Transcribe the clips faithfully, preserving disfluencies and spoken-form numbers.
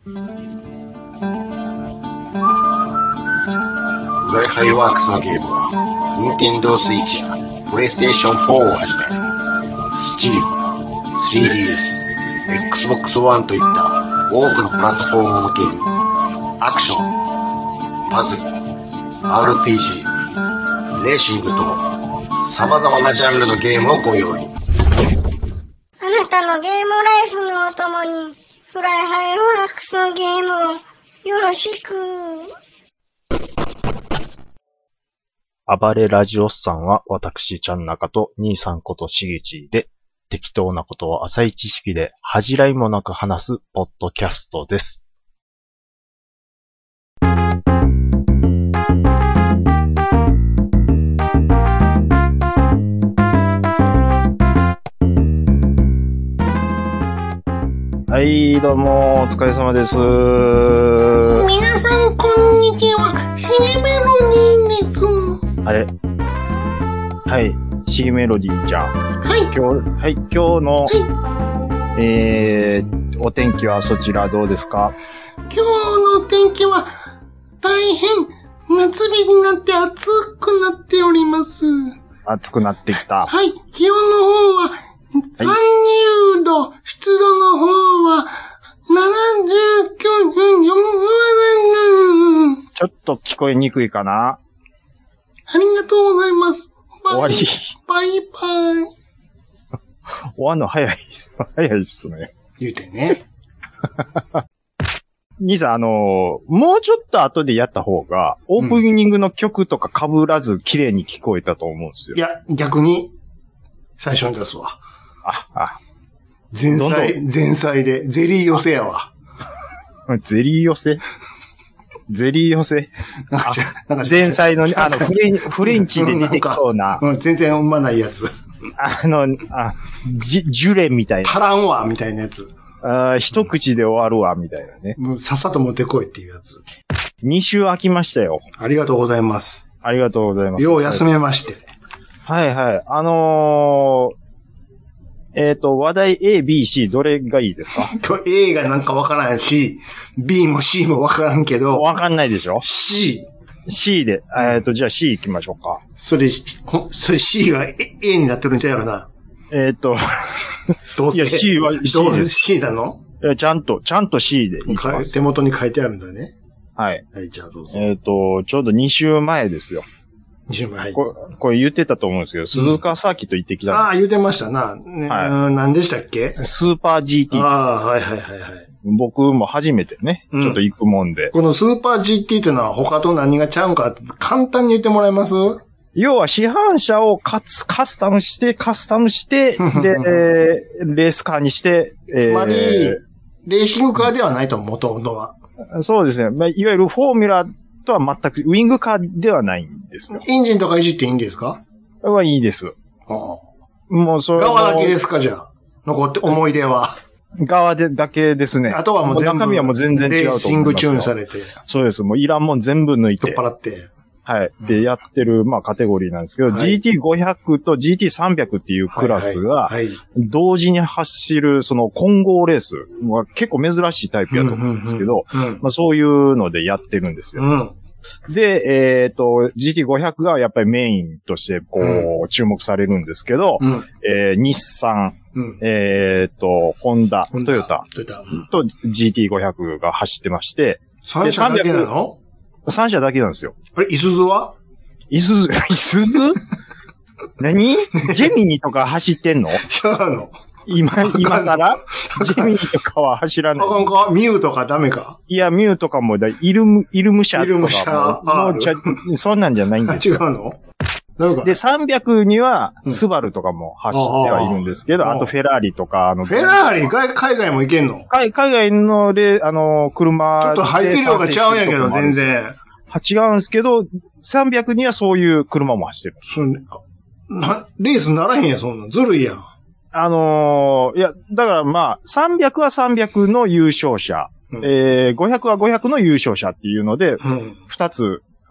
ブライハイワークスのゲームは、Nintendo Switch や PlayStation フォーをはじめ、Steam、スリーディーエス、Xbox One といった多くのプラットフォームを向けに、アクション、パズル、アールピージー、レーシングと、様々なジャンルのゲームをご用意。 あなたのゲームライフのお供に、フライハイワークスのゲームをよろしく。 暴れラジオスさんは私ちゃんなかと兄さんことしげちで適当なことを浅い知識で恥じらいもなく話すポッドキャストです。はい、どうも、お疲れ様です。 皆さん、こんにちは。シゲメロディーです。 あれはい、シゲメロディーちゃん。 はい。 今日、はい、今日の、はい、えー、お天気はそちらどうですか？ 今日の天気は、大変、夏日になって暑くなっております。 暑くなってきた。 はい、気温の方は、さんじゅうど、湿度の方は、ななじゅうきゅうてんよんパーセント。 ちょっと聞こえにくいかな？ ありがとうございます。 終わり。 バイバイ。 終わんの早いっす。早いっすね。 言うてね。 兄さん、あのー、もうちょっと後でやった方が、オープニングの曲とか被らず綺麗に聞こえたと思うんですよ。 いや、逆に、最初に出すわ。 あ、あ。 前菜、前菜で、ゼリー寄せやわ。 ゼリー寄せゼリー寄せなんかなんか前菜の、あの、フレン、フレンチで出てきそうな。 うん、全然うまないやつ。 あの、あ、ジ、ジュレみたいな。 足らんわ、みたいなやつ。 あ一口で終わるわ、みたいなね。 もうさっさと持ってこいっていうやつ。 に週空きましたよ。 ありがとうございます。 ありがとうございます。 よう休めまして。 はいはい。あのー、えっと、話題 A、B、C、どれがいいですか？ A がなんかわからんし、B も C もわからんけど。 わかんないでしょ？ C。 C で。えっと、じゃあ C 行きましょうか。 それ、それ C が A になってるんちゃうやろな。 えっと、 どうせ。 いや C は C どうせ C なの？ いや、ちゃんと、ちゃんと C でいきます。 手元に書いてあるんだね。 はい。 はい、じゃあどうぞ。 えっと、ちょうどに週前ですよ。 に週前。はい。 これ、これ言ってたと思うんですけど、鈴鹿サーキット行ってきた、うん。 ああ、言ってましたな。ね、はい、うん、何でしたっけ？ スーパー ジーティー。 ああ、はいはいはいはい。 僕も初めてね、うん、ちょっと行くもんで。 このスーパー ジーティー っていうのは他と何がちゃうんか簡単に言ってもらえます？ 要は市販車をカツ、カスタムして、カスタムして、で、えー、レースカーにして、 えー、つまり、レーシングカーではないと、元々は。 そうですね。まあ、いわゆるフォーミュラとは全く、ウィングカーではないんですよ。 エンジンとかいじっていいんですか？ はいいです。 ああもうそれ側だけですか、じゃあ。残って、思い出は。 側でだけですね。 あとはもう全部。 中身はもう全然違うと思いますよ。 レーシングチューンされて。 そうです。もういらんもん全部抜いて。 取っ払って。 はい。で、やってる、まあ、カテゴリーなんですけど、はい、ジーティーごひゃく と ジーティーさんびゃく っていうクラスが、同時に走る、その混合レースは結構珍しいタイプやと思うんですけど、まあ、そういうのでやってるんですよ。うんで、えっと、ジーティーごひゃく がやっぱりメインとして、こう、うん、注目されるんですけど、うん、えー、日産、うん、えっと、ホンダ、トヨタと ジーティーごひゃく が走ってまして、 さん社だけなの？ さん社だけなんですよ。 あれ、イスズは？ イスズ、イスズ何ジェミニとか走ってんの？ 違うの。 今、今更ジェミニとかは走らない。 あかんかミューとかダメかいや、ミューとかもだ、イルム、イルム社とかも。イルム社。もうちゃ、そんなんじゃないんですよ。 違うのなんかで、さんびゃくには、スバルとかも走ってはいるんですけど、うん、あ, あとフェラーリとか、あの、 フェラーリ海外も行けんの海外のレ、あの、車ちょっと排気量がちゃうんやけど、全然。 違うんですけど、さんびゃくにはそういう車も走ってる。 そなレースならへんや、そんな。ずるいやん。 あのー、いや、だからまあ、さんびゃくはさんびゃくの優勝者、うん、えー、ごひゃくはごひゃくの優勝者っていうので、うん、ふたつ、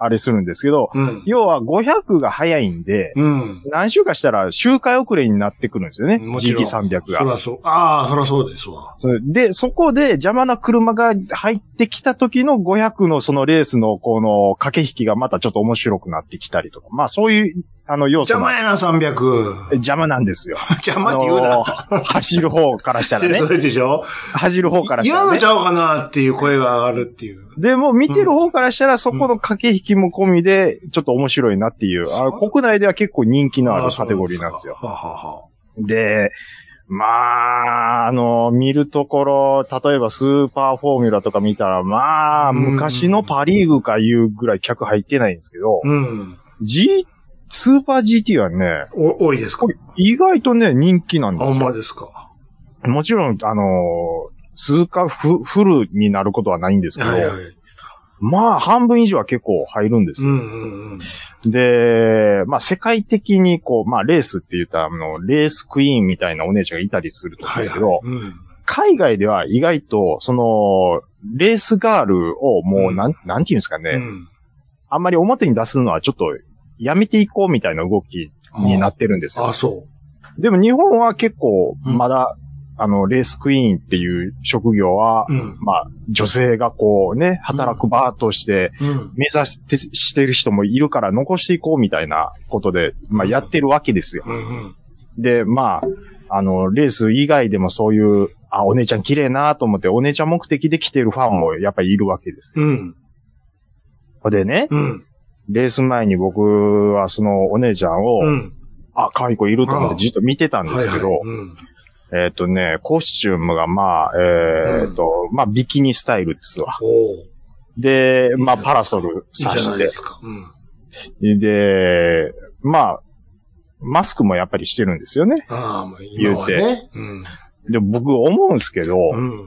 あれするんですけど、 うん。 要はごひゃくが早いんで、 うん。 何週かしたら周回遅れになってくるんですよね。 もちろんジーティーさんびゃく が。 そらそう。ああ、そらそうですわ。 それで、そこで邪魔な車が入ってきた時のごひゃくのそのレースのこの駆け引きがまたちょっと面白くなってきたりとか。まあそういうあの要素も邪魔やな、さんびゃく。 邪魔なんですよ。 邪魔って言うな。 あのー走る方からしたらねそ。れでしょ走る方からしたらね嫌のち。ゃうかなっていう声が上がるっていう。 でも見てる方からしたらそこの駆け引きも込みでちょっと面白いなっていう。あ国内では結構人気のあるカテゴリーなんですよ。 はははで、まあ、あの、見るところ、例えばスーパーフォーミュラとか見たら、まあ、 うん昔のパリーグかいうぐらい客入ってないんですけど、 うん。 G、スーパー ジーティー はね、 お、多いですか？ 意外とね、人気なんあ、ほんですよ。 まですか。 もちろん、あの、数回フフルになることはないんですけど、 はいはい。 まあ、半分以上は結構入るんですよ。 うんうんうん。 で、まあ、世界的にこう、まあ、レースって言ったら、あの、レースクイーンみたいなお姉ちゃんがいたりすると思うんですけど、 はいはい。うん。 海外では意外と、その、レースガールをもう、 うんなん、なんていうんですかね、 うん。 あんまり表に出すのはちょっと、やめていこうみたいな動きになってるんですよ。 あ、そでも日本は結構、 うんまだ、あの、レースクイーンっていう職業は、 う。うん。 まあ、女性がこうね、働く場として、 うん。 目指して、してる人もいるから残していこうみたいなことで、まあ、やってるわけですよ。 うんうん。 で、まあ、あの、レース以外でもそういう、あ、お姉ちゃん綺麗なと思って、お姉ちゃん目的で来てるファンもやっぱりいるわけですよ。 うん。 でね、 うん。 レース前に僕はそのお姉ちゃんを、 うん。 あ、可愛い子いると思ってじっと見てたんですけど、 はいはいうん。 えっ、とね、コスチュームがまあ、えっ、と、まあ、ビキニスタイルですわ。 おーで、まあ、 いいじゃないパラソルさしていいじゃないで、すか。うん。 で、まあ、マスクもやっぱりしてるんですよね。 ああ、まあ今はね。うん。 で、僕思うんですけど、 うん。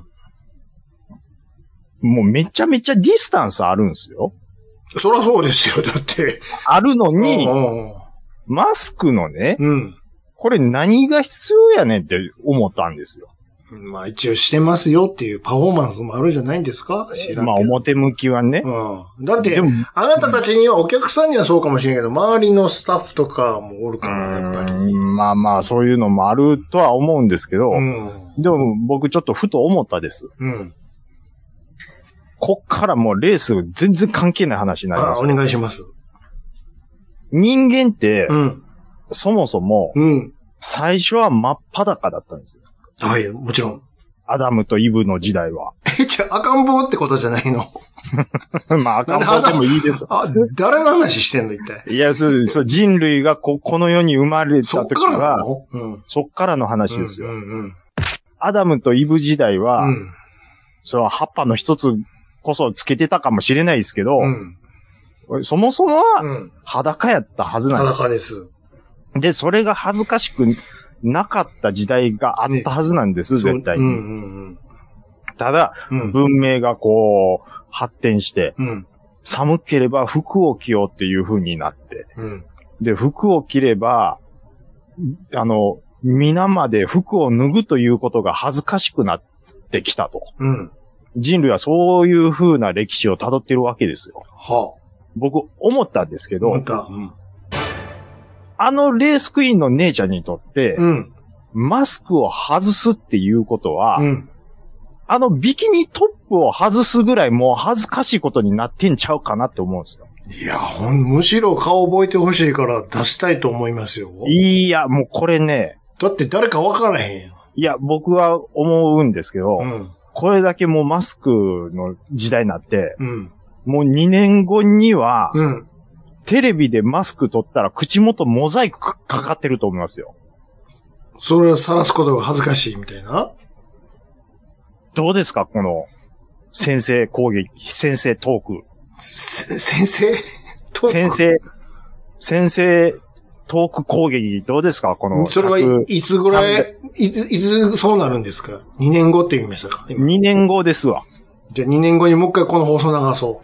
もうめちゃめちゃディスタンスあるんですよ。 そらそうですよ、だって。 あるのに、 うんマスクのね、 うん。 これ何が必要やねんって思ったんですよ。 うん。まあ一応してますよっていうパフォーマンスもあるじゃないんですか？知らんけど。 まあ表向きはね。 うん。だってでも、 あなたたちには、お客さんにはそうかもしれんけど、周りのスタッフとかもおるから、やっぱり。 うーんまあまあそういうのもあるとは思うんですけど、 うん。 でも僕ちょっとふと思ったです。 うん。 こっからもうレース全然関係ない話になりあおます。 願いします。 人間って、 うん。 そもそもうん。 最初は真っ裸だったんですよ。 はい、もちろん。 アダムとイブの時代は。 え、じゃあ、赤ん坊ってことじゃないの？ まあ赤ん坊でもいいです。 あ、誰の話してんの一体。 いや、そう、そう人類がこ、この世に生まれそった時からなは、 の？うん。 そっからの話ですよ。 うんうんアダムとイブ時代は、 うん。 その葉っぱの一つこそつけてたかもしれないですけど、 うん。 そもそもうはん。 裸やったはずなんです。 裸です。 で、それが恥ずかしくなかった時代があったはずなんです、 そう絶対に。 うんうんただ、 うん。うん。 文明がこう、発展して、 うん。 寒ければ服を着ようっていう風になって、 うん。 で、服を着れば、あの、皆まで服を脱ぐということが恥ずかしくなってきたと。 うん。 人類はそういう風な歴史を辿ってるわけですよ。 は僕、思ったんですけあ。 どま、た。うん。 あのレースクイーンの姉ちゃんにとって、 うん。 マスクを外すっていうことは、 うん。 あのビキニトップを外すぐらいもう恥ずかしいことになってんちゃうかなって思うんですよ。 いや、ほん、むしろ顔覚えてほしいから出したいと思いますよ。 いや、もうこれね、 だって誰か分からへんやん。 いや、僕は思うんですけど、 うん。 これだけもうマスクの時代になって、 うん。 もうにねんごには、 うん。 テレビでマスク取ったら口元モザイクかかかってると思いますよ。 それを晒すことが恥ずかしいみたいな。 どうですかこの、先制攻撃、先制トーク。 せ先生トーク先制、先制トーク攻撃、どうですかこの、 それはいいつぐらい、いつ、いつそうなるんですか？ に 年後って言いましたか？今にねんごですわ。 じゃあにねんごにもう一回この放送流そう。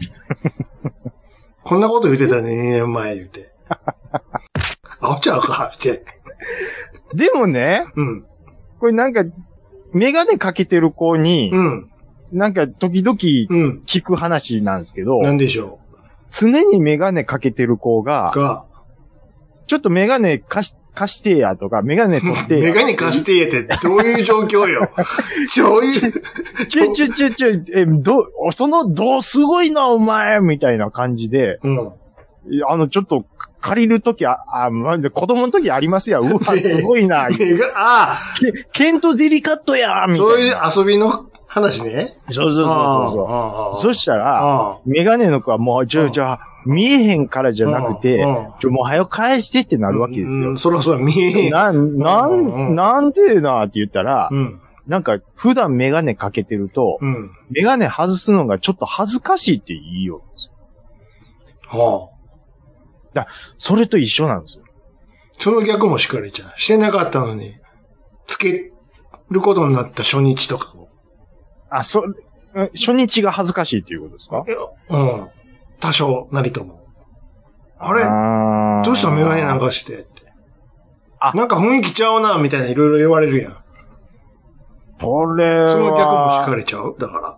こんなこと言ってたね、にねんまえ言うて。あおちゃうかって。 でもね、 うん。 これなんか、メガネかけてる子に、 うん。 なんか時々 うん。 聞く話なんですけど、 なんでしょ常にメガネかけてる子が、 が、 ちょっとメガネ貸し、貸してやとか、メガネ取ってや。 メガネ貸してやってどういう状況よ。そういう。 ちょちょちょちょ、え、ど、その、どうすごいなお前みたいな感じで、 うん。 あの、ちょっと、借りるとき、あ、あ、まじで子供のときありますや。うわ、すごいな。 メガ、ああ。 ケントデリカットやみたいな。 そういう遊びの話ね。 そうそうそうそう。そしたら、メガネの子はもう、ちょ、じゃあ、見えへんからじゃなくて、ちょ、もう早く返してってなるわけですよ。 そらそら見えへん。 な、なん、なんでなって言ったら、 うん、 なんか、普段メガネかけてると、うん、メガネ外すのがちょっと恥ずかしいって言いようんですよ。はあ。だそれと一緒なんですよ。 その逆もしかりちゃう。してなかったのに、つけることになった初日とかも。 あ、そ、初日が恥ずかしいっていうことですか？ うん。多少なりとも。あれあどうしたメガネなんかしてって。あ、なんか雰囲気ちゃうな、みたいないろいろ言われるやん。 これは。 その逆もしかりちゃうだから。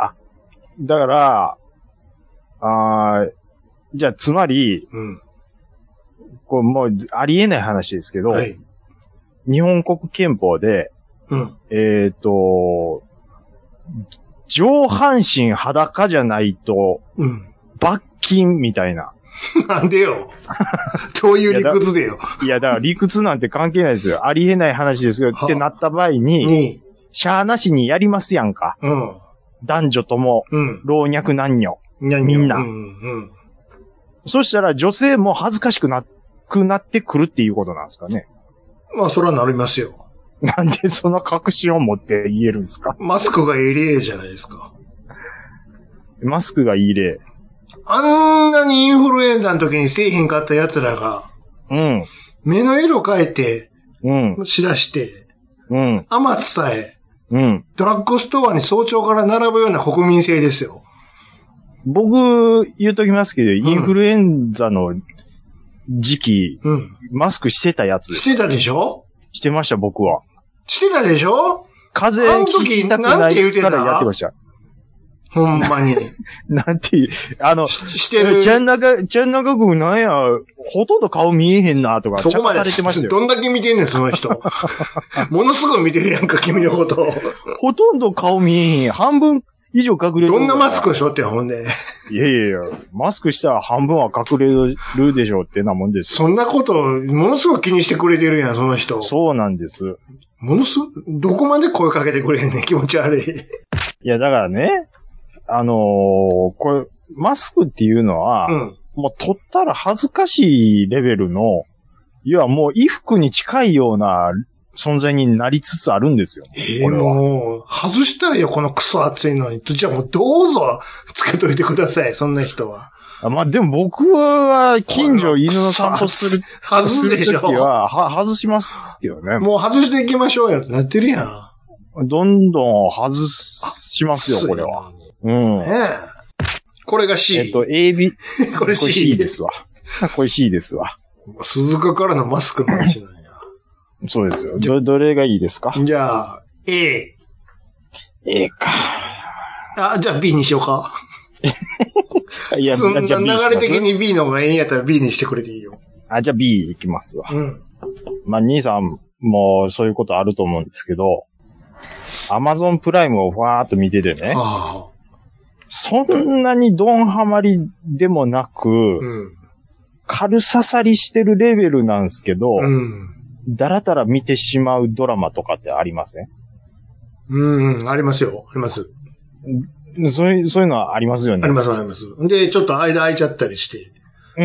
あ、だから、あじゃあ、つまり、うん、こうもうありえない話ですけど、はい、日本国憲法で、うん、えっと、上半身裸じゃないと、うん、罰金みたいな。 なんでよ。どういう理屈でよ。 いや、だから理屈なんて関係ないですよ。ありえない話ですよ。ってなった場合に、にしゃーなしにやりますやんか。うん、男女とも、うん、老若男女。みんな。うんうんそしたら女性も恥ずかしくなくなってくるっていうことなんですかね。 まあ、それはなりますよ。 なんでその確信を持って言えるんですか？ マスクがいい例じゃないですか。 マスクがいい例。 あんなにインフルエンザの時にせえへんかった奴らが、うん。目の色変えて、うん。しだして、うん。天津さえ、うん。ドラッグストアに早朝から並ぶような国民性ですよ。 僕、言うときますけど、うん、インフルエンザの時期、うん、マスクしてたやつ。 してたでしょ？ してました、僕は。 してたでしょ？ 風邪ひいたくないからやってました。 ほんまに。 なんて、あの、 し、してる。 ちゃんなか、ちゃんなかくなんや、ほとんど顔見えへんな、とか、 そこまでされてましたよ。どんだけ見てんねん、その人。ものすごい見てるやんか、君のこと。 ほとんど顔見えへん。半分、以上隠れる。 どんなマスクしょってほんで。 いやいやいや、マスクしたら半分は隠れるでしょってなもんです。 そんなこと、ものすごく気にしてくれてるやん、その人。 そうなんです。 ものすごどこまで声かけてくれんねん、気持ち悪い。いや、だからね、あのー、これ、マスクっていうのは、うん、もう取ったら恥ずかしいレベルの、いや、もう衣服に近いような、存在になりつつあるんですよ。 ええー、もう、外したいよ、このクソ暑いのに。じゃあもうどうぞ、つけといてください、そんな人は。 あまあ、でも僕は、近所犬の散歩する、 外すでしょ。 するときは、は、外しますけどね。 もう外していきましょうよってなってるやん。どんどん外しますよ、これは。うん。ねえ。これが C。 えっと、エービー。 これ C。 これ C ですわ。これ C ですわ。 鈴鹿からのマスクの話なんや。 そうですよ。ど、どれがいいですか？ じゃあ、A。 A か。 あ、じゃあ B にしようか。 いや、 そんな流れ的に B の方がええんやったら B にしてくれていいよ。 あ、じゃあ B いきますわ。うん。まあ、兄さんもそういうことあると思うんですけど、Amazon プライムをふわーっと見ててね。ああ。そんなにドンハマりでもなく、うん、軽刺さりしてるレベルなんですけど、うん、だらだら見てしまうドラマとかってありません？ うん、ありますよ。あります。 そういう、そういうのはありますよね。 あります、あります。で、ちょっと間空いちゃったりして。 うん、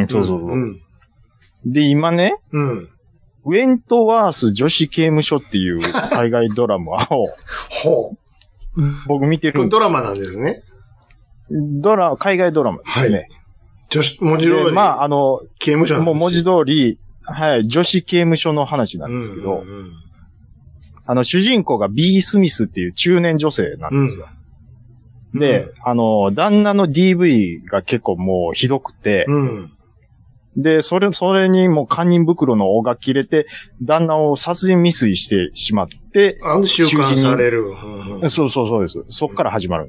そうそうそう。うん、で、今ね、うん、ウェントワース女子刑務所っていう海外ドラマを、ほう。僕見てる。 ドラマなんですね。 ドラ、海外ドラマですね。はい、 女子、文字通り。 まあ、あの、 刑務所もう文字通り、はい、女子刑務所の話なんですけど、うんうんうん、あの、主人公が B. スミスっていう中年女性なんですよ。うん、で、うん、あの、旦那の ディーブイ が結構もうひどくて、うん、で、それ、それにもう堪忍袋の緒が切れて、旦那を殺人未遂してしまって、 あの収監される。 うんうん、そうそうそうです。そっから始まるんですよ。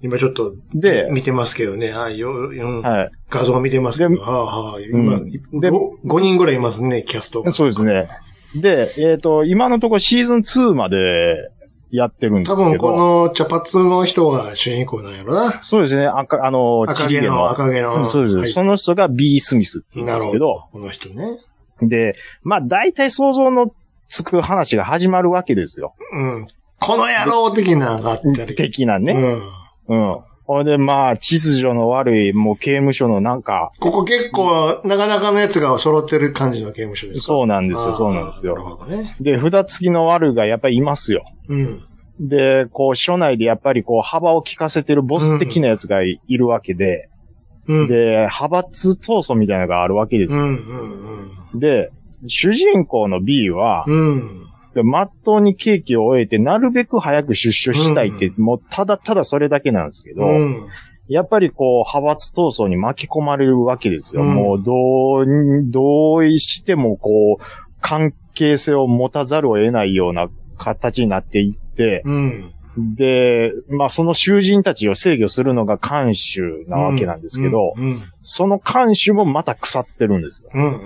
今ちょっと、で、見てますけどね。はい、よ、うん、はい。画像見てますけど。はあ、はあ、今、うん、で、ごにんぐらいいますね、キャストが。 そうですね。で、えっと、今のところシーズンツーまでやってるんですけど。多分この茶髪の人が主人公なんやろな。 そうですね。赤、あの、 赤毛の、赤毛の。 そうです、はい。その人が B スミスって言うんですけど。なるほど。この人ね。 で、まあ大体想像のつく話が始まるわけですよ。 うん。この野郎的なのがあったり。 的なね。うん。うん。ほいで、まあ、秩序の悪い、もう刑務所のなんか。 ここ結構、なかなかのやつが揃ってる感じの刑務所ですか？ そうなんですよ、そうなんですよ。なるほどね。で、札付きの悪がやっぱりいますよ。うん。で、こう、署内でやっぱりこう、幅を利かせてるボス的なやつがいるわけで、うん、で、派閥闘争みたいなのがあるわけですよ。うんうんうん、で、主人公の B は、うんで、まっとうに刑期を終えて、なるべく早く出所したいって、うん、もうただただそれだけなんですけど、うん、やっぱりこう、派閥闘争に巻き込まれるわけですよ。うん、もう、どう、同意してもこう、関係性を持たざるを得ないような形になっていって、うん、で、まあその囚人たちを制御するのが看守なわけなんですけど、うんうんうん、その看守もまた腐ってるんですよ。うんうんうんうん、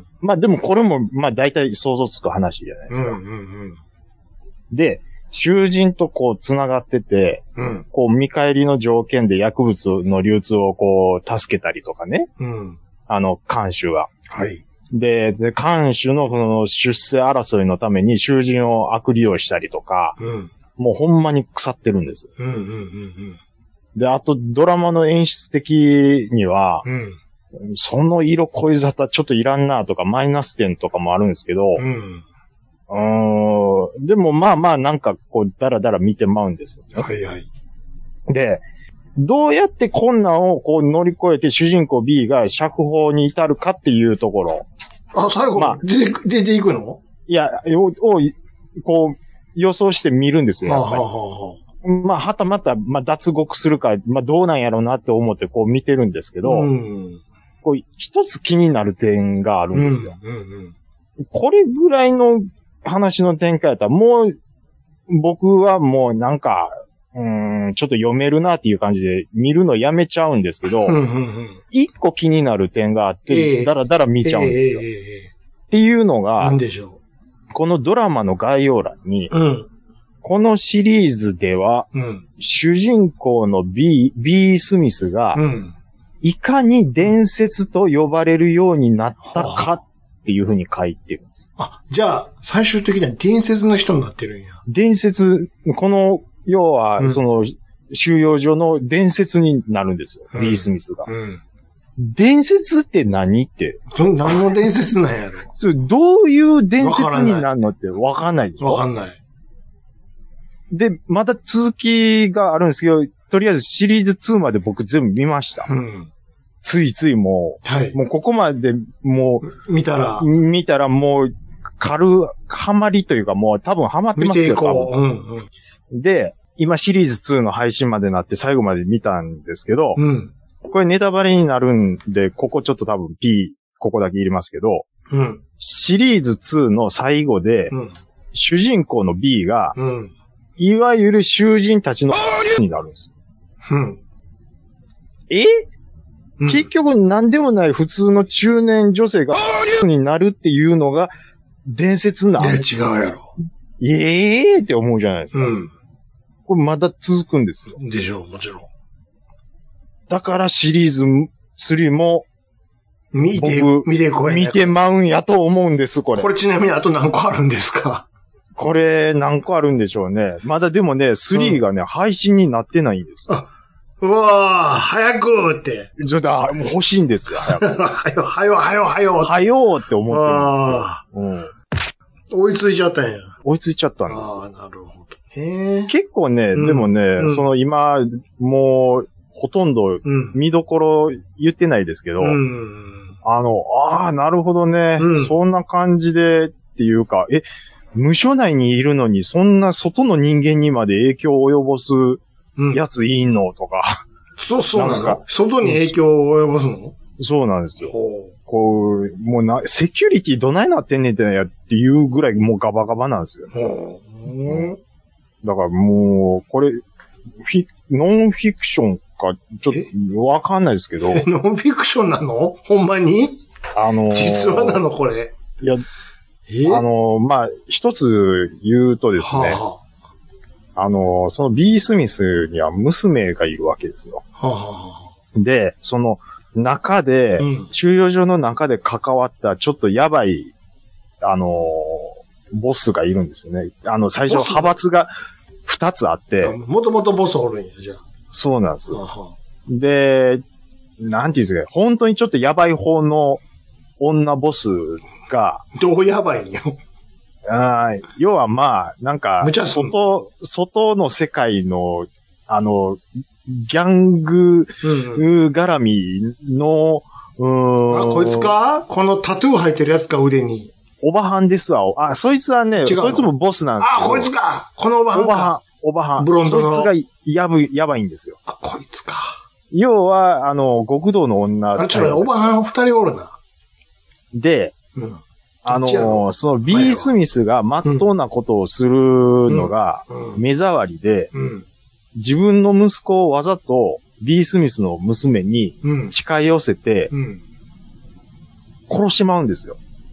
まあでもこれもまあ大体想像つく話じゃないですか。うんうんうん、で、囚人とこう繋がってて、うん、こう見返りの条件で薬物の流通をこう助けたりとかね。うん、あの看守が。はい。で、で看守のその出世争いのために囚人を悪利用したりとか、うんもうほんまに腐ってるんです。うんうんうんうん、で、あとドラマの演出的には、うん、その色恋沙汰ちょっといらんなとかマイナス点とかもあるんですけど、うん、うーんでもまあまあなんかこうダラダラ見てまうんですよ、ね。はいはい。で、どうやって困難をこう乗り越えて主人公 B が釈放に至るかっていうところ。 あ、最後、まあ、出て、出ていくの？ いや、を、こう、予想して見るんですよ。やっぱりはははまあ、はたまた、まあ、脱獄するか、まあ、どうなんやろうなって思ってこう見てるんですけど、うん、こう、一つ気になる点があるんですよ。うんうんうん、これぐらいの話の展開だったら、もう、僕はもうなんか、うーん、ちょっと読めるなっていう感じで見るのやめちゃうんですけど、一、うん、個気になる点があって、だらだら見ちゃうんですよ。えーえーえー、っていうのが、 なんでしょう。 このドラマの概要欄に、うん、このシリーズでは、うん、主人公の B、B スミスが、うん、いかに伝説と呼ばれるようになったかっていうふうに書いてるんです。 あ、じゃあ、最終的には伝説の人になってるんや。 伝説、この、要は、うん、その、収容所の伝説になるんですよ。うん、B スミスが。うん伝説って何って。 何の伝説なんやろそう、どういう伝説になるのってわかんないでしょ？ わかんない。 で、まだ続きがあるんですけど、とりあえずシリーズツーまで僕全部見ました。うん、ついついもう、はい、もうここまでもう、見たら、 見たらもう、軽、ハマりというかもう多分ハマってますよ。見ていこう。うんうん、で、今シリーズツーの配信までなって最後まで見たんですけど、うんこれネタバレになるんで、ここちょっと多分 P、ここだけ入れますけど、うん、シリーズツーの最後で、うん、主人公の B が、うん、いわゆる囚人たちのになるんです。うん、え、うん、結局何でもない普通の中年女性がになるっていうのが伝説なの？ いや、違うやろ。 ええーって思うじゃないですか。うん、これまだ続くんですよ。 でしょう、もちろん。 だからシリーズスリーも、 見て、見てこい、 ね。見てまうんやと思うんです、これ。 これちなみにあと何個あるんですか？ これ何個あるんでしょうね。まだでもね、スリーがね、うん、配信になってないんですよ。あ、 うわぁ、早くって。 ちょっと、もう欲しいんですよ、早く。 はよ、はよ、はよ、はよ。 はよって思ってるんですよ。うん、追いついちゃったんや。 追いついちゃったんですよ。 ああ、なるほどね。 結構ね、うん、でもね、うん、その今、もう、ほとんど見どころ言ってないですけど、うん、あの、ああ、なるほどね、うん、そんな感じでっていうか、え、無所内にいるのにそんな外の人間にまで影響を及ぼすやついいのとか。 そう、そうなんか。外に影響を及ぼすの？ そうなんですよ。こう、もうな、セキュリティどないなってんねんってやっていうぐらいもうガバガバなんですよ。うん、だからもう、これ、 フィ、ノンフィクションか、ちょっとわかんないですけど。 ノンフィクションなの？ほんまに？ あのー、 実話なのこれ。 いや、あのー、まあ、一つ言うとですね、はあ、あのー、その B スミスには娘がいるわけですよ。はあ、で、その中で、うん、収容所の中で関わったちょっとやばい、あのー、ボスがいるんですよね。あの、最初派閥が二つあって。 もともとボスおるんや、じゃあ。 そうなんですよ。ははで、なんていうんですか、本当にちょっとやばい方の女ボスが。 どうやばいんよ。 あ要はまあ、なんか、外、外の世界の、あの、ギャング絡みの、 うんうん、あ、こいつか？このタトゥー入ってるやつか、腕に。 オバハンですわ。あ、そいつはね、そいつもボスなんですけど。 あ、こいつか！このオバハンか。 オバハン、オバハン。 ブロンドの。 そいつがやぶ、やばいんですよ。 あ、こいつか。 要は、あの、極道の女。 あれ、ちょっとオバハン二人おるな。 で、うん、あの、その B スミスが真っ当なことをするのが目障りで、うんうん、自分の息子をわざと B スミスの娘に近寄せて、殺してまうんですよ。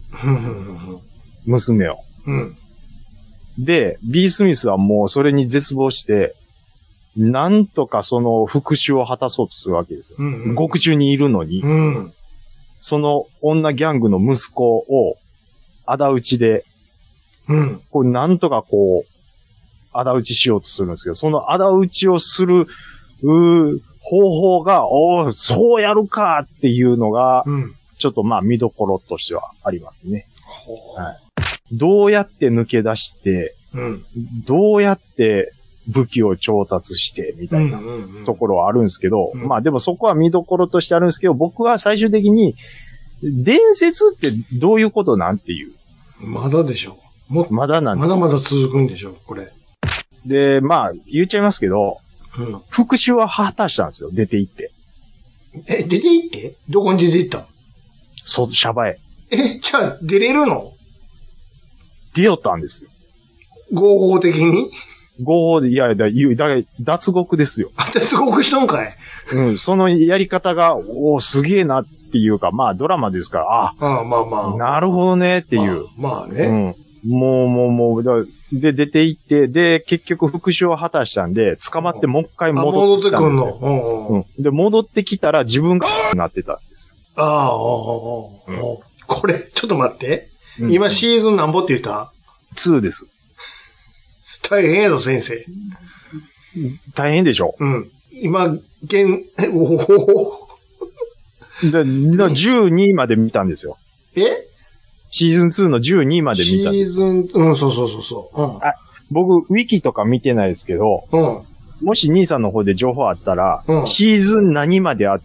娘を、うん。で、B スミスはもうそれに絶望して、なんとかその復讐を果たそうとするわけですよ。うんうん、獄中にいるのに、うん、その女ギャングの息子を仇討ちで、うん、こうなんとかこう、仇討ちしようとするんですけど、その仇討ちをする、う方法が、おそうやるかっていうのが、うん、ちょっとまあ見どころとしてはありますね。はい、どうやって抜け出して、うん、どうやって武器を調達して、みたいなところはあるんですけど、うんうんうん、まあでもそこは見どころとしてあるんですけど、僕は最終的に、伝説ってどういうことなんていう。 まだでしょ。もまだなんです。 まだまだ続くんでしょ、これ。 で、まあ、言っちゃいますけど、うん、復讐は果たしたんですよ、出て行って。 え、出て行って？どこに出て行ったの？ そう、シャバへ。 え、じゃあ、出れるの？ 出よったんですよ。 合法的に？ 合法で、いや、だ、だ、脱獄ですよ。 脱獄しとんかい？ うん、そのやり方が、おすげえなっていうか、まあ、ドラマですから、ああ、あまあまあ。 なるほどねっていう。 まあ、まあね。 うん。もう、もう、もう、だで、出て行って、で、結局復讐を果たしたんで、捕まってもう一回戻ってきたんですよ。戻ってくんの。うんうん、で、戻ってきたら自分がなってたんですよ。 ああ、ああ、ああ、これ、ちょっと待って。うん、今シーズン何ぼって言った？ ツー です。 大変やぞ、先生。 大変でしょ？ うん。今、現、おおで、じゅうにまで見たんですよ。 え？ シーズンツーのじゅうにまで見たんです。 シーズン、うん、そうそうそうそう、うん。 あ、僕、ウィキとか見てないですけど、うん、もし兄さんの方で情報あったら、うん、シーズン何まであって、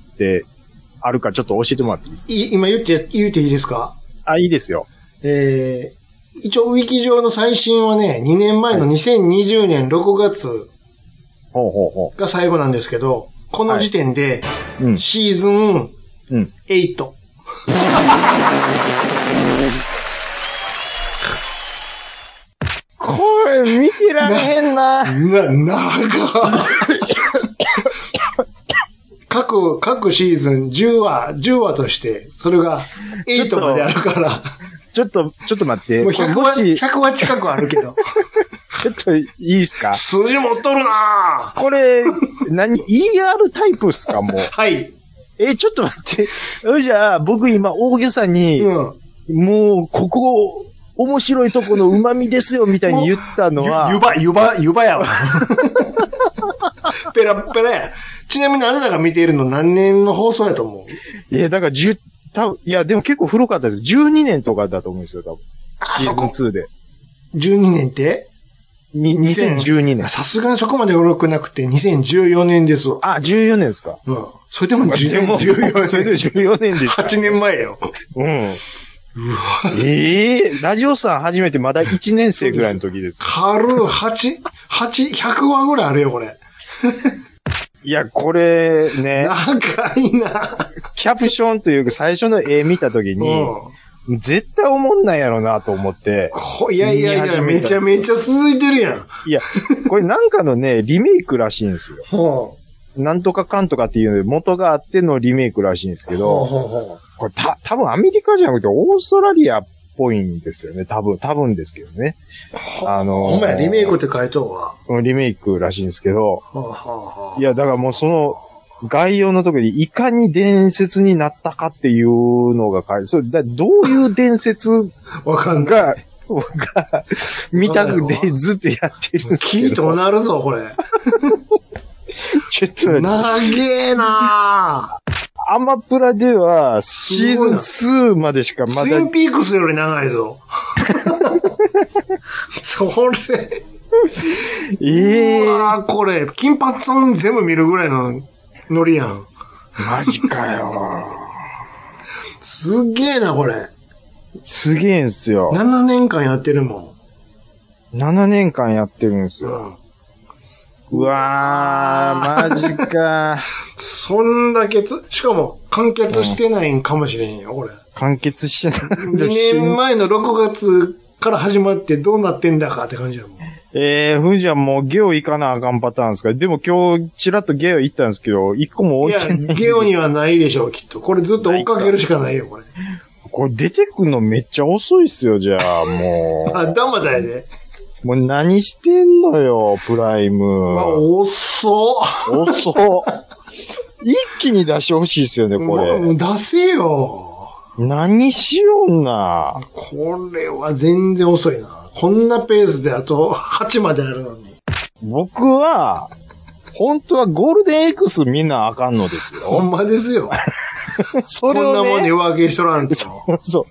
あるかちょっと教えてもらっていいですか？ い今言って、言っていいですか？ あ、いいですよ。 えー、一応ウィキ上の最新はね、にねんまえのにせんにじゅうねんろくがつが最後なんですけど、この時点で、はい、うん、シーズンはち。うん、 これ見てられへんな。 な、なが。各、各シーズンじゅうわ、じゅうわとして、それがはちまであるから。 ちょっと、ちょっと待って。 もうひゃくわ、ひゃくわ近くあるけど。 ちょっといいですか？ 数字持っとるなこれ、何 イーアール タイプっすかもう。 はい。 え、ちょっと待って。じゃあ、僕今大げさに、うん、もう、ここ、面白いとこの旨味ですよ、みたいに言ったのは。 ゆ、ゆば、ゆば、ゆばやわ。ペラペラや。ちなみにあなたが見ているの何年の放送やと思う？いや、だからじゅう、たぶん、いや、でも結構古かったです。じゅうにねんとかだと思うんですよ、多分。シーズンツーで。 じゅうにねんってに、にせんじゅうにねん。 さすがにそこまで古くなくて、にせんじゅうよねんですわ。 あ、じゅうよねんですか。 うん。それでもじゅうよねん。 それでもじゅうよねんです。 はちねんまえよ。 うん。うわええー、ラジオさん初めてまだいちねん生ぐらいの時です。 軽い、はち、はち、ひゃくわぐらいあるよ、これ。 いや、これね。 長いな。 キャプションというか最初の絵見た時に、うん、 絶対思んないやろなと思って。 いやいやいや、めちゃめちゃ続いてるやん。 いや、これなんかのね、リメイクらしいんですよ。はあ、なんとかかんとかっていう元があってのリメイクらしいんですけど、はあはあ、これた、多分アメリカじゃなくてオーストラリアっぽいんですよね。多分、多分ですけどね。 あのー、ほんまや、リメイクって書いとうわ。 リメイクらしいんですけど、はあはあ、いや、だからもうその、概要のところにいかに伝説になったかっていうのが書いて、それだどういう伝説わかんが、が、見たくてずっとやってるんですけど。 キーとなるぞ、これ。 ちょっと。 長えなぁ。 アマプラでは、シーズンツーまでしかまだ。 ツインピークスより長いぞ。それ。 ええー。 うわこれ、金髪さん全部見るぐらいのノリやん。 マジかよ。 すげえな、これ。 すげえんすよ。 ななねんかんやってるもん。ななねんかんやってるんですよ。うん、うわー、マジか。 そんだけつ、しかも完結してないんかもしれんよ、これ。 完結してない。 にねんまえのろくがつから始まってどうなってんだかって感じやもん。 えー、ふんじゃんもうゲオ行かなあかんパターンですか？でも今日ちらっとゲオ行ったんですけど、一個も置いてない。 いや、ゲオにはないでしょう、きっと。これずっと追っかけるしかないよ、これ。 これ出てくんのめっちゃ遅いっすよ、じゃあ、もう。 あ、ダマだよね。 もう何してんのよ、プライム。 まあ、遅っ。遅っ。一気に出してほしいっすよね、これ。 もう出せよ。 何しよんな。 これは全然遅いな。こんなペースであとはちまであるのに。 僕は、本当はゴールデン X 見なあかんのですよ。 ほんまですよ。それを、ね、こんなもんに浮気しとらんと。 そうそう。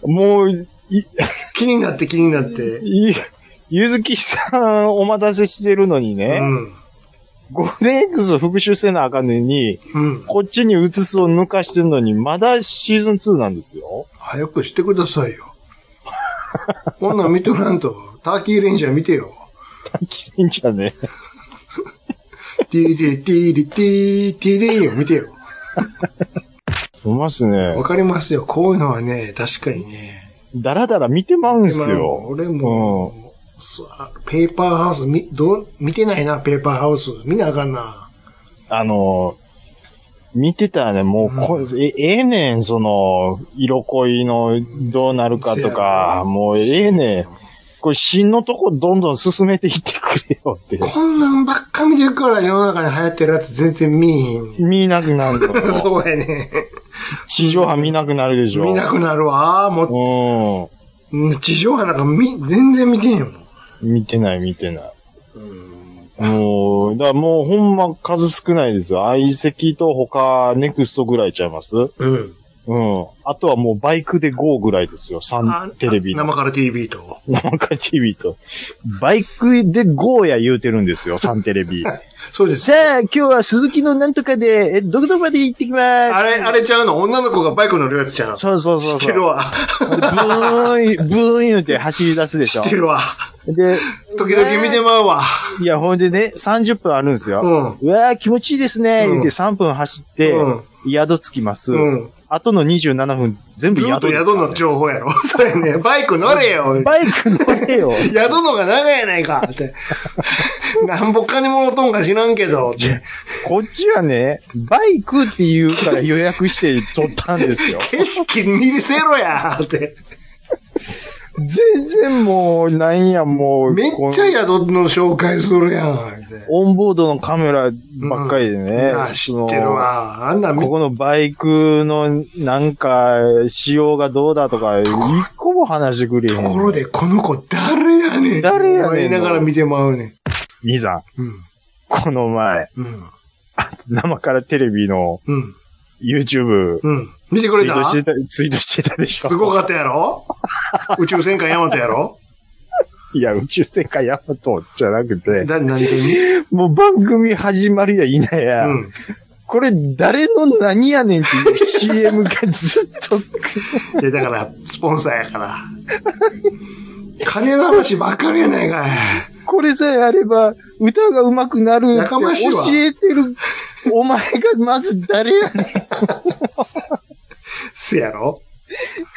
もう、 気になって気になって。 ゆずきさんお待たせしてるのにね。うん、ゴールデン X 復習せなあかんのに、うん、こっちに移すを抜かしてるのに、まだシーズンツーなんですよ。 早くしてくださいよ。こんなん見とらんと、ターキーレンジャー見てよ。 ターキーレンジャーね。 ティーリティーリティーティーリーを見てよ。 いますね。 わかりますよ。こういうのはね、確かにね。 だらだら見てまうんすよ。 俺も、うん、ペーパーハウス、み、どう、見てないな、ペーパーハウス。見なあかんな。 あの、見てたらね、もうこ、うん、え、ええねん、その、色恋のどうなるかとか、もうええねん。これ芯のとこどんどん進めていってくれよって。 こんなんばっか見てるから世の中に流行ってるやつ全然見えへん。 見なくなるの。 そうやね。 地上波見なくなるでしょ。 見なくなるわ。もう、うん、地上波なんか見、全然見てへんよ。 見てない見てない。うん、もう、だからもうほんま数少ないですよ。相席と他、ネクストぐらいちゃいます？うん。うん。あとはもうバイクで ゴー ぐらいですよ。サンテレビの。 生から ティーブイ と。 生から ティーブイ と。バイクで ゴー や言うてるんですよ。サンテレビ。 そうです。 さあ、今日は鈴木のなんとかで、え、どこどこまで行ってきます。 あれ、あれちゃうの？女の子がバイク乗るやつちゃう。 そうそうそうそう。 知ってるわ。 ブーン、ブーン言うて走り出すでしょ。 知ってるわ。 で、 時々見てまうわ。 いや、ほんでね、さんじゅっぷんあるんですよ。うん。うわー気持ちいいですね。うん、言ってさんぷん走って、うん、宿着きます。うん。あとのにじゅうななふん全部宿です、ね。 ずっと宿の情報やろ。そうやね。バイク乗れよ。 バイク乗れよ。 宿のが長いやないか。って。なんぼ金もろとんか知らんけど。 こっちはね、バイクって言うから予約して取ったんですよ。 景色見せろや。って。 全然もう、なんやもう。 めっちゃ宿の紹介するやん。 オンボードのカメラばっかりでね。 うん、あ、知ってるわ。あんなここのバイクのなんか、仕様がどうだとか、一個も話してくれへん。 ところで、この子誰やねん。 誰やねん。 言いながら見てまうねん。 兄さん。うん。この前。うん。生からテレビの。うん。YouTube。 うん。見てくれた？ ツイートしてた、ツイートしてたでしょ。 すごかったやろ？宇宙戦艦ヤマトやろ？ いや、宇宙戦艦ヤマトじゃなくて。 だ、なんでもう番組始まるやいなや。うん。これ誰の何やねんっていう シーエム がずっと。 いや、だから、スポンサーやから。金の話ばっかりやないかい。 これさえあれば、歌が上手くなるって教えてる、お前がまず誰やねん。 せやろ？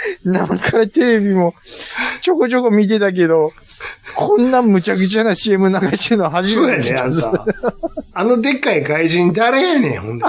生からテレビもちょこちょこ見てたけど、こんな無茶苦茶な シーエム 流してるの初めて。 そうやね、あんた。あのでっかい外人誰やねん、ほんで。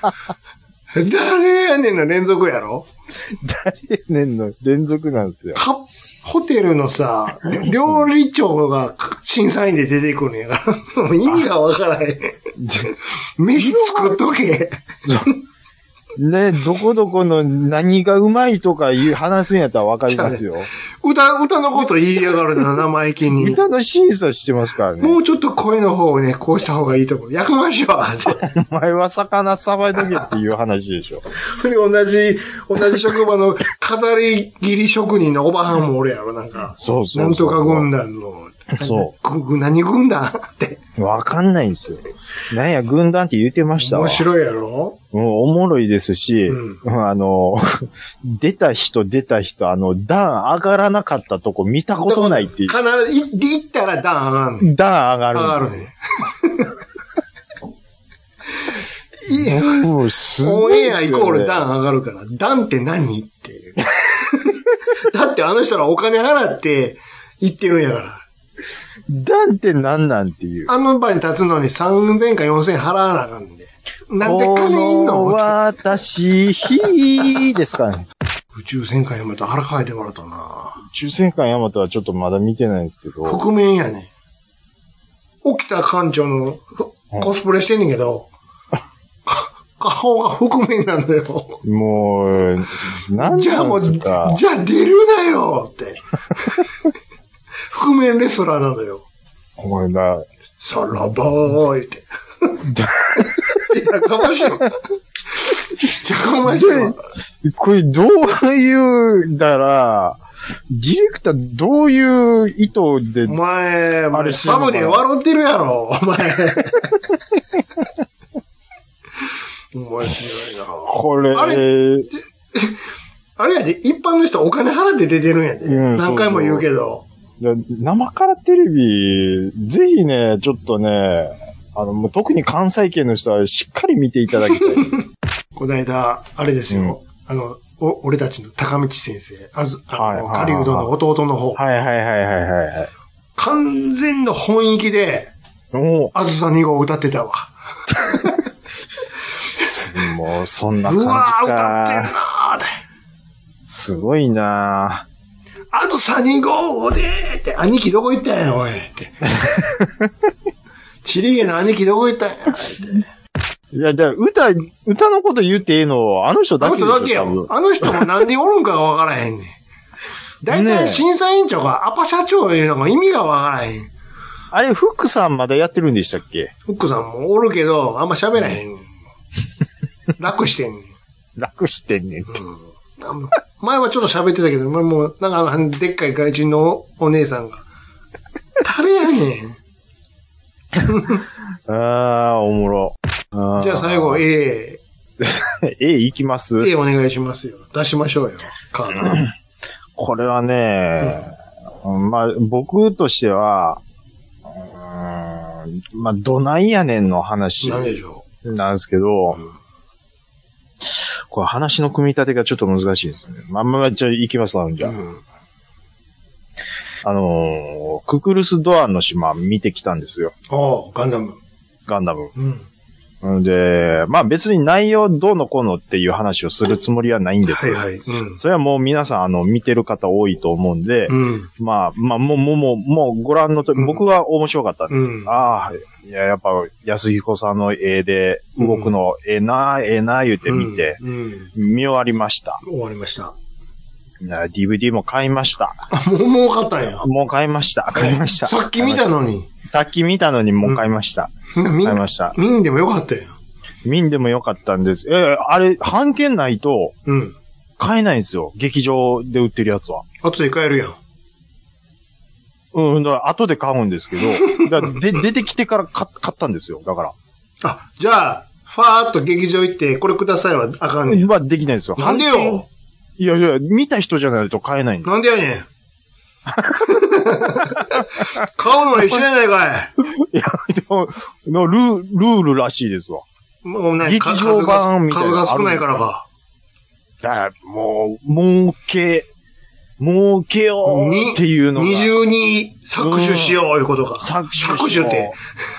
誰やねんの連続やろ？ 誰やねんの連続なんですよ。 ホテルのさ、料理長が審査員で出てくるんやから。もう意味がわからへん。飯作っとけ。 ね、どこどこの何がうまいとかいう話すんやったらわかりますよ。 歌、歌のこと言いやがるな、生意気に。 歌の審査してますからね。 もうちょっと声の方をね、こうした方がいいと思う。やかましいわ、って。 お前は魚さばいとけっていう話でしょ。 それ同じ、同じ職場の飾り切り職人のおばはんもおるやろ、なんか。 そうそうそう。 なんとか軍団の。 そう。 何軍団って。 わかんないんですよ。なんや、軍団って言ってましたわ。 面白いやろ？ もうおもろいですし、うん、あの、出た人出た人、あの、段上がらなかったとこ見たことないっていう。 必ず、行ったら段上がるね。 段上がる。 上がるね。 いや、もうすごい、ね。 オンエアイコール段上がるから、段って何っていう。だってあの人らお金払って行ってるんやから。 段って何なんっていう。 あの場に立つのにさんぜんかよんせん払わなあかんで。なんで金いんの？ 私、ひですかね。 宇宙戦艦ヤマト腹かいてもらったな。 宇宙戦艦ヤマトはちょっとまだ見てないんですけど。 覆面やね。沖田艦長のコスプレしてんねんけど、うん、顔が覆面なんだよ。 もう、なんじゃあもう、じゃあ出るなよって。覆面レスラーなのよ。 お前だ。 さらばーいって。やかましいわ。やかましいわ。 これどういう、だから、ディレクターどういう意図で。 お前、あれサブで笑ってるやろ、お前。面白いな。 これ、 あれ、あれやで、一般の人お金払って出てるんやで。うん、何回も言うけど。 生からテレビ、ぜひね、ちょっとね、あの、もう特に関西圏の人はしっかり見ていただきたい。 この間、あれですよ。うん、あの、お、俺たちの高道先生、あず、あの、狩人の弟の方。 はいはいはいはいはい。 完全の本域で、あずさに号歌ってたわ。 もう、そんな感じか。うわー、歌ってんなーって。すごいなー。 あとさに号でーって、兄貴どこ行ったんや、おいって。チリゲの兄貴どこ行ったんや、って。 いや、だ歌、歌のこと言っていいの、あの人だけでしょ。 あの人だけよ。あの人も何でおるんかがわからへんねん。だいたい審査委員長がアパ社長いうのも意味がわからへん。 あれ、フックさんまだやってるんでしたっけ？ フックさんもおるけど、あんま喋らへん。楽してんねん。 楽してんねんって。 うん前はちょっと喋ってたけど、もう、なんか、でっかい外人のお姉さんが。誰やねん。 ああ、おもろ。 じゃあ最後 A。 A 行きます？ A お願いしますよ。出しましょうよ。カード。 これはね、うん、まあ、僕としては、うーんまあ、どないやねんの話。 なんでしょう。なんですけど、うんこれ話の組み立てがちょっと難しいですね。まあまあ、じゃあ行きますわ、じゃあ。うん、あのー、ククルスドアンの島見てきたんですよ。 ああ、ガンダム。 ガンダム。うん。で、まあ別に内容どうのこうのっていう話をするつもりはないんですよ。 はいはい。うん、 それはもう皆さん、あの、見てる方多いと思うんで、うん、まあ、まあ、もう、もう、もう、もうご覧のと、うん、僕は面白かったんですよ。うん、ああ、いや、やっぱ、安彦さんの絵で動くの、ええな、ええな、言うて見て、うんうん、見終わりました。 終わりました。 ディーブイディー も買いました。 もう、もう買ったんや。 もう買いました。買いました。 さっき見たのに。 さっき見たのにもう買いました。うん、買いました。 見んでもよかったやん。 見んでもよかったんです。えー、あれ、版権ないと、うん。買えないんですよ。劇場で売ってるやつは。 後で買えるやん。 うん、だから後で買うんですけど、だで出てきてから買ったんですよ。だから。 あ、じゃあ、ファーっと劇場行って、これくださいはあかんねん。 はできないですよ。 なんでよ。 いやいや、見た人じゃないと買えないんです。 なんでやねん。買うのは一緒やないかい。 いや、でも、のルールールらしいですわ。 もうね、 劇場版みたいな。 数が少ないからか。 だからもう、儲け、儲けようっていうのが。 二重に搾取しよういうことか。 搾取しよう。 搾取って。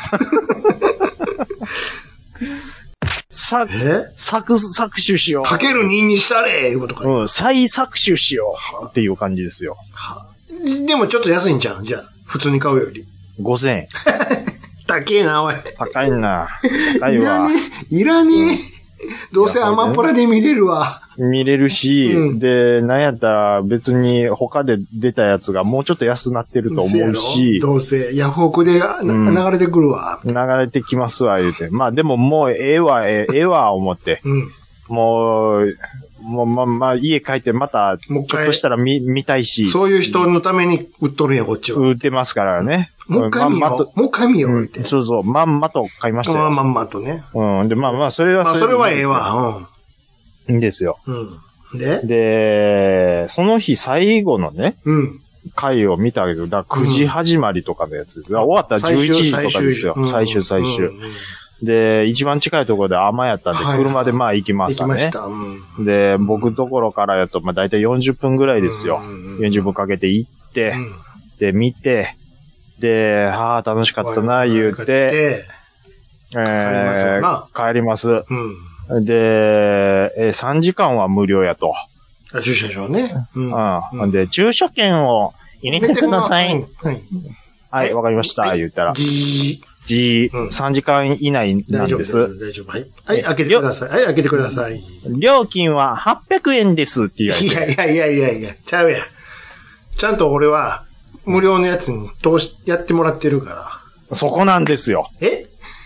さ、え搾、搾取しよう。 かけるににしたれいうことか。 うん、再搾取しようっていう感じですよ。 はでもちょっと安いんじゃんじゃあ、普通に買うより。 ごせんえん。 高えな、おい。 高いな。高いわ。 いらねえ。いらねえ。どうせアマプラで見れるわ。 見れるし、うん、で、なんやったら別に他で出たやつがもうちょっと安くなってると思うし。 どうせ、ヤフオクで、うん、流れてくるわ。 流れてきますわ、言うて。まあでももうええわ、ええわ、思って。うん、もう、もう、ま、まあ、家帰ってまた、ちょっとしたら見、見たいし。 そういう人のために売っとるんや、こっちは。 売ってますからね。 もう一回見よう。まんまもう一回見ようって、 うん。そうそう、まんまと買いましたよ。 まんまとね。 うん。で、まあまあ、それはそれ。まあ、それはええわ。 うん。いいんですよ。 うん。でで、その日最後のね。 うん。 回を見たけど、だからくじ始まりとかのやつです。うん、終わったらじゅういちじとかですよ。最終、最終。うんうんで、一番近いところで甘やったんで、車でまあ行きましたね。行きました。うん、で、僕のところからやと、まあ大体よんじゅっぷんぐらいですよ。うんうん、よんじゅっぷんかけて行って、うん、で、見て、で、はあ、楽しかったな、言うて、えー、帰ります。うん、で、えー、さんじかんは無料やと。 駐車場ね。 うん。うん、で、駐車券を入れてください。はい、はい、わかりました、はい、言ったら。G、うん、さんじかん以内なんです。 大丈夫、大丈夫。はい。はい、開けてください。はい、開けてください。 料金ははっぴゃくえんですって言われて。 いやいやいやいやいや、ちゃうや。ちゃんと俺は、無料のやつに通し、やってもらってるから。 そこなんですよ。 え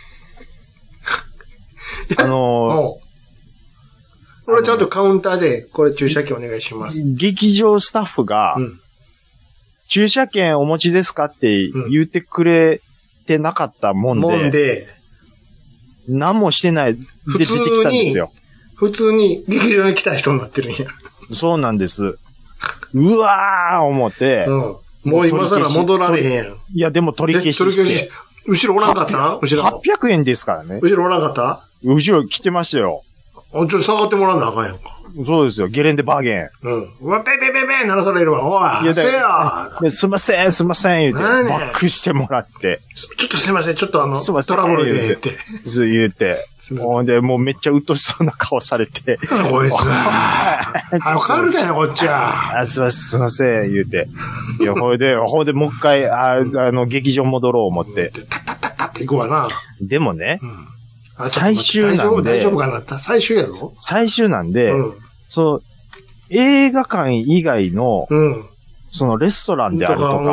あのー、俺ちゃんとカウンターで、これ駐車券お願いします。 劇場スタッフが、うん、駐車券お持ちですかって言ってくれ、てなかったもんで。もんで。何もしてないで出てきたんですよ。 普通に劇場に来た人になってるんや。 そうなんです。うわー思って。 うん。もう今更戻られへんやん。 いやでも取り消しして。取り消し。 後ろおらんかったん後ろ。 はっぴゃくえんですからね。 後ろおらんかった後ろ来てましたよ。 ちょっと下がってもらわなあかんやんか。 そうですよ。ゲレンデバーゲン。 うん。うわ、ペペペペ鳴らされるわ。おい。いや、せよ。 すいません、すいません、言うて。バックしてもらって。 ちょっとすいません、ちょっとあの、トラブルで言って。 そう言うて。ほんで、もうめっちゃうっとしそうな顔されて。 こいつは。あ、帰るだよ、こっちは。 あ、すいません、すいません、言うて。いや、ほいで、ほいでもう一回、あ、あの、劇場戻ろう思って。 タッタッタッタッって行くわな。 でもね。最終なんで。 大丈夫かな最終やぞ。 最終なんで、そう、映画館以外の、うん、そのレストランであるとか、うん、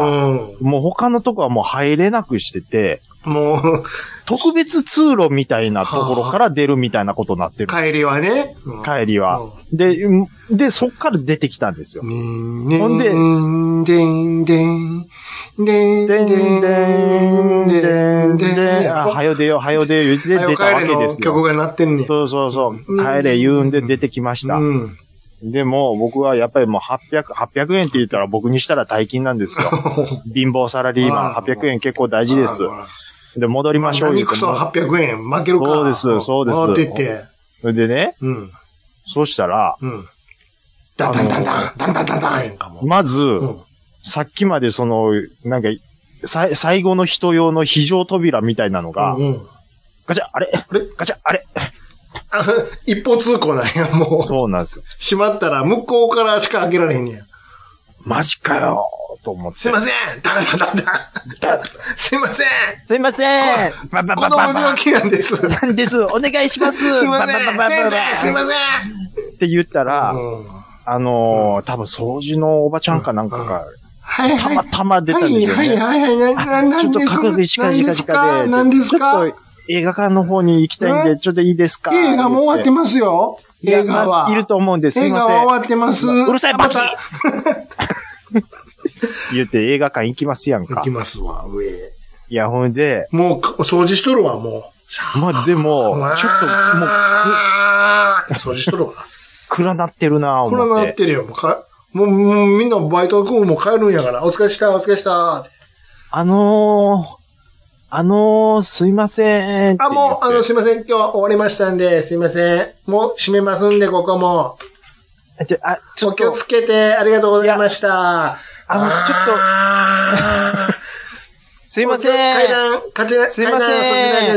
もう他のとこはもう入れなくしてて、 もう、 特別通路みたいなところから出るみたいなことになってる。 帰りはね。 うん、帰りは、うん。で、で、そっから出てきたんですよ。ほんで、でんでん、でんでん、でんでん、でんでん、あ、はよ出よ、はよ出よ、言って出たわけですよ。 曲が鳴ってんねん。 そうそうそう。帰れ言うんで出てきました。うんでも、僕はやっぱりもうはっぴゃく、はっぴゃくえんって言ったら僕にしたら大金なんですよ。貧乏サラリーマン、はっぴゃくえん結構大事です。で、戻りましょう。 何くそはっぴゃくえん負けるか。 そうです、そうです。 戻ってって。 それでね、うん。そうしたら、うん。 ダンダンダンダン、ダンダンダンダンまず、うん、さっきまでその、なんか、さ、最後の人用の非常扉みたいなのが、うんうん、ガチャ、あれあれガチャ、あれ一方通行なんや、もう。 そうなんですよ。 閉まったら向こうからしか開けられへんねや。 マジかよと思って。 すいませんダメだダメだすいませんすいませんバババババ子供病気なんです。 なんです。お願いします。 すいません先生すいませんって言ったら、うん、あのー、多分掃除のおばちゃんかなんかが、 はいはい、 たまたま出たんですよね。 はいはいはいはい。な、な、 ちょっと覚悟しかじかじかで。 何ですか映画館の方に行きたいんで、ちょっといいですか映画も終わってますよ。映画は。 いると思うんです。すいません。 映画は終わってます。 うるさいバキ言って映画館行きますやんか。 行きますわ、上。 いや、ほんで。 もう、掃除しとるわ、もう。まあ、でも、ちょっと、もう、 掃除しとるわ。 暗なってるなぁ、思って。 暗なってるよ。もう、かもう、もうみんなバイト行くもう帰るんやから。お疲れした、お疲れした。 あのー、あのー、すいません。 あ、もう、あの、すいません。今日終わりましたんで、すいません。もう閉めますんで、ここも。 あ、ちょっと。 お気をつけて、ありがとうございました。 あの、ちょっと。すいません。 階段、階段、 すいません。 階段そちらです。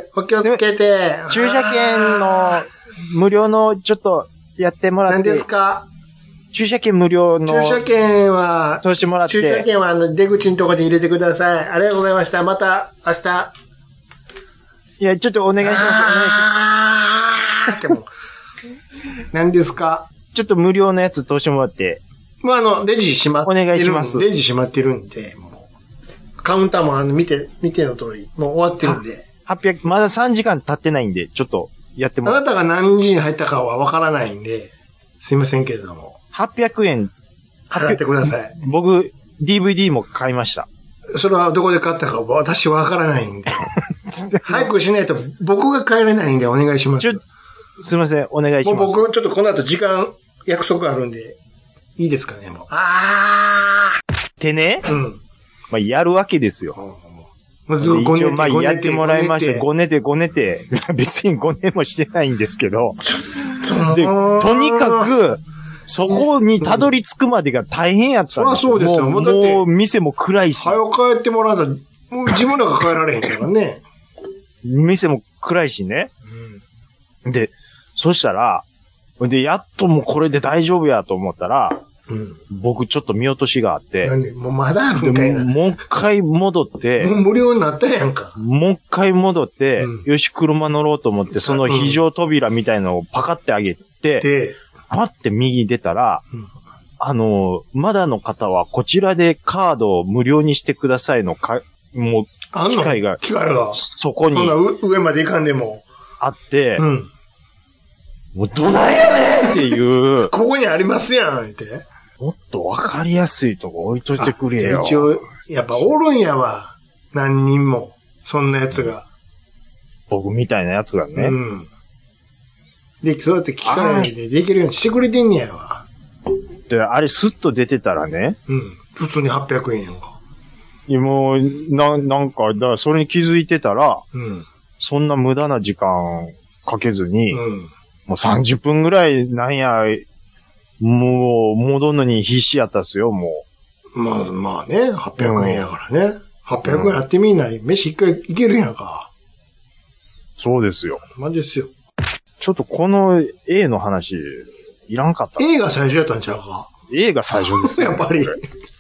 お気をつけて。 駐車券の無料のちょっとやってもらって。 何ですか？ 駐車券無料の。 駐車券は、 通してもらって。 駐車券はあの出口のところで入れてください。ありがとうございました。また明日。 いや、ちょっとお願いします。お願いします。 何ですか？ ちょっと無料のやつ通してもらって。 まあ、あの、レジ閉まってる。 お願いします。 レジ閉まってるんで、もう。カウンターもあの、見て、見ての通り、もう終わってるんで。 はっぴゃく、まださんじかん経ってないんで、ちょっとやってもらって。 あなたが何時に入ったかはわからないんで、すいませんけれども。 はっぴゃくえん。 払ってください。 僕、ディーブイディー も買いました。 それはどこで買ったか私わからないんで。早くしないと僕が帰れないんでお願いします。 ちょすいません、お願いします。 もう僕、ちょっとこの後時間、約束あるんで、いいですかね、もう。あーってね。 うん。 まあ、やるわけですよ。 まあ、 一応、まあ、やってもらいました。ごねてごねて。別にごねもしてないんですけど。で、とにかく、そこにたどり着くまでが大変やったんですよ。 そりゃそうですよ。 もう、もう店も暗いし。 早く帰ってもらうと、もう自分らが帰られへんからね。 店も暗いしね。うん、で、そしたら、で、やっともうこれで大丈夫やと思ったら、うん、僕ちょっと見落としがあって。 なんでもうまだあるんかいな。 もう一回戻って、 もう無料になったやんか。 もう一回戻って、うん、よし、車乗ろうと思って、その非常扉みたいのをパカってあげて、で、パって右出たら、うん、あの、まだの方はこちらでカードを無料にしてくださいのか、もう、機械が、 機械が、 そこに、 そんな上まで行かんでも、 あって、うん、もうどないやねんっていう。 ここにありますやん、って。 もっとわかりやすいとこ置いといてくれよ。 一応、やっぱおるんやわ。何人も。そんなやつが。 僕みたいなやつがね。うん。 で、そうやって機械でできるようにしてくれてんねやわ。 で、あれスッと出てたらね。 うん。普通にはっぴゃくえんやんか。 いや、もう、な、なんか、だからそれに気づいてたら、うん。そんな無駄な時間かけずに、うん。もうさんじゅっぷんぐらい、なんや、もう、戻るのに必死やったっすよ、もう。まあ、まあね、はっぴゃくえんやからね。うん、はっぴゃくえんやってみんな、飯一回いけるやんか。 そうですよ。 まあですよ。 ちょっとこの A の話、いらんかった。 A が最初やったんちゃうか。 A が最初ですよ、 ね。やっぱり。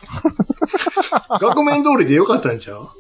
額面通りでよかったんちゃう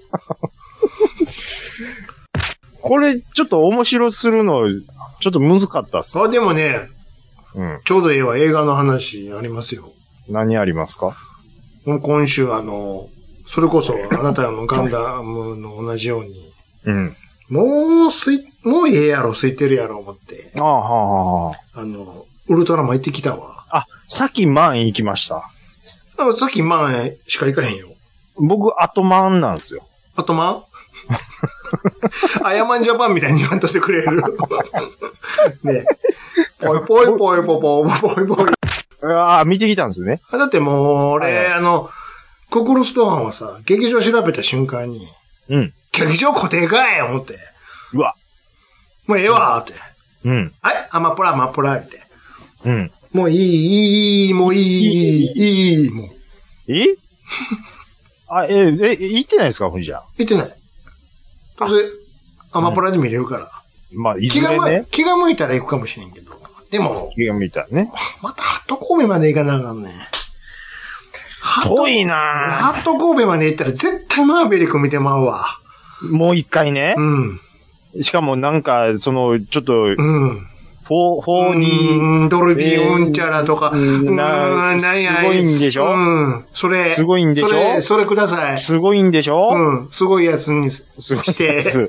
これ、ちょっと面白するの、ちょっと難かったっす。 あ、でもね、うん、ちょうどええわ、映画の話ありますよ。 何ありますか？ 今週あの、それこそあなたのガンダムの同じように、うん、もうすい、もうええやろ、空いてるやろ、思って。 ああ、はあ、はあ。あの、ウルトラマン行ってきたわ。 あ、さっきマン行きました。 あ、さっきマンしか行かへんよ。 僕、アトマンなんですよ。 アトマンアヤマンジャパンみたいに言わんとしてくれる。ねぽいぽいぽいぽいぽいぽいぽい。 ああ、見てきたんですね。 だってもう、俺、はい、あの、コクルストーンはさ、劇場調べた瞬間に、うん。劇場固定かい思って。 うわ。 もうええわって。 うん。 はいアマプラ、アマプラって。 うん。 もういい、いい、もういい、いい、いい、もう。 えあ、え、え、行ってないですかほんじゃ。 行ってない。どうせ、アマプラで見れるから。 うん、まあ、いずれね。 気が向いたら行くかもしれんけど。でも。 気が向いたらね。 また、ハット神戸まで行かなあかんねん。 遠いなぁ。 ハット神戸まで行ったら絶対マーベリック見てまうわ。 もう一回ね。 うん。 しかもなんか、その、ちょっと、うん。フォー、フォーディー。 うん、ドルビーうんちゃらとか。うん、なんや。 すごいんでしょうん。それ。 すごいんでしょそれ、それください。 すごいんでしょうん。すごいやつにして。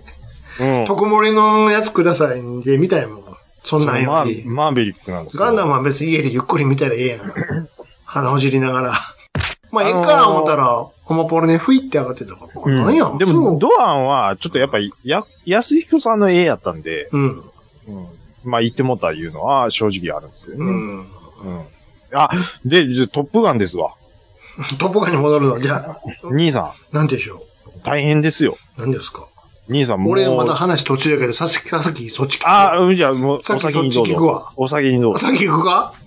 うん。特盛りのやつくださいんで、見たいもん。そんなんより。 マーベリックなんですか？ ガンダムは別に家でゆっくり見たらええやん。鼻ほじりながら。まあ、ええから思ったら、ホマポルね、ふいって上がってたから。なんや。 でも、ドアンは、ちょっとやっぱり、や、安彦さんの絵やったんで。うん。うん。まあ、言ってもったいうのは正直あるんですよね。うん。うん。あ、で、トップガンですわ。 トップガンに戻るのじゃあ。 兄さん。なんでしょう。 大変ですよ。 何ですか。 兄さんも。 俺また話途中だけど、さっき、さっきそっち聞く。 ああ、じゃあもう、 さっきそっち聞くわ。 お先にどうぞ。 お先に行くか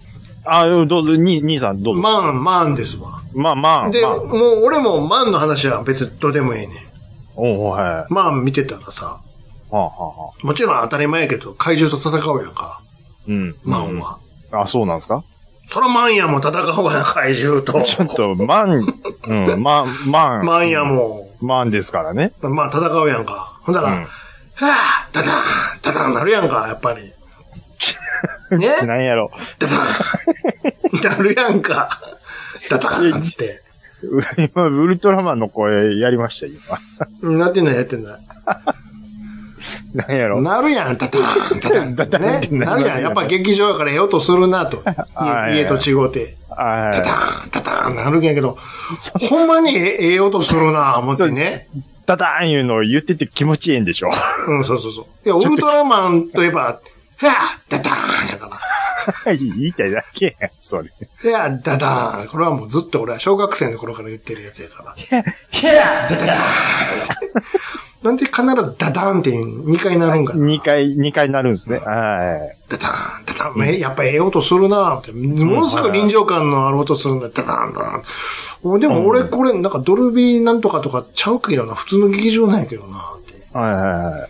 あ、どうぞ、に、兄さんどうぞ。 マン、マンですわ。 まあまあ。 で、まあ、もう俺もマンの話は別にどうでもええねん。 おうはい。 マン見てたらさ、 はあはあはあ、 もちろん当たり前やけど、怪獣と戦うやんか。 うん。 マンは。 うん、あ、そうなんですか？ そらマンやも戦うわな、怪獣と。 ちょっと、マン、うん、マン、マン。 マンやもん。マンですからね。 まあ戦うやんか。ほんだら、うん、はぁ、ダダーン、ダダーンなるやんか、やっぱり。ね？ 何やろ。 ダダーン。なるやんか。ダダーンつって。 今、ウルトラマンの声やりました、 今。なってない、やってない。 何やろ。 なるやん、ダダーン、ダダーン。ダダーンね。なるやん。やっぱ劇場やからええ音するなと。家と違うて。ダダーン、ダダーンなるんやけど、ほんまにええ音するな思ってね。 ダダーンいうのを言ってて気持ちいいんでしょ。 うん、そうそうそう。いや、ウルトラマンといえば、はぁダダーンやから。 言いたいだけやん、それ。 いや、ダダーン。これはもうずっと俺は小学生の頃から言ってるやつやから。いや、ダダーン。なんで必ずダダーンってにかいなるんかな。 にかい、にかいなるんですね。はい。 ダダーン、ダダーン。やっぱええ音するなって。ものすごい臨場感のある音するんだ。ダダーン、ダダーン。でも俺これ、なんかドルビーなんとかとかちゃうけどな。普通の劇場なんやけどなって。 はいはいはい。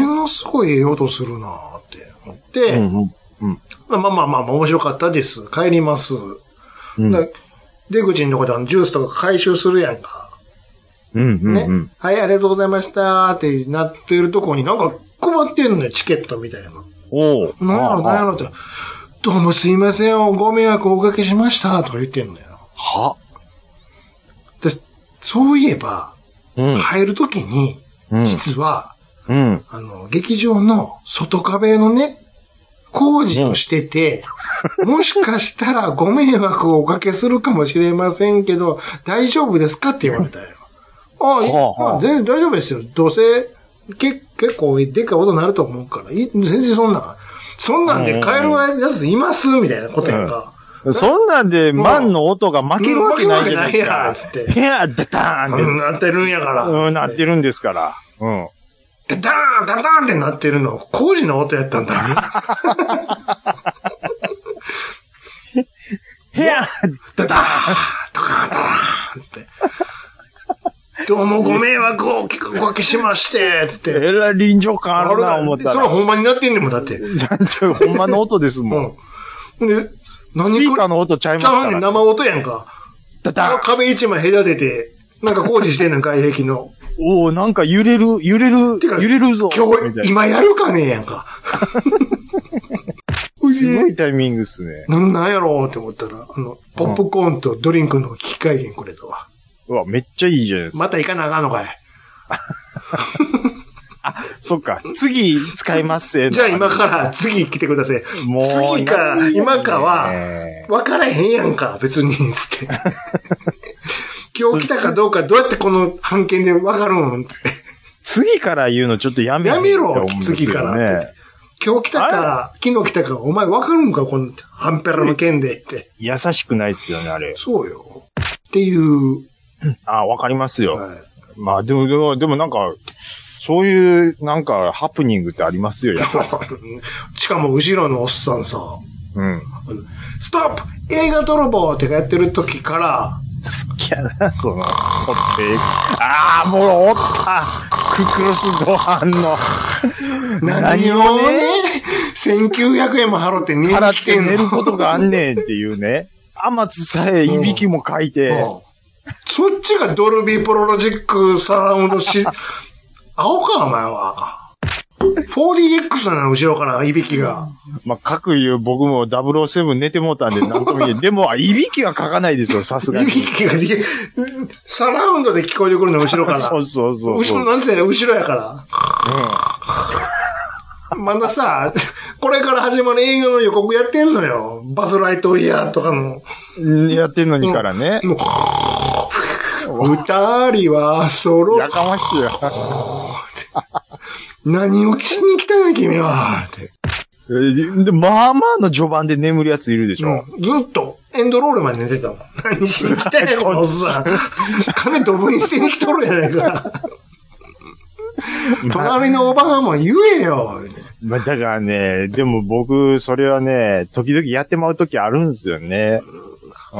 ものすごいええ音するなって思って、うんうん、まあまあまあまあ面白かったです。帰ります。うん、出口のとこでジュースとか回収するやんか。 うんうんうん、ね。 はい、ありがとうございましたってなってるとこになんか配ってんのよ、チケットみたいな。 おう。 なんやろなんやろって。どうもすいません、ご迷惑をおかけしましたとか言ってんのよ。 は？ で、そういえば、 うん、 入るときに、 うん、 実は、 うん、 あの、劇場の外壁のね、工事をしてて、うん、もしかしたらご迷惑をおかけするかもしれませんけど、大丈夫ですかって言われたよ。ああ、はあはあ、全然大丈夫ですよ。どうせ、け、結構でっかいことになると思うから、い全然そんな、そんなんで帰るやついますみたいなことやんか。 うん、そんなんで、マンの音が負けるわけないじゃないですか。 負けるわけないやん、つって。 へや、ダダーンって。 うん、なってるんやから。 うん、なってるんですから。うん。 ダダーン、ダダーンってなってるの、工事の音やったんだね。 へや、 ダダーン、ドカーン、ダダーン、つって。どうもご迷惑をおかけしまして、つって。 えらい臨場感あるな、思ったら。 それはほんまになってんねんもん、だって。 ほんまの音ですもん。 うん。で、 何スピーカーの音ちゃいますから。 ちゃうねん、生音やんか。ダダー壁一枚隔てて、なんか工事してんねん、外壁の。 おおなんか揺れる、揺れる、揺れるぞ。 今日、今やるかねえやんか。 すごいタイミングっすね。 なんなんやろうって思ったら、あの、ポップコーンとドリンクの機械券くれたわ。 うわ、めっちゃいいじゃないですか。 また行かなあかんのかい。 あ、そっか。次使います。 じゃあ今から次来てください。もう。次か、今かは、分からへんやんか、別に、つって。今日来たかどうかどうやってこの判件で分かるんつって。 次から言うのちょっとやめろ。 やめろ、次からって。今日来たか、昨日来たか、お前分かるんか、このハンペラの件でって。 優しくないっすよね、あれ。 そうよ。っていう。 あ、わかりますよ。はい、まあ、でも、でも、でもなんか、そういう、なんか、ハプニングってありますよ、やっぱり。 しかも、後ろのおっさんさ、 うん。 ストップ映画泥棒ってやってる時から、 好きやな、その、ストップ映画。ああ、もう、おったククロスドアンの。 何をね、せんきゅうひゃくえんも払って寝る払って寝ることがあんねんっていうね。天津さえいびきもかいて、うんうんそっちがドルビープロロジックサラウンドし、青か、お前は。フォーディーエックス なの、後ろから、いびきが。 まあ、各言う僕もダブルオーセブン寝てもうたんで、なんとも言え。でも、いびきはかかないですよ、さすがに。 いびきが、サラウンドで聞こえてくるの、後ろから。 そうそうそう。 後ろ、なんせ、後ろやから。うん。まださ、これから始まる映画の予告やってんのよ。バズ・ライトイヤーとかの。 やってんのにからね。 もう二人はそろやかましいよ。 何をしに来たの君はって。 で、まあまあの序盤で眠るやついるでしょ。 うん、ずっとエンドロールまで寝てたもん。何しに来たんやろ、このおっさん。金ドブに捨てに来とるやないか。隣のおばはんも言えよ。 まあ、だからね、でも僕、それはね、時々やってまう時あるんですよね。うん。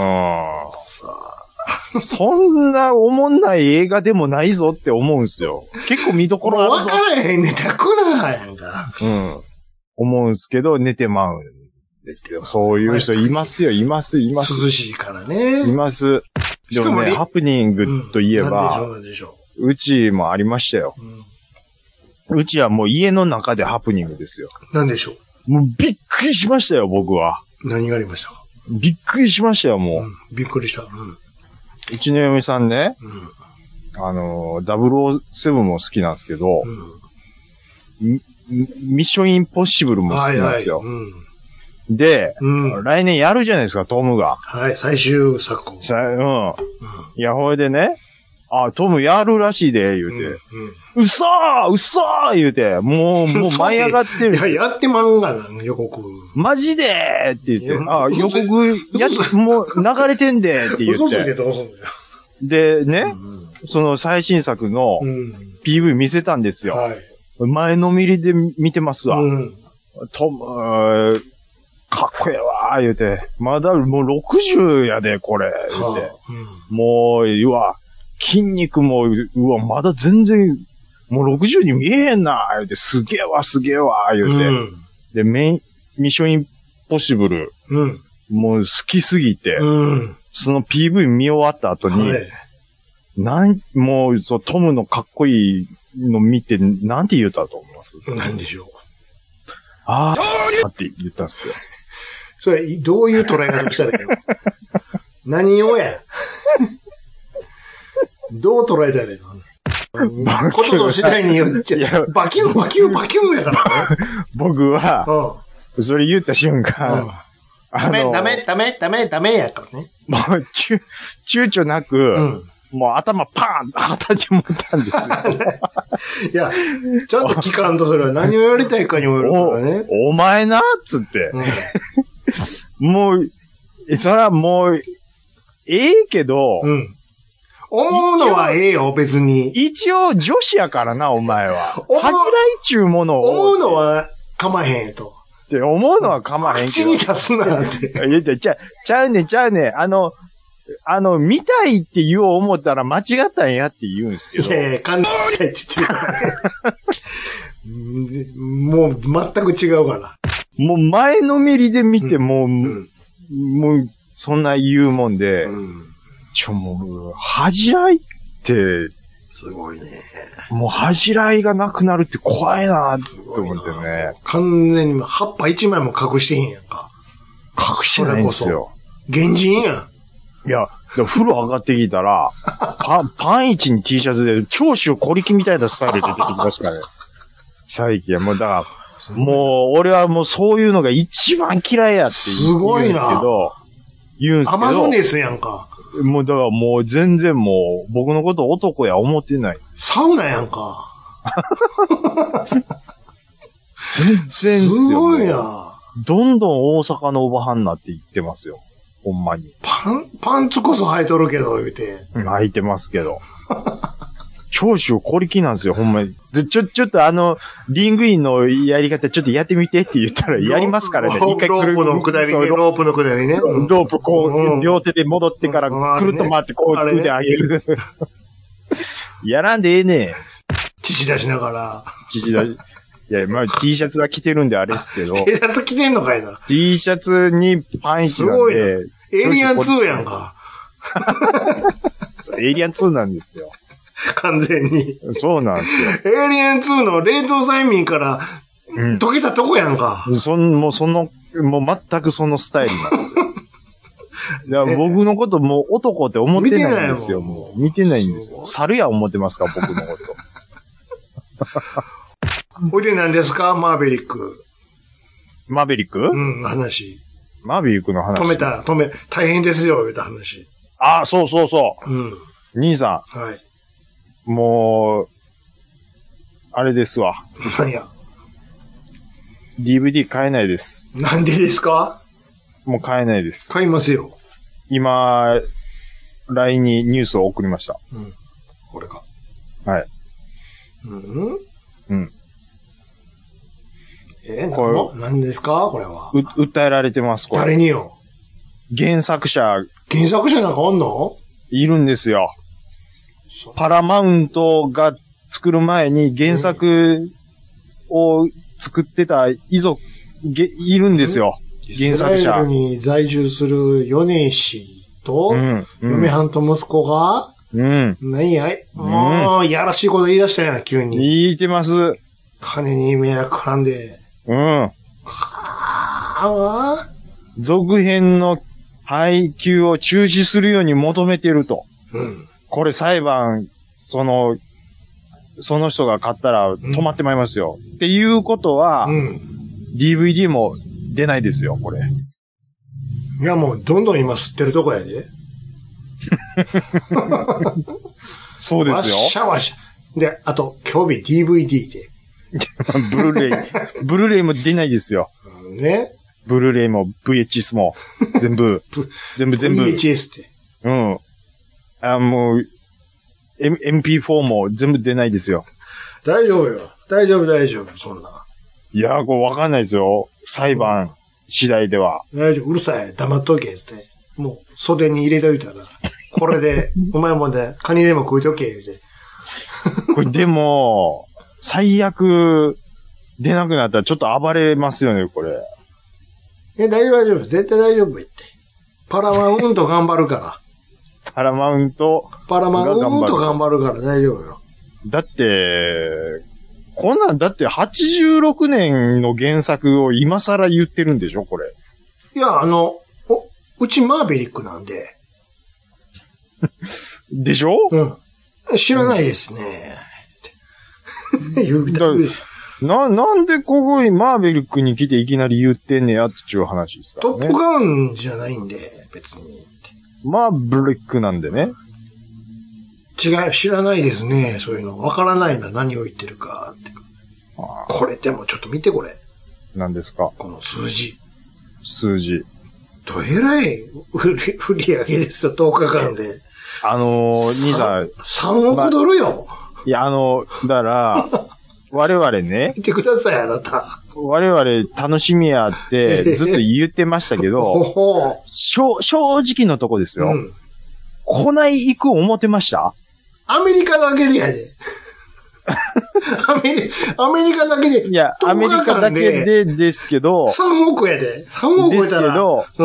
そんなおもんない映画でもないぞって思うんですよ。結構見どころあるぞ。 わからへんね、たくなやんか。 うん。思うんですけど、寝てまうんですよ。そういう人いますよ、います、います。 涼しいからね。 います。でもね、ハプニングといえば、 うん、でしょう, うちもありましたよ、うん。うちはもう家の中でハプニングですよ。 なんでしょう。もうびっくりしましたよ、僕は。 何がありましたか？ びっくりしましたよ、もう。うん、 びっくりした。うん。 うちの嫁さんね、うん、あの、ダブルオーセブンも好きなんですけど、うん、ミッションインポッシブルも好きなんですよ。はいはいうん、で、うん、来年やるじゃないですか、トムが。 はい、最終作を。 さうん。うん、いや、ほいでね、あ、トムやるらしいで、言うて。うんうん、うそーうそー言うて、もう、もう舞い上がってる。 いや、やってまんがな、予告。 マジでーって言って、あ、予告、や、もう流れてんでって言って。 嘘ついてどうすんだよ。 で、ね、うん、その最新作の ピーブイ 見せたんですよ。はい、前のめりで見てますわ。うん、トム、かっこええわー言うて、まだもうろくじゅうやで、これ、言うて。はあうん、もう、うわ、筋肉も、うわ、まだ全然、もうろくじゅうに見えへんな、言うて、すげえわ、すげえわ、言うて。うん、で、メイン、ミッションインポッシブル、うん、もう好きすぎて、うん、その ピーブイ 見終わった後に、はい、なん、もう、そう、トムのかっこいいの見て、なんて言ったと思います？ なんでしょう。 あーって言ったんですよ。 それ、どういう捉え方したらいいの？何をやどう捉えたらいいの？ことの次第によっちゃ、バキュンバキュンバキュンやからね。 僕は、うん、それ言った瞬間、うん、 ダメ、ダメ、ダメ、ダメ、ダメやからね。 もう、躊躇なく、うん、もう頭パーン叩いてもらったんですよ。 いや、ちゃんと聞かんとそれは何をやりたいかにもよるからね。 お、お前なっつって。うん、もう、そらもう、ええけど、うん、 思うのはええよ、別に。 一応女子やからな、お前は。恥じらいちゅうものを。 思うのはかまへんと。 って思うのはかまへんけど。 口に出すなって。 いや、ちゃ、ちゃうね、ちゃうね。あの、あの、見たいって言おう思ったら間違ったんやって言うんですけど。 いやいや、勘弁って言ってる。もう全く違うから。 もう前のめりで見ても、うん、もう、そんな言うもんで、うん、ちょ、もう、恥じらいって、 すごいね。 もう恥じらいがなくなるって怖いなって思ってね。 完全に葉っぱ一枚も隠してへんやんか。 隠してないんですよ。 原人やん。いや、風呂上がってきたら、パン、パン一に T シャツで、長州小力みたいなスタイルで出てきますからね。最近はもう、だから、もう、俺はもうそういうのが一番嫌いやって言うんですけど、言うんですけど。 アマゾネスやんか。 もう、だからもう全然もう、僕のこと男や思ってない。 サウナやんか。 全然ですよ。 すごいな。 どんどん大阪のおばはんなって言ってますよ。ほんまに。 パン、パンツこそ履いとるけど、言うて。 履いてますけど。長州小力なんですよ、ほんまに。で、ちょ、ちょっとあの、リングインのやり方ちょっとやってみてって言ったらやりますからね。 一回くる。ロープの下りね。ロープの下りね。 ロープこう、うん、両手で戻ってからくるっと回ってこう腕上げる。やらんでええねん。 父出しながら。 父出し。いや、まあ T シャツは着てるんであれですけど。 T シャツ着てんのかいな。 T シャツにパンイチなんで。すごいな。 エイリアンツーやんか。 エイリアンツーなんですよ。 完全に。 そうなんですよ。エイリアンツーの冷凍催眠から溶けたとこやんか。 うん、そん、もうその、もう全くそのスタイルなんですよ。いや僕のこともう男って思ってないんですよ。もう見てないんですよ。猿や思ってますか、僕のこと。 ほいで何ですか、マーベリック。 マーベリック？ うん、話。 マーベリックの話。 止めた、止め、大変ですよ、言った話。 ああ、そうそうそう。 うん。 兄さん。はい。 もう、あれですわ。 何や。 ディーブイディー 買えないです。 なんでですか？ もう買えないです。 買いますよ。 今、ライン にニュースを送りました。 うん。これか。 はい。 うん？ うん。 えー、これ何ですかこれは。 う、訴えられてます、これ。 誰によ。 原作者。 原作者なんかおんの？ いるんですよ。パラマウントが作る前に原作を作ってた遺族、いるんですよ。原作者。イスラエルに在住する米氏と、うんうん、嫁はんと息子が、うん。何やい、うん、もう、やらしいこと言い出したよな、急に。 言ってます。 金に迷惑絡んで。うん。はぁ続編の配給を中止するように求めてると。うん。これ裁判、その、その人が買ったら止まってまいりますよ。うん、っていうことは、うん、ディーブイディー も出ないですよ、これ。 いや、もう、どんどん今吸ってるとこやで。 そうですよ。 わっしゃわっしゃ。で、あと、今日日 ディーブイディー で。 ブルーレイ、ブルーレイも出ないですよ。 ね。 ブルーレイも ブイエイチエス も、全部、全部全部。 ブイエイチエス って。 うん。あ、もう、M、エムピーフォー も全部出ないですよ。 大丈夫よ。大丈夫大丈夫、そんな。 いや、これわかんないですよ。裁判次第では。 大丈夫、うるさい、黙っとけ、つって。もう、袖に入れといたら、これで、お前もね、カニでも食いとけ、言うて。 これでも、最悪、出なくなったらちょっと暴れますよね、これ。 え、大丈夫、大丈夫。絶対大丈夫、言って。パラマウント頑張るから。 パラマウント。 パラマウント頑張るから大丈夫よ。 だって、こんなん、だってはちじゅうろくねんの原作を今更言ってるんでしょ、これ。 いや、あの、お、うちマーベリックなんで。 でしょ？ うん。知らないですね。言うたな、なんでここにマーベリックに来ていきなり言ってんねやっていう話ですからね。 トップガンじゃないんで、別に。 マーベリックなんでね。 違う、知らないですね。そういうの。わからないな、何を言ってるかって。あこれでもちょっと見てこれ。 何ですか？ この数字。 数字。 どえらい売り、売り上げですよ、とおかかんで。 あのー、兄さん。 さんおくドルよ。ま、 いや、あの、だから、我々ね。 見てください、あなた。 我々楽しみやってずっと言ってましたけど、正直のとこですよ。うん、こない行く思ってました？ アメリカだけでやで。アメリ、アメリカだけで。 いや、アメリカだけでですけど。 さんおくやで。さんおくやったら。 ですけど、うん。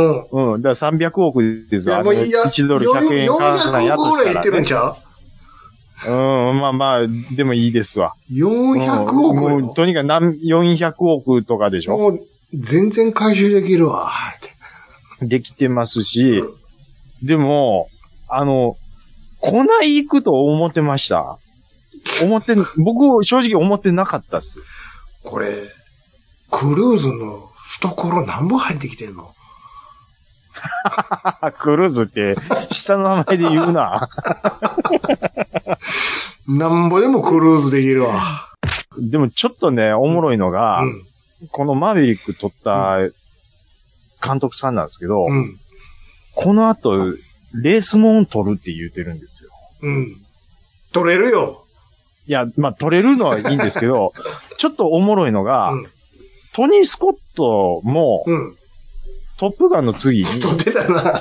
うん。だからさんびゃくおくですよ。いや、もういや、いちドルひゃくえん換算やとしたら、ね。よんひゃくおくぐらい言ってるんちゃう？うん、まあまあ、でもいいですわ。 よんひゃくおく、 うん、もうとにかく何、よんひゃくおくとかでしょ？もう、 全然回収できるわ。 できてますし、うん、でも、あの、こない行くと思ってました。思って、僕、正直思ってなかったっす。 これ、クルーズの懐何本入ってきてんの？ クルーズって、下の名前で言うな。 なんぼでもクルーズできるわ。 でもちょっとね、おもろいのが、うん、このマーヴェリック撮った監督さんなんですけど、うん、この後、レースモン撮るって言ってるんですよ。 うん。撮れるよ。 いや、まあ、撮れるのはいいんですけど、ちょっとおもろいのが、うん、トニー・スコットも、うん、トップガンの次に。 撮ってたな。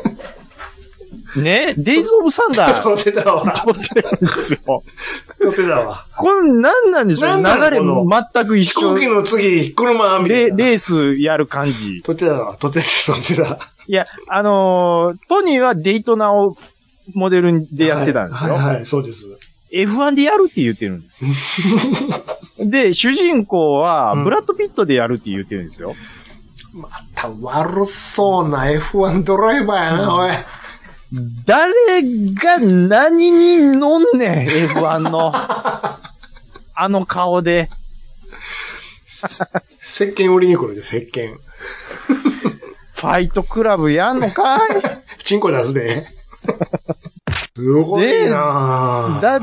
ね、デイズ・オブ・サンダー。 撮ってたわ。 撮ってるんですよ。 撮ってたわ。 これ何なんでしょう？流れも全く一緒。 飛行機の次、車みたいな。 レースやる感じ。 撮ってたわ。撮ってた、撮ってた。 いや、あのー、トニーはデイトナをモデルでやってたんですよ。 はい、はい、はい、そうです。 エフワン でやるって言ってるんですよ。で、主人公は、ブラッド・ピットでやるって言ってるんですよ。 うん、また悪そうな エフワン ドライバーやな、おい。 誰が何に乗んねん、エフワン の。あの顔で。 石鹸売りに来るで、石鹸。 ファイトクラブやんのかい？ チンコ出すで。すごいなぁ。 だって、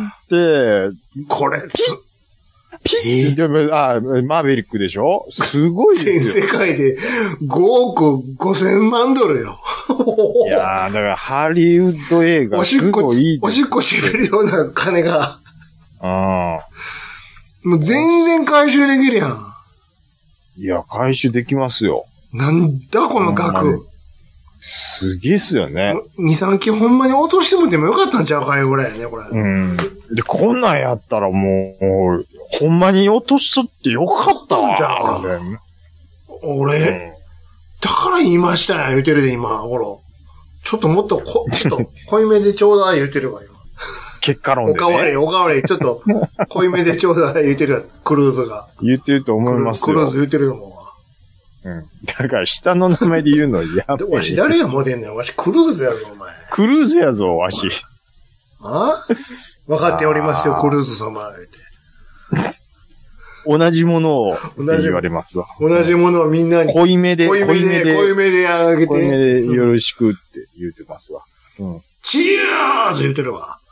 これ、 ピッ、でも、あ、マーベリックでしょ？すごいですよ。全世界でごおくごせんまんドルよ。 いやー、だからハリウッド映画すごいいいです。 おしっこちぐるような金が。 ああ。 もう全然回収できるやん。 いや、回収できますよ。 なんだこの額。 すげえっすよね。 に、さんきほんまに落としてもでもよかったんちゃうかいうぐらいやね、これ。 うん。で、こんなんやったらもう、もうほんまに落としとってよかったわ。じゃあ。 俺、うん、だから言いましたやん、言うてるで、今、ほら。ちょっともっとこ、ちょっと濃いめでちょうだい言うてるわ、今。 結果論で、ね。 おかわり、おかわり、ちょっと濃いめでちょうだい言うてるわ、クルーズが。 言ってると思いますよ。 クルーズ言うてると思うわ。 うん。だから下の名前で言うのやばい。 わし誰やもでんねん。わしクルーズやぞ、お前。 クルーズやぞ、わし。 あ分かっておりますよ、クルーズ様、言うて。 同じものを言われますわ。 同じものをみんなに。 濃いめで、濃いめで、 濃いめであげて。 濃いめでよろしくって言うてますわ。うん。 チアーズ言うてるわ。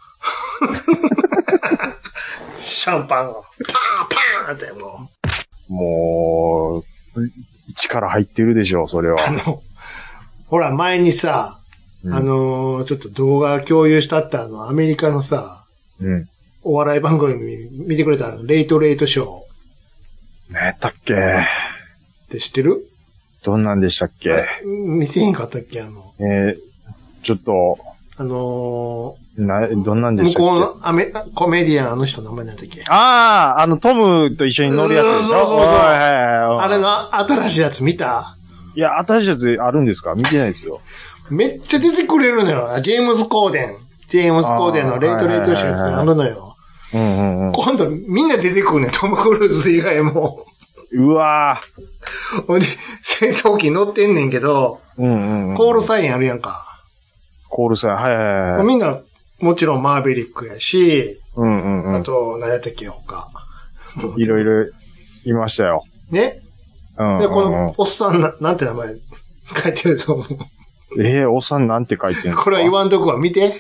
シャンパンを。パーンパーンってもう。もう、力入ってるでしょ、それは。 あの、ほら、前にさ、うん、あのー、ちょっと動画共有したってあの、アメリカのさ、 うん。 お笑い番組見てくれたレイトレイトショー。 何やったっけって知ってる？ どんなんでしたっけ？ 見せへんかったっけあの。 えー、ちょっと。 あのー、な、どんなんでしたっけ？ 向こうのアメ、コメディアンあの人の名前なんだっけ？ ああ、あのトムと一緒に乗るやつでしょ？そうそうそう。はいはいはい。 あれの新しいやつ見た？ いや、新しいやつあるんですか？見てないですよ。 めっちゃ出てくれるのよ。ジェームズ・コーデン。ジェームズ・コーデンのレイトレイトショーってあるのよ。 うんうんうん、 今度みんな出てくるね、トム・クルーズ以外も。 うわぁ。ほんで、戦闘機乗ってんねんけど、 うんうんうん、 コールサインあるやんか。 コールサイン、はいはいはい。 みんな、もちろんマーベリックやし、 うんうんうん、 あと、何やったっけ、他。 いろいろいましたよ。 ね、うんうんうん、で、このおっさんな、なんて名前書いてると思う。 ええー、おっさんなんて書いてるんですか？ これは言わんとこは見て。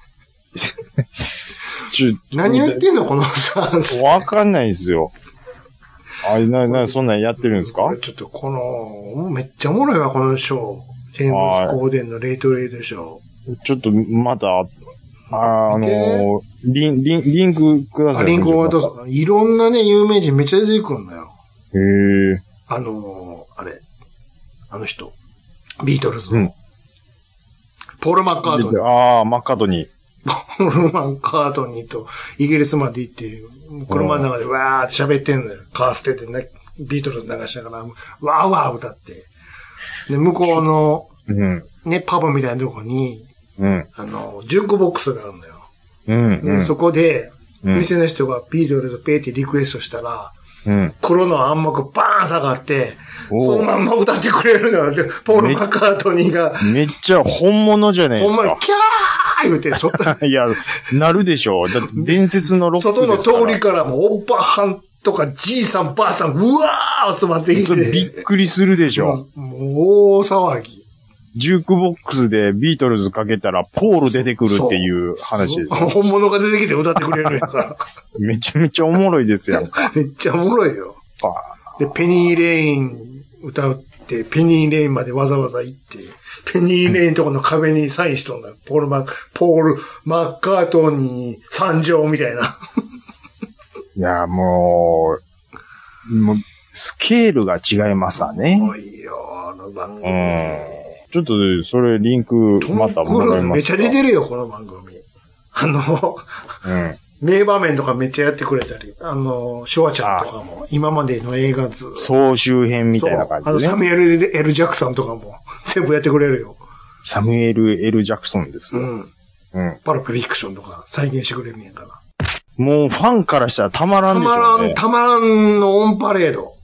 何言ってんのこのさ。 わかんないですよ。あ、な、な、そんなんやってるんですか？ ちょっとこの、めっちゃおもろいわ、このショー。ジェームズ・コーデンのレイトレイトショー。ちょっと、また、あ、あのー、リン、リン、リンクください。 リンクをどうぞ。いろんなね、有名人めっちゃ出てくるんだよ。 へえ。 あのー、あれ。あの人。ビートルズの。うん、ポール・マッカートニー。 ああ、マッカートニー。 ポール・マッカートニーとイギリスまで行って、車の中でわーって喋ってんのよ。カーステでね、ビートルズ流しながら、わーわー歌って。で、向こうの、ね、パブみたいなとこに、 うん、 あの、ジュークボックスがあるのよ。 うんうん、 でそこで、店の人がビートルズペーってリクエストしたら、 うん、 黒の暗幕バーン下がって、そのまんま歌ってくれるのよ。ポール・マッカートニーが。 めっちゃ本物じゃないですか。 ほんまに、キャー言うて、そいや、なるでしょう。だって伝説のロックですから。 外の通りからもおっばはんとかじいさんばあさん、うわー集まってきて。 それびっくりするでしょ。 もう大騒ぎ。 ジュークボックスでビートルズかけたらポール出てくるっていう話です。 本物が出てきて歌ってくれるやんから。 めちゃめちゃおもろいですやんか。 めっちゃおもろいよ。で、ペニー・レイン歌うって、ペニー・レインまでわざわざ行って、ペニー・レインとこの壁にサインしとんだよ。ポール・マッ、ポール・マッカートニー参上みたいな。 いや、もう、もう、スケールが違いますわね。 すごいよ、あの番組。 うんちょっと、それ、リンク、またもらいますか。 めっちゃ出てるよ、この番組。あの、 うん、 名場面とかめっちゃやってくれたり、あの、シュワちゃんとかも、今までの映画図。 総集編みたいな感じで、ね。 あの、サミュエル・エル・ジャクソンとかも、全部やってくれるよ。 サミュエル・エル・ジャクソンですよ。 うん。 うん。 パラプフィクションとか再現してくれるんやから。 もう、ファンからしたらたまらんでしょうね。 たまらん、たまらんのオンパレード。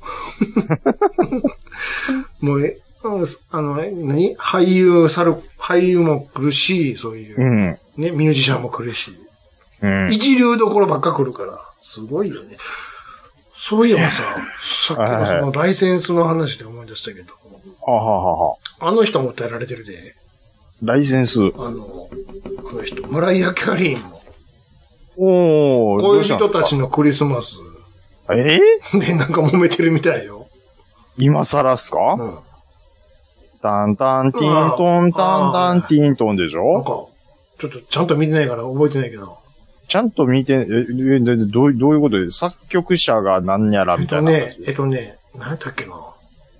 もう、え、あの、何俳優、さる、俳優も来るし、そういう。 うん。 ね、ミュージシャンも来るし。 うん。 一流どころばっか来るから。すごいよね。そういえばさ、さっきのそのライセンスの話で思い出したけど。 はははは。 あの人も訴えられてるで。 ライセンス。 あの、あの人、マライア・キャリーも。 おー。 恋人たちのクリスマス。 えー、で、なんか揉めてるみたいよ。 今更っすか？うん。タンタンティントンタンタンティントンでしょ？ なんか、ちょっとちゃんと見てないから覚えてないけど。 ちゃんと見て、え、え、どう、どういうことで作曲者が何やらみたいな。 えっとね、えっとね、何やったっけな。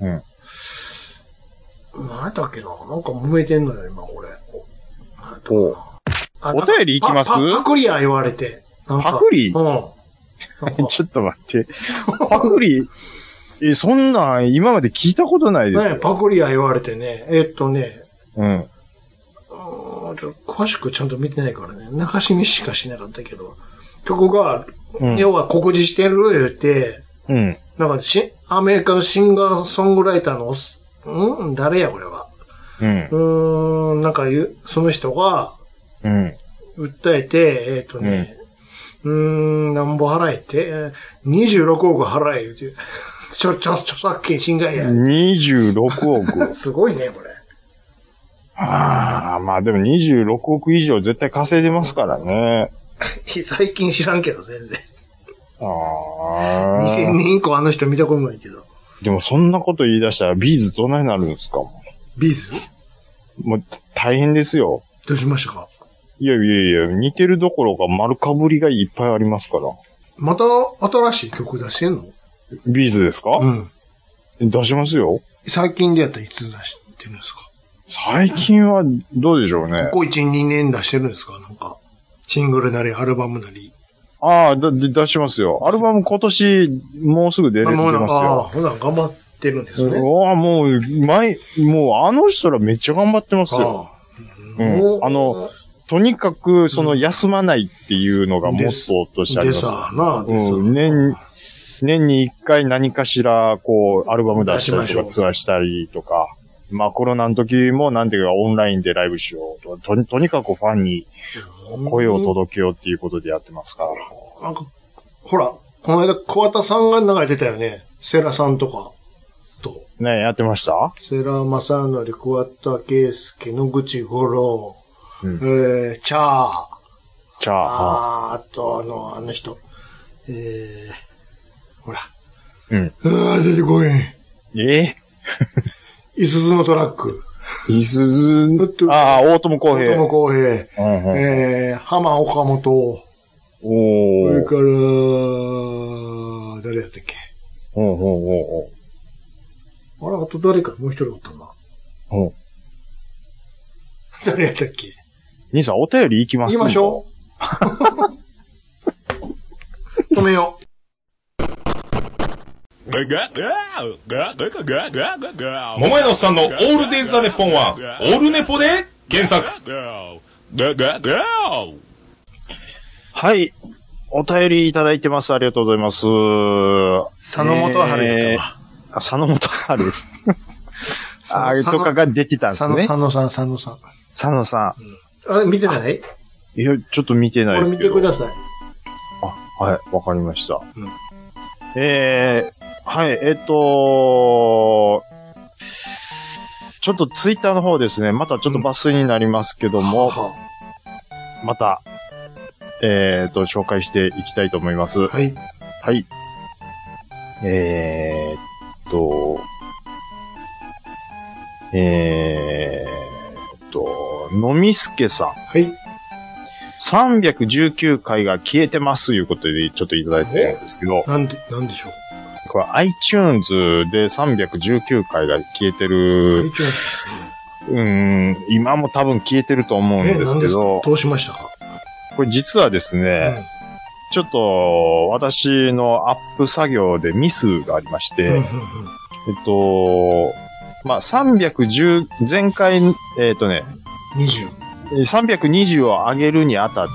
うん。 何やったっけななんか揉めてんのよ、今これ。 おう。お便り行きます？ パ、パ、パクリや言われて。 パクリ？ うん。 ちょっと待って。パクリ、え、そんなん、今まで聞いたことないですよ。 ね、パクリや言われてね。えー、っとね。 うん。 うんちょ詳しくちゃんと見てないからね。流し見しかしなかったけど。曲が、うん、要は告示してる言うて、 うん。 なんかし、アメリカのシンガーソングライターの、うん誰やこれは。 うん。 うーん、なんかその人が、 うん。 訴えて、えー、っとね、うん、うーん、なんぼ払えって、にじゅうろくおく払え、言うて。ちょ、ちょ、著作権侵害や。 にじゅうろくおく。 すごいね、これ。 ああ、まあでもにじゅうろくおく以上絶対稼いでますからね。 最近知らんけど、全然。 ああ。 にせんねん以降あの人見たことないけど。 でもそんなこと言い出したらビーズどないなるんですか？ ビーズ？ もう大変ですよ。 どうしましたか？ いやいやいや、似てるどころか丸かぶりがいっぱいありますから。 また新しい曲出してんの？ ビーズですか？ うん。 出しますよ。 最近でやったらいつ出してるんですか？ 最近はどうでしょうね。 ここいち、にねん出してるんですか？なんか、シングルなりアルバムなり。 ああ、だ、出しますよ。アルバム今年もうすぐ出れてますよ。 ああ、ほな頑張ってるんですね。 ああ、もう、前、もうあの人らめっちゃ頑張ってますよ。あ、うん、あの、とにかく、その、休まないっていうのがモットーとしてあります。 でさ、な、でさ。 うん、年、年に一回何かしら、こう、アルバム出したりとか、ツアーしたりとか。まあコロナの時もなんていうかオンラインでライブしようと。と、とにかくファンに声を届けようっていうことでやってますから。 なんか、ほら、この間桑田さんが流れてたよね。セラさんとかと。 ねえ、やってました？ セラ正則、桑田佳祐、野口五郎、うん、えー、チャー。 チャー。 あー、あとあの、あの人。えー、ほら。 うん。 あー、出てこい。 えーいすゞのトラック。 いすゞ、ああ、大友康平。 大友康平。うんうん、えー、浜岡本。おー。それから、誰やったっけ。 おうおうおうおう。あれ、あと誰かもう一人おったな。 おう。 誰やったっけ。 兄さん、お便り行きます行きましょう。止めよう。 桃屋のおっさんのオールデイズ・ザ・ネッポンはオールネポで原作。 はい。お便りいただいてます。ありがとうございます。 佐野元春やったわ。えー、 あ、佐野元春。あれとかが出てたんですね。 佐野さん、佐野さん。 佐野さん。うん、あれ見てない？ いや、ちょっと見てないですけど。 これ見てください。 あ、はい、わかりました。 うん、 えー、はい、えっと、ちょっとツイッターの方ですね、またちょっと抜粋になりますけども、うん、また、えっと、紹介していきたいと思います。 はい。 はい。えーっと、えーっと、のみすけさん。 はい。 さんびゃくじゅうきゅうかいが消えてますということでちょっといただいてるんですけど。 なんで、なんでしょう。 これ iTunes でさんびゃくじゅうきゅうかいが消えてる。うん、今も多分消えてると思うんですけど。 どうしましたか？ これ実はですね、うん、ちょっと私のアップ作業でミスがありまして、うんうんうん、えっと、まあ、さんびゃくじゅう、前回、えっとね、 にじゅう。 さんびゃくにじゅうを上げるにあたって、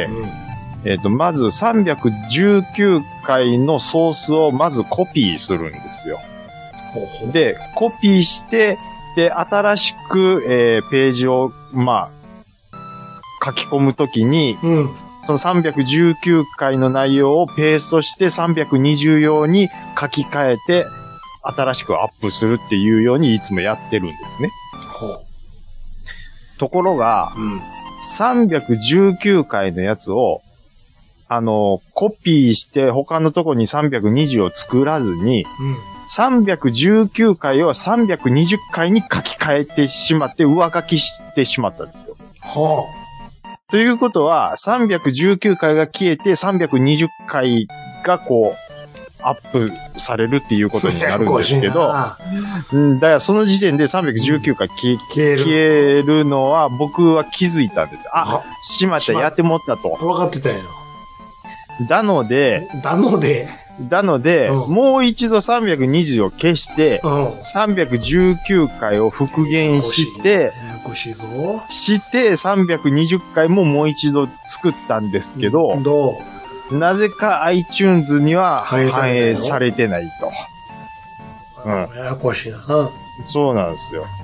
うんえっと、まずさんびゃくじゅうきゅうかいのソースをまずコピーするんですよ。 ほうほうで、コピーして、で、新しく、えー、ページを、まあ、書き込むときに、 うん、 そのさんびゃくじゅうきゅうかいの内容をペーストしてさんびゃくにじゅう用に書き換えて、新しくアップするっていうようにいつもやってるんですね。 ほうところが、 うん、 さんびゃくじゅうきゅうかいのやつを、あの、コピーして他のとこにさんびゃくにじゅうを作らずに、 うん、 さんびゃくじゅうきゅうかいをさんびゃくにじゅっかいに書き換えてしまって上書きしてしまったんですよ。 はあ、ということは、さんびゃくじゅうきゅうかいが消えてさんびゃくにじゅっかいがこう、 アップされるっていうことになるんですけど、だからその時点でさんびゃくじゅうきゅうかい消え、消えるのは僕は気づいたんです。あ、しまった、やってもったと。 分かってたよ。 だので、 だので、 だので、うん、もう一度さんびゃくにじゅうを消して、うん、さんびゃくじゅうきゅうかいを復元して、してさんびゃくにじゅっかいももう一度作ったんですけど、どうなぜか iTunes には反映されてないと。 うん。ややこしいな。 そうなんですよ。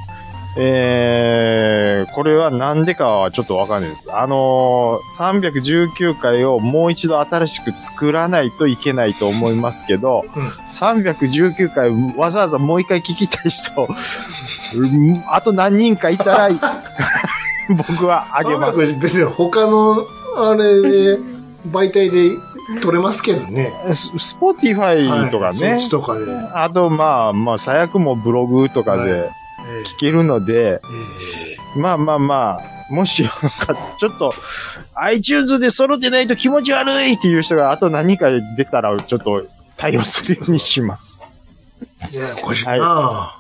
えー、これはなんでかはちょっとわかんないです。あのー、さんびゃくじゅうきゅうかいをもう一度新しく作らないといけないと思いますけど、うん、さんびゃくじゅうきゅうかいわざわざもう一回聞きたい人、あと何人かいたら、僕はあげます。 別に他の、あれで、媒体で取れますけどね。 スポティファイとかね。 はい、そっちとかで。 あと、まあ、まあ、最悪もブログとかで、はい聞けるので、えー、まあまあまあ、もし、ちょっと、iTunes で揃ってないと気持ち悪いっていう人があと何か出たら、ちょっと対応するようにします。 いや、おかしいな、 はい、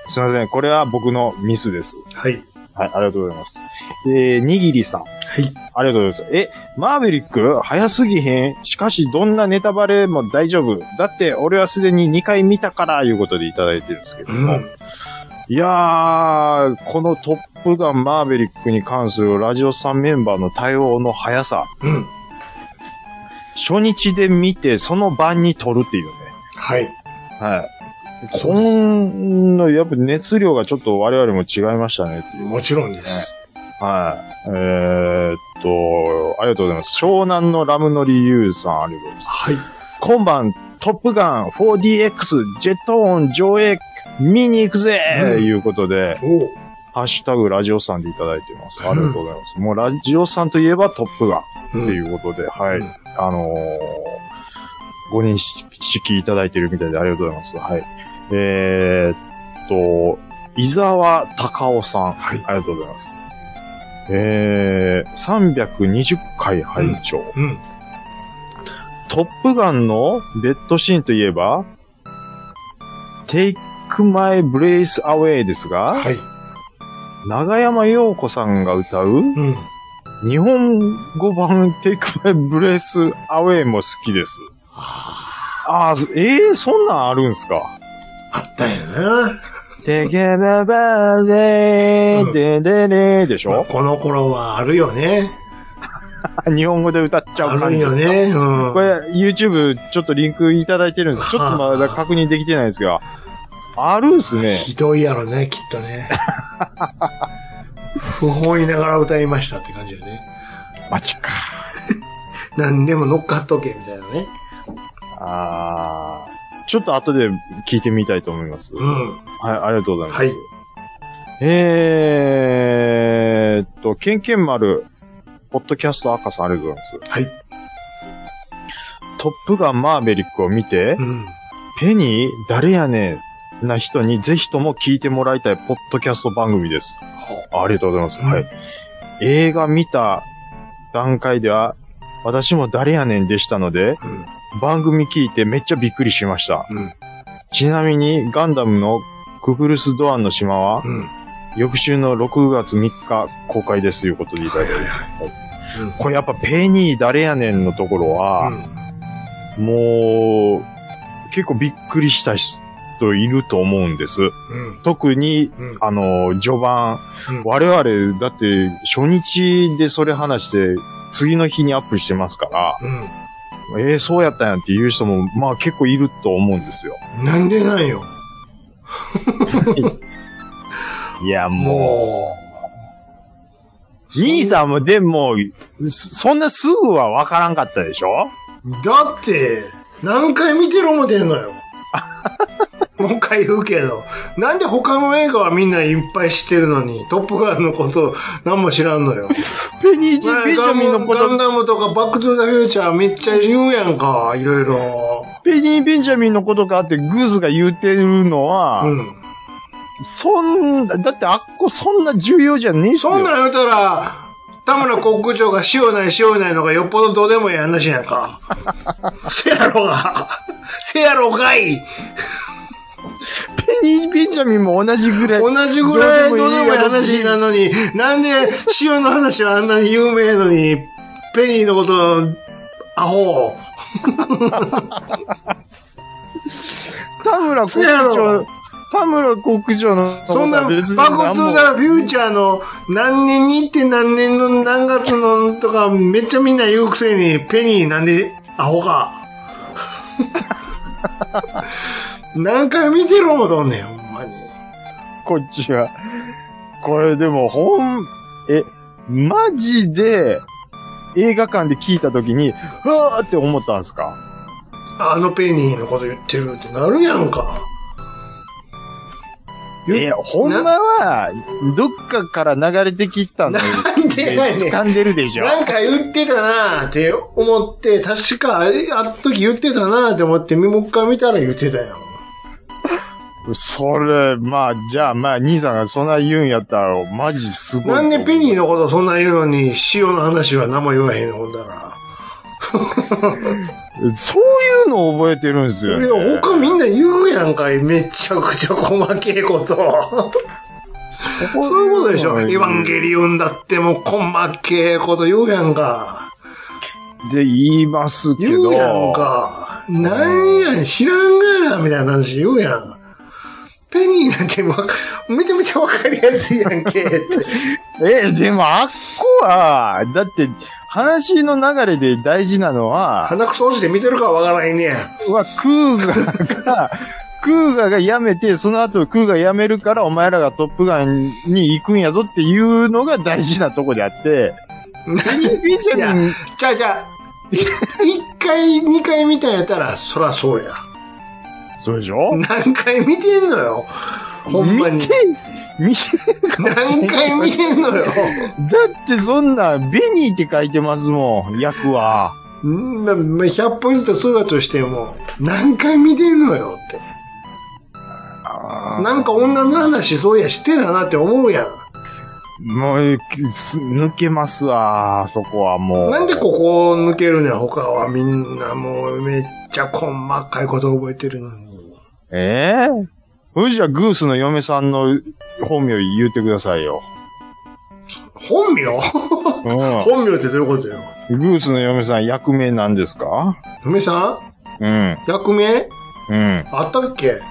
すいません。これは僕のミスです。 はい。 はい、ありがとうございます。えー、にぎりさん。はい。ありがとうございます。え、マーベリック早すぎへん？しかし、どんなネタバレも大丈夫。だって、俺はすでににかい見たから、いうことでいただいてるんですけども。うんいやー、このトップガンマーベリックに関するラジオさんメンバーの対応の速さ。うん。初日で見て、その晩に撮るっていうね。 はい。 はい。こんな、やっぱ熱量がちょっと我々も違いましたねっていう。 もちろんです。 はい。えー、っと、ありがとうございます。湘南のラムノリユウさん、ありがとうございます。 はい。 今晩、トップガン フォーディーエックス ジェットオン上映見に行くぜと、うん、いうことで、ハッシュタグラジオさんでいただいてます。ありがとうございます。うん、もうラジオさんといえばトップガンっていうことで、うん、はい。うん、あのー、ご認識いただいているみたいでありがとうございます。はい。えー、っと、伊沢隆夫さん、はい。ありがとうございます。えー、さんびゃくにじゅっかい拝聴、うんうん、トップガンのベッドシーンといえば、Take My Breath Away ですが、はい。長山洋子さんが歌う、うん、日本語版 Take My Breath Away も好きです。ああ、ええー、そんなんあるんすか？ あったんやな。 Take My Breath ででででしょ、まあ、 この頃はあるよね。 日本語で歌っちゃう感じですか？あるよね。うん。これ YouTube ちょっとリンクいただいてるんです。ちょっとまだ確認できてないんですが。あるんすね。 ひどいやろね、きっとね。不本意ながら歌いましたって感じだね。 マジか。 何でも乗っかっとけ、みたいなね。 あー。ちょっと後で聞いてみたいと思います。うん。はい、ありがとうございます。はい。えーっと、ケンケン丸、ポッドキャスト赤さんありがとうございます。はい。トップガンマーベリックを見て、うん、ペニー誰やねんな人にぜひとも聞いてもらいたいポッドキャスト番組です。あ, ありがとうございます、うん。はい。映画見た段階では、私も誰やねんでしたので、うん、番組聞いてめっちゃびっくりしました。うん、ちなみに、ガンダムのクグルスドアンの島は、うん、翌週のろくがつみっか公開ですということでいただいて、はいはいはいうん、これやっぱペニー誰やねんのところは、うん、もう、結構びっくりした人、いると思うんです。うん、特に、うん、あの、序盤、うん、我々、だって初日でそれ話して、次の日にアップしてますから、うん、えー、そうやったんやんっていう人も、まあ結構いると思うんですよ。 なんでなんよ。 いや、もう、兄さんもでも、そんなすぐはわからんかったでしょ？ だって、何回見てる思てんのよ。もう一回言うけど、なんで他の映画はみんないっぱい知ってるのに、トップガンのこと何も知らんのよ。 ペニージ・ベンジャミンのこと。 ガンダムとかバックトゥザフューチャーめっちゃ言うやんか、いろいろ。 ペニー・ベンジャミンのことかってグーズが言うてるのは、うん、そんな、だってあっこそんな重要じゃねえっすよ。 そんなん言うたら、田村国区長が塩ない塩ないのがよっぽどどうでもいい話やんか。せやろが。 せやろかい。 ペニー・ベンジャミンも同じぐらい。 同じぐらいどうでもいい話なのに、なんで塩の話はあんなに有名のに、ペニーのこと、アホ。 田村国長、田村国長のそんな、バコツだフューチャーの何年に行って何年の何月のとかめっちゃみんな言うくせに、ペニーなんでアホか。何回見てろもとんねん、ほんまに。 こっちは。これでも、ほん、え、マジで、映画館で聞いたときに、はーって思ったんですか？ あのペニーのこと言ってるってなるやんか。 いや、ほんまは、どっかから流れてきたのなんでやねん。 掴んでるでしょ。 なんか言ってたなーって思って、確か、あの時言ってたなーって思って、もう一回見たら言ってたよ。 それ、まあ、じゃあ、まあ、兄さんがそんな言うんやったら、マジすごい。 なんでペニーのことそんな言うのに、塩の話は何も言わへんの、ほんだら。 そういうのを覚えてるんですよ、ね。 いや、他みんな言うやんかい。めちゃくちゃ細けえこと。そういうことでしょ。エヴァンゲリオンだっても細けえこと言うやんか。 で、言いますけど。 言うやんか。なんやねん、知らんがな、みたいな話言うやん。ペニーなんてわめちゃめちゃわかりやすいやんけって。 え、でもあっこは、だって、話の流れで大事なのは、 鼻くそ落ちて見てるかわからへんねや。 は、クーガが、クーガが辞めて、その後クーガ辞めるからお前らがトップガンに行くんやぞっていうのが大事なとこであって、 何いや、じゃあじゃあ、一回、二回見たんやったら、そらそうや。 そうでしょ？ 何回見てんのよ。ほんまに。 見て、見て何回見てんのよ。 だってそんな、ベニーって書いてますもん、役は。 んま、ひゃっぽんずつそうだとしても、何回見てんのよって。なんか女の話そうやしてたなって思うやん。 もう、抜けますわ、そこはもう。 なんでここを抜けるねん、他はみんなもうめっちゃ細かいこと覚えてるのに。 ええー、それじゃあグースの嫁さんの本名言ってくださいよ。 本名、うん、本名ってどういうことよ。 グースの嫁さん役名なんですか？ 嫁さん？うん。 役名？ うん。 あったっけ？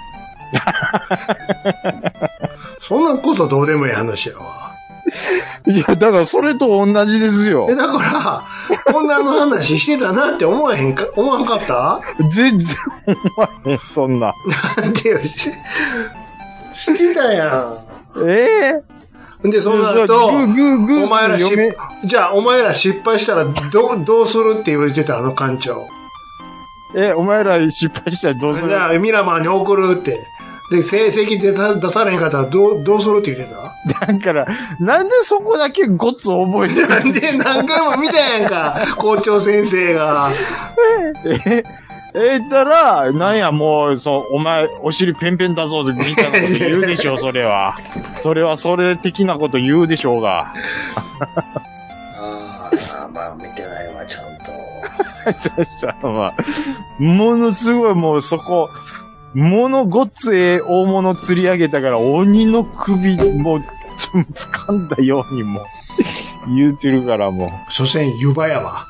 そんなんこそどうでもいい話やわ。 いや、だからそれと同じですよ。 え、だから、女の話してたなって思わへんか、思わんかった？ 全然思わへん、そんな。 なんてよ、し、してたやん。ええー、で、その後、お前ら失、じゃあ、お前ら失敗したら、ど、どうするって言われてた、あの館長。 え、お前ら失敗したらどうする？ じゃあ、ミラマーに送るって。で、成績で出されへんかったらどう、どうするって言ってた？だから、なんでそこだけごっつ覚えてるなんで何回も見たやんか、校長先生が。 え、えー、ったら、なんやもう、そう、お前、お尻ペンペンだぞ、みたいなこと言うでしょ、それは。それはそれ的なこと言うでしょうが。 ああ、まあ見てないわ、ちゃんと。 そしたらまあ、ものすごいもうそこ、ものごっつえ大物釣り上げたから鬼の首もう掴んだようにも言うてるからもう。 所詮湯葉やわ。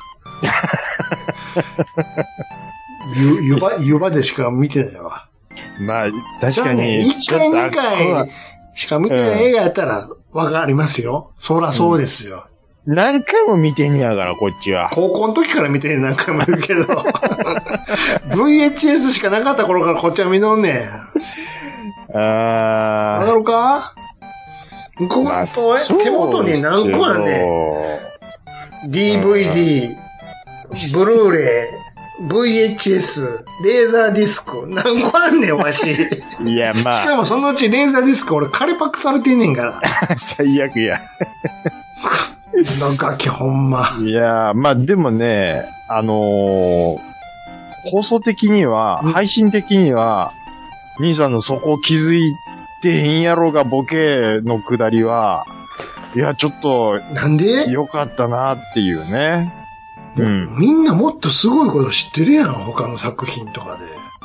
ゆ、湯葉、湯葉でしか見てないわ。 まあ、確かに。 一回二回しか見てない映画やったらわかりますよ。そらそうですよ。 うん、何回も見てんやから、こっちは。 高校の時から見てん何回も言うけど。ブイエイチエス しかなかった頃からこっちは見とんねん。 あー。 わかるか？ここ、まあ、手元に何個やねん。ディーブイディー、ブルーレイ、ブイエイチエス、レーザーディスク、何個あんねん、わし。 いや、まあ。 しかもそのうちレーザーディスク俺カレパックされてんねんから。 最悪や。 のガキほんま。 いやー、まあでもね、あのー、放送的には、配信的には、兄さんのそこ気づいてへんやろがボケのくだりは、いや、ちょっと、 なんで？ よかったなっていうね。うん。 みんなもっとすごいこと知ってるやん、他の作品とかで。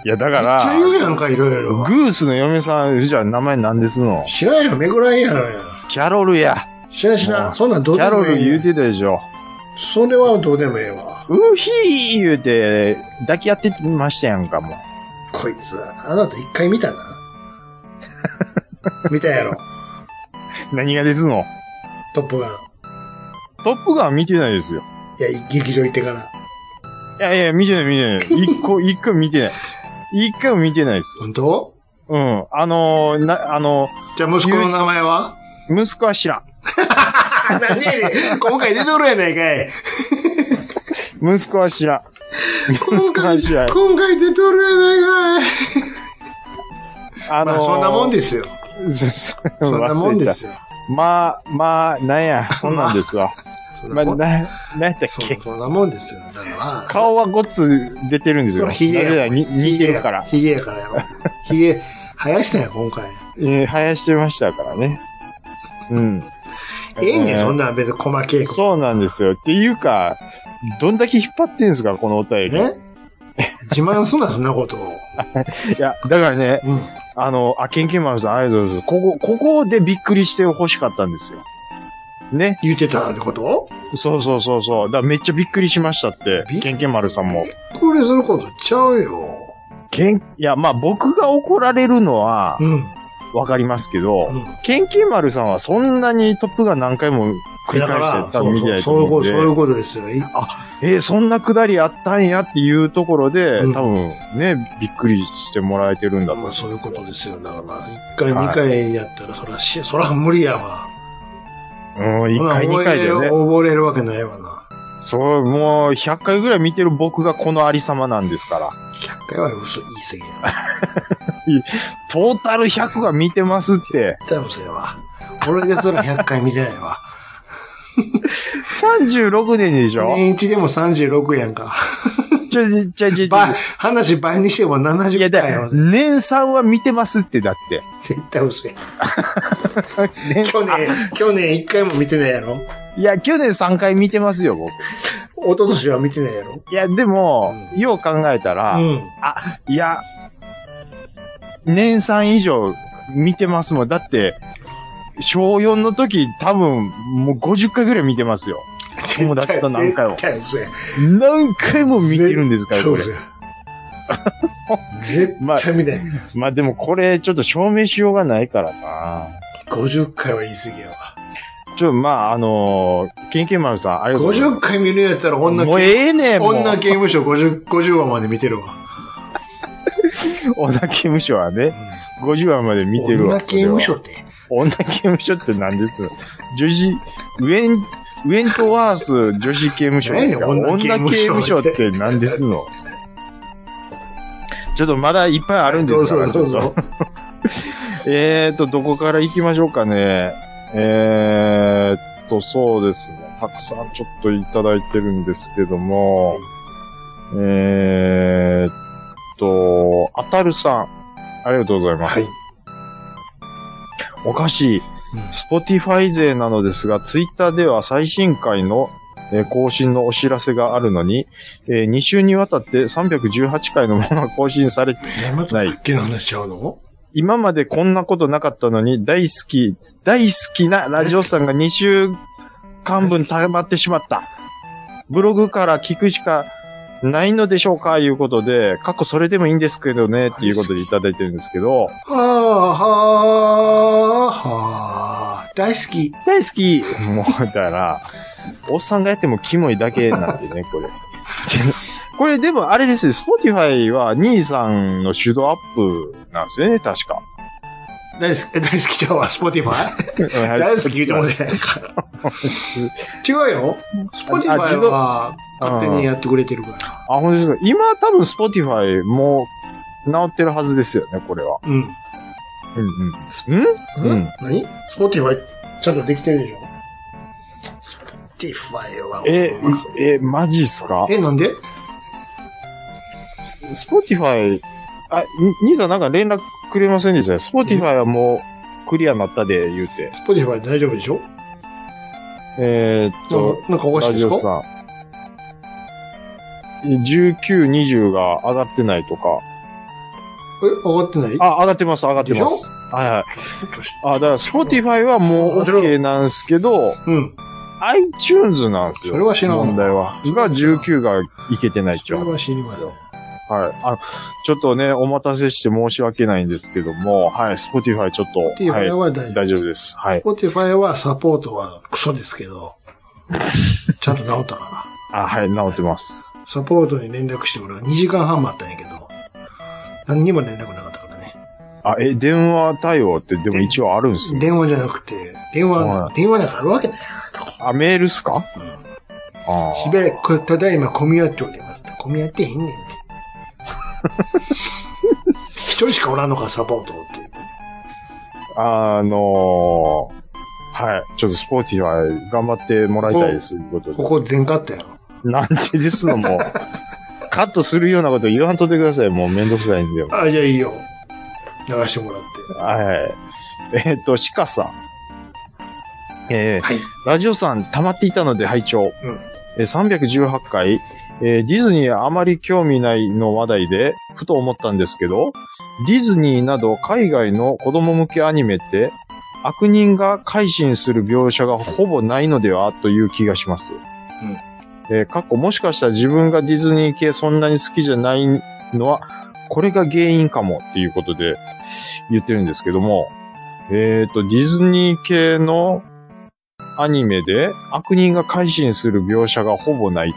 いや、だから、 めっちゃ言うやんか、いろいろ。 グースの嫁さん、じゃあ名前なんですの？ 知らんよ、めぐらんやん。 キャロルや。 知らん知らん。そんなんどうでもええ。 キャロル言うてたでしょ。 それはどうでもええわ。 ウヒー言うて、抱き合ってましたやんか、もう。 こいつ、あなた一回見たな。見たやろ。 何がですの？ トップガン。 トップガン見てないですよ。 いや、劇場行ってから。 いやいや、見てない見てない。一個、一個見てない。一回も見てないですよ。 本当？ うん。あのー、な、あのー、 じゃあ息子の名前は？ 息子は知らん。 何やねん。今回出とるやないかい。 息子は知らん。息子は知らん。 今回出とるやないかい。 あのー、 まあそんなもんですよ。 そ、 そんなもんですよ。 まあ、まあ、なんや、そんなんですわ。まあ、な、なんやったっけ。 そんなもんですよ。だから。 顔はごっつ出てるんですよ。 ヒゲや。 に似てるから。 ヒゲやからやろ。ヒゲ、生やしたんや、今回。 えー、生やしてましたからね。うん。 ええねん、そんなん別に細けいこと。 そうなんですよ。っていうか、どんだけ引っ張ってんですか、このお便り。 え自慢すな、そんなことを。 いや、だからね、 うん、 あの、あ、ケンケンマルさん、ありがとうございます。ここ、ここでびっくりして欲しかったんですよ。ね。 言ってたってこと？ そうそうそうそう。だからめっちゃびっくりしましたって。ケンケンマルさんも。 びっくりすることちゃうよ。 ケン、いや、まあ僕が怒られるのは、 うん。 わかりますけど、 うん、 ケンケンマルさんはそんなにトップが何回も繰り返してたみたいと思うんで。 そういうことですよ。 あ、えー、そんなくだりあったんやっていうところで、うん、多分ね、びっくりしてもらえてるんだと思う。 まあそういうことですよ。だから、一回二回やったら、そらし、そら無理やわ。 うん、一回二回でね。 覚えれるわけないわな。 そう、もう、ひゃっかいぐらい見てる僕がこのありさまなんですから。 ひゃっかいは嘘言い過ぎや。 トータルひゃくが見てますって。 絶対嘘やわ。俺ですらひゃっかい見てないわ。 さんじゅうろくねんでしょ？ 年一でもさんじゅうろくやんか。 ちょ、ちょ、ちょ、ちょ、 話倍にしてもななじゅっかいよ、 ね。年さんは見てますって、だって。 絶対嘘や。去年、去年いっかいも見てないやろ？ いや、去年さんかい見てますよ、僕。 一昨年は見てないやろ？ いや、でも、うん、よう考えたら、うん、あ、いや、年さん以上見てますもん。だって、小よんの時多分もうごじゅっかいぐらい見てますよ。友達と何回も。何回も見てるんですから、これ。 絶対見てない。 まあ、まあでもこれちょっと証明しようがないからな。 ごじゅっかいは言い過ぎやわ。 ちょ、まあ、あのー、ケンケンマルさん、ありがとうございます。 ごじゅっかい見るんやったら女、 もうええねん、もう。 女刑務所ごじゅう、ごじゅうわまで見てるわ。 女刑務所はね、うん、ごじゅうわまで見てるわ。 女刑務所って。 女刑務所って何です女子、ウェン、ウェントワース女子刑務所ですか？女刑務所って何ですの？ちょっとまだいっぱいあるんですから、ちょっと。えーと、どこから行きましょうかね。えーっと、そうですね。たくさんちょっといただいてるんですけども、えーっと、あたるさん、ありがとうございます。はい。おかしい。スポティファイ勢なのですが、ツイッターでは最新回の更新のお知らせがあるのに、えー、に週にわたってさんびゃくじゅうはちかいのものが更新されてない。 またさっきの話しちゃうの？ 今までこんなことなかったのに、大好き、大好きなラジオさんがにしゅうかんぶん溜まってしまった。ブログから聞くしかないのでしょうかいうことで、過去それでもいいんですけどね、っていうことでいただいてるんですけど。はぁ、はぁ、はぁ、大好き。 大好き。もう、だから、おっさんがやってもキモいだけなんでね、これ。これでもあれですよ、スポティファイは兄さんの手動アップなんですよね、確か。 大好き、大好きちゃうわ、スポティファイ大好き言うてもね。違うよ。スポティファイは勝手にやってくれてるから。 あ、本当ですか。今多分スポティファイもう治ってるはずですよね、これは。うん。うんうん。うんうん。何スポティファイちゃんとできてるでしょ？スポティファイは。 え、え、マジっすか？ え、なんで？ スポティファイ、あ、兄さんなんか連絡くれませんでしたね。スポティファイはもうクリアになったで言うて。 スポティファイ大丈夫でしょ？ えー、っと、 なんかおかしいですか？ラジオさん。 じゅうきゅう、にじゅうが上がってないとか。 上がってない？ あ、上がってます、上がってます。はいはい。あ、だから、Spotify はもう OK なんですけど、うん。iTunes なんですよ。 それは知らん。 問題は。がじゅうきゅうがいけてないっちゃう。 それは知りません。 はい。あ、ちょっとね、お待たせして申し訳ないんですけども、はい、Spotify ちょっと、 Spotify は大丈夫、 はい、大丈夫です。はい。 Spotify はサポートはクソですけど、ちゃんと治ったかな。あ、はい、治ってます。 サポートに連絡して俺はにじかんはん待ったんやけど、何にも連絡なかったからね。 あ、え、電話対応ってでも一応あるんですね。 電話じゃなくて、電話、はい、電話なんかあるわけないな。あ、メールっすか？うん。 ああ。しばらく、ただいま混み合っておりますと。混み合ってへんねんって。一人しかおらんのか、サポートって。 あのー、はい。ちょっとスポーティーは頑張ってもらいたいです。 ここ、ここ全カットやろ。 なんでですのもう。カットするようなこと言わんとってください。もうめんどくさいんで。 あ、じゃあいいよ。流してもらって。 はい。えっと、シカさん。えー、はい。ラジオさん溜まっていたので拝聴。うん。えー、さんびゃくじゅうはちかい、えー、ディズニーあまり興味ないの話題で、ふと思ったんですけど、ディズニーなど海外の子供向けアニメって、悪人が改心する描写がほぼないのではという気がします。うん。えー、かっこもしかしたら自分がディズニー系そんなに好きじゃないのは、これが原因かもっていうことで言ってるんですけども、えっと、ディズニー系のアニメで悪人が改心する描写がほぼないと。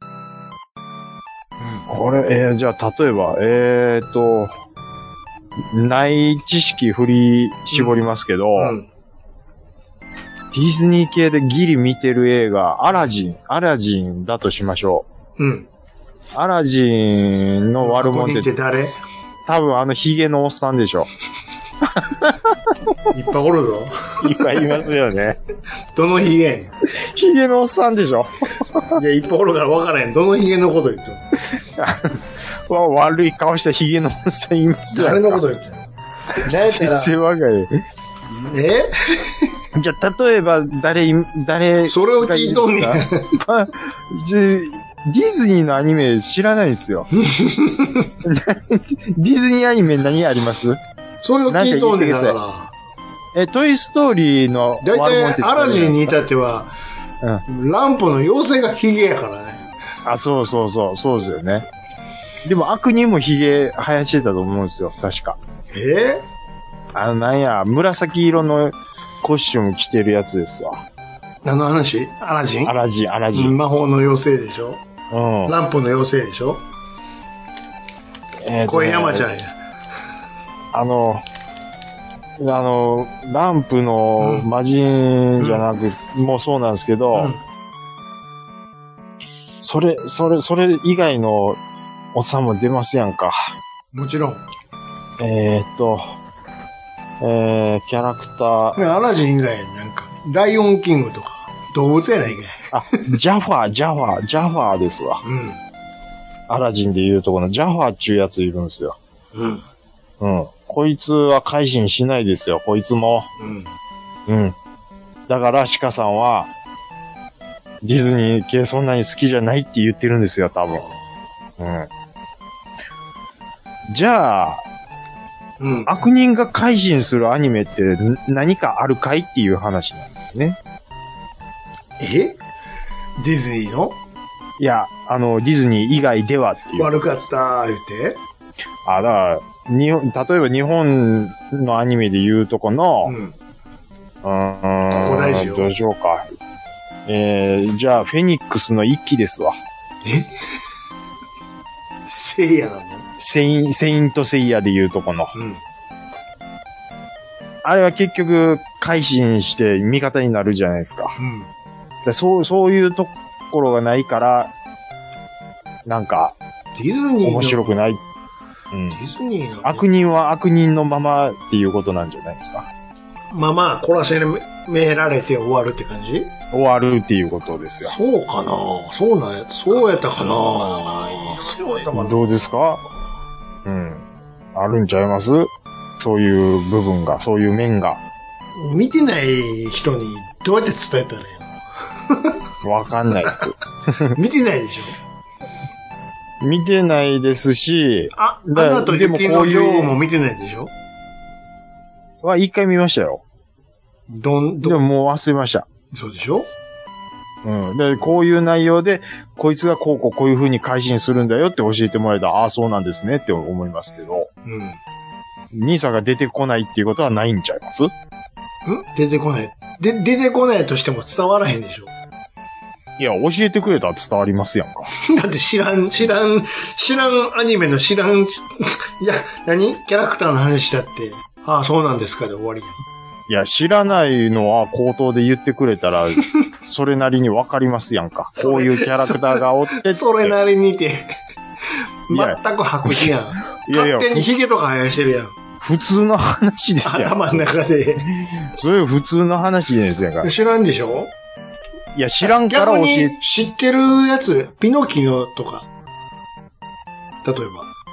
うん、これ、えー、じゃあ例えば、えっと、ない知識振り絞りますけど、うんうんディズニー系でギリ見てる映画、アラジン、アラジンだとしましょう。うん。アラジンの悪者って。 って誰？ 多分あのヒゲのおっさんでしょ。 いっぱいおるぞ。 いっぱいいますよね。 どのヒゲ？ ヒゲのおっさんでしょ。 いや、いっぱいおるから分からへん。どのヒゲのこと言ってんの悪い顔したヒゲのおっさんいますよ。 誰のこと言ってんの？ 全然わかる。 えじゃあ、例えば、誰、誰、 それを聞いとんねん。 ディズニーのアニメ知らないですよ。ディズニーアニメ何あります？ それを聞いとんねんだから。 え、トイストーリーのだいたいアラジンに至っては、うん、ランプの妖精がヒゲやからね。 あ、そうそうそう、そうですよね。でも悪人もヒゲ生やしてたと思うんですよ、確か。 えー、あの、なんや、紫色のコスチューム着てるやつですわ。 何の話？アラジン？ アラジン、アラジン。 魔法の妖精でしょ？うん。ランプの妖精でしょ？えー、声山ちゃんや。 あの、あの、ランプの魔人じゃなく、うん、もうそうなんですけど、うん、それ、それ、それ以外のおっさんも出ますやんか。 もちろん。 えー、っと、えー、キャラクター。 アラジン以外なんか、ライオンキングとか、動物やないかい。 あ、ジャファー、ジャファー、ジャファーですわ。うん。アラジンで言うとこのジャファーっちゅうやついるんですよ。うん。うん。こいつは改心しないですよ、こいつも。うん。うん。だから、シカさんは、ディズニー系そんなに好きじゃないって言ってるんですよ、多分。うん。じゃあ、うん、悪人が改心するアニメって何かあるかいっていう話なんですよね。 え？ディズニーの？ いや、あの、ディズニー以外ではっていう。 悪かったー言って。 あ、だから、日本、例えば日本のアニメで言うとこの、うん。うーん。ここ大事よ。 どうしようか。えー、じゃあ、フェニックスの一期ですわ。 え？セイヤなの？ セイン、セイントセイヤで言うとこの。うん。あれは結局、改心して味方になるじゃないですか。うん。でそう、そういうところがないから、なんか、 ディズニー面白くない。うん。 ディズニーの悪人は悪人のままっていうことなんじゃないですか。 まあまあ、懲らしめられて終わるって感じ？ 終わるっていうことですよ。 そうかな？そうなんや、そうやったかな？そうやったかな？ どうですか？うん。あるんちゃいます？そういう部分が、そういう面が。 見てない人にどうやって伝えたらいいの？ わかんないです。 見てないでしょ？ 見てないですし、 あ、アナと雪の女王も見てないでしょ？ は、一回見ましたよ。 どん、どでももう忘れました。 そうでしょ？ うん。で、こういう内容で、こいつがこうこうこういう風に改心するんだよって教えてもらえたら、ああ、そうなんですねって思いますけど。うん。兄さんが出てこないっていうことはないんちゃいます？ん？ 出てこない。で、出てこないとしても伝わらへんでしょ？ いや、教えてくれたら伝わりますやんか。 だって知らん、知らん、知らんアニメの知らん、いや、何？キャラクターの話だって、ああ、そうなんですかで終わりやん。 いや、知らないのは口頭で言ってくれたら、それなりにわかりますやんか。こういうキャラクターがおってって。 それなりにて、全く白紙やん。いやいや、勝手にヒゲとか生やしてるやん。 普通の話ですよ。 頭の中で。 そういう普通の話ですやんか。 知らんでしょ？ いや、知らんから教えて。 知ってるやつ、ピノキオとか。例え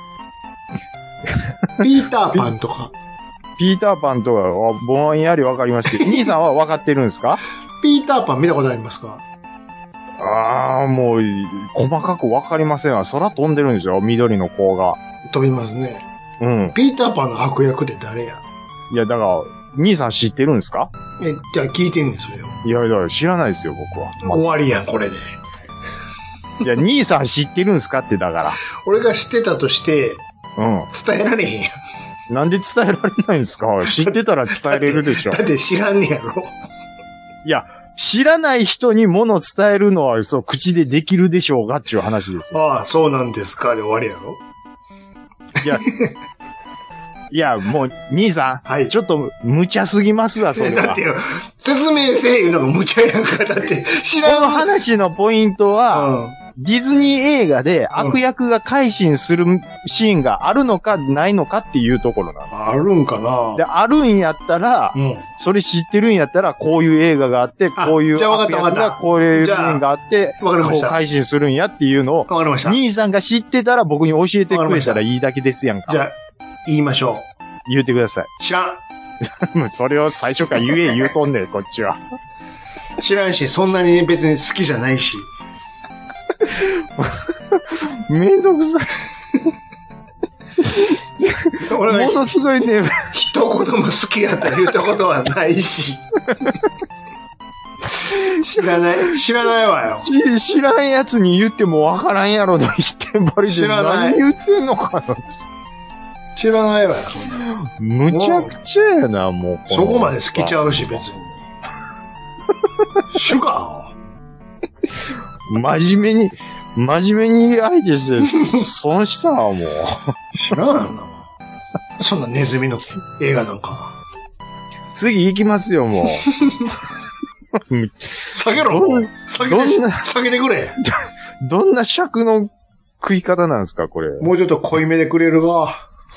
ば。ピーターパンとか。 ピーターパンとかはぼんやりわかりますけど、兄さんはわかってるんですか？ ピーターパン見たことありますか？ ああ、もう、細かくわかりませんわ。空飛んでるんでしょ？緑の子が。 飛びますね。 うん。 ピーターパンの悪役って誰や？ いや、だから、兄さん知ってるんですか？ え、じゃあ聞いてんねん、それを。 いやいや、知らないですよ、僕は。 ま、終わりやん、これで。 いや、兄さん知ってるんですかってだから。 俺が知ってたとして、 うん。 伝えられへんやん。 なんで伝えられないんですか？知ってたら伝えれるでしょ。 だって、だって知らんねやろ。 いや、知らない人に物を伝えるのは、そう、口でできるでしょうがっていう話ですよ。 ああ、そうなんですかで終わりやろ。 いや、いや、もう、兄さん。はい。ちょっと、無茶すぎますわ、それは。 だってよ、説明せえいうのが無茶やんか。だって、知らん。 この話のポイントは、うん、ディズニー映画で悪役が改心するシーンがあるのかないのかっていうところなんです。 あるんかな？ で、あるんやったら、うん、それ知ってるんやったら、こういう映画があって、こういう悪役がこういうシーンがあって、こう改心するんやっていうのを、 わかりました。 兄さんが知ってたら僕に教えてくれたらいいだけですやんか。 じゃあ、言いましょう。言ってください。 知らん。それを最初から言え言うとんねん、こっちは。 知らんし、そんなに別に好きじゃないし。 めんどくさい。 俺はものすごいね。 一言も好きやと言ったことはないし。知らない。知らないわよ。 知、知らんやつに言ってもわからんやろの一点張りで何言ってんのかな。 知らないわよ。 むちゃくちゃやな、もう。 そこまで好きちゃうし、別に。シュガー真面目に、真面目に相手して、損したわ、もう。 知らないな。そんなネズミの映画なんか。 次行きますよ、もう。 下げろ下げて、下げてくれどんな尺の食い方なんですか、これ。 もうちょっと濃いめでくれるが。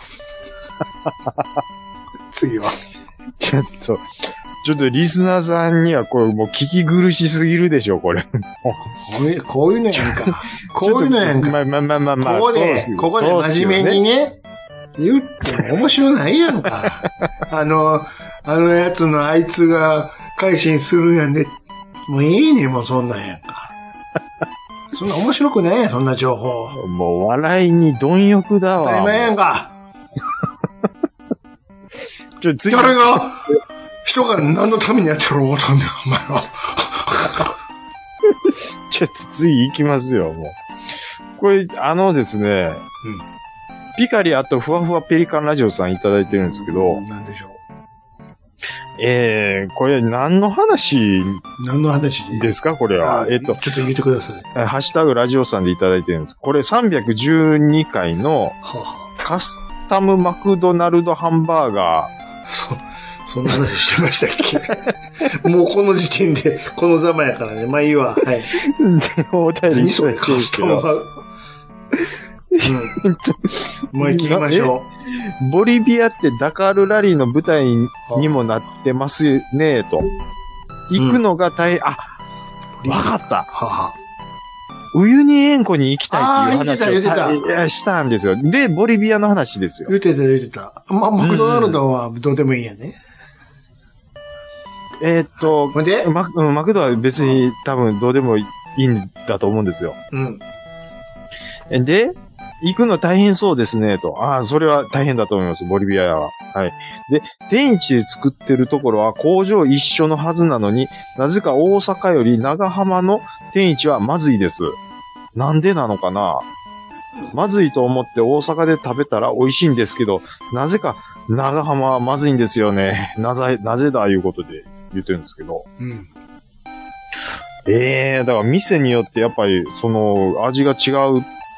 次は。 ちょっと、ちょっとリスナーさんにはこれもう聞き苦しすぎるでしょ、これ。 こういう、こういうのやんか。こういうのやんか。 まあまあまあまあまあ。 ここで、ここで真面目にね、言っても面白ないやんか。あの、あのやつのあいつが改心するんやんで、もういいね、もうそんなんやんか。そんな面白くないやん、そんな情報。 もう笑いに貪欲だわ。 当たり前やんか。 ちょ、次。 誰が、人が何のためにやってる思ったんだよ、お前は。 ちょっと次行きますよ、もう。これ、あのですね、うん、ピカリあとふわふわペリカンラジオさんいただいてるんですけど、 何でしょう。 えー、これ何の話何の話ですかこれは。えっと、 ちょっと言ってください。 ハッシュタグラジオさんでいただいてるんです。これさんびゃくじゅうにかいのカスタムマクドナルドハンバーガー。 そう。そんな話してましたっけもうこの時点で、このざまやからね。まあいいわ。はい。で、 お便り何それ、カスタムマうん。もう行きましょう。ボリビアってダカールラリーの舞台にもなってますね、と。行くのが大変、うん、あ、わかった。はは。ウユニ塩湖に行きたいっていう話を言ってた、言ってた。 したんですよ。で、ボリビアの話ですよ。 言ってた、言ってた。まあ、マクドナルドはどうでもいいやね。 えー、っと、 でマ、マクドは別に多分どうでもいいんだと思うんですよ。 うん。 で、 行くの大変そうですね、と。ああ、それは大変だと思います、ボリビアは。はい。で、天一で作ってるところは工場一緒のはずなのに、なぜか大阪より長浜の天一はまずいです。なんでなのかな？まずいと思って大阪で食べたら美味しいんですけど、なぜか長浜はまずいんですよね。なぜ、なぜだいうことで言ってるんですけど。 うん。 ええー、だから店によってやっぱりその味が違う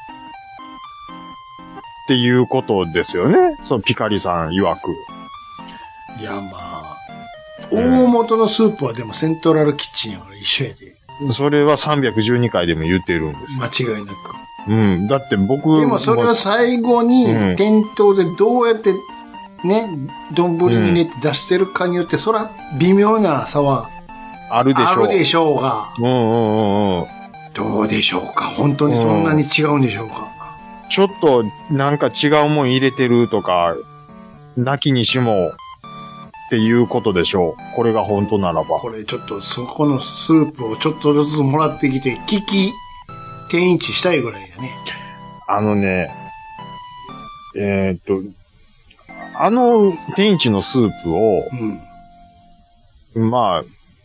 っていうことですよね。そのピカリさん曰く。 いや、まあ、大元のスープはでもセントラルキッチンやから一緒やで。 それはさんびゃくじゅうにかいでも言ってるんです。 間違いなく。 うん。だって僕でもそれは最後に店頭でどうやってね、丼に入れて出してるかによって、そら微妙な差はあるでしょう。 あるでしょうが。 うんうんうんうん。 どうでしょうか。本当にそんなに違うんでしょうか。 うん、ちょっとなんか違うもん入れてるとか、なきにしもっていうことでしょう。これが本当ならば。 これちょっとそこのスープをちょっとずつもらってきて、聞き、天一したいぐらいやね。 あのね、えー、っと、あの天一のスープを、うん、まあ、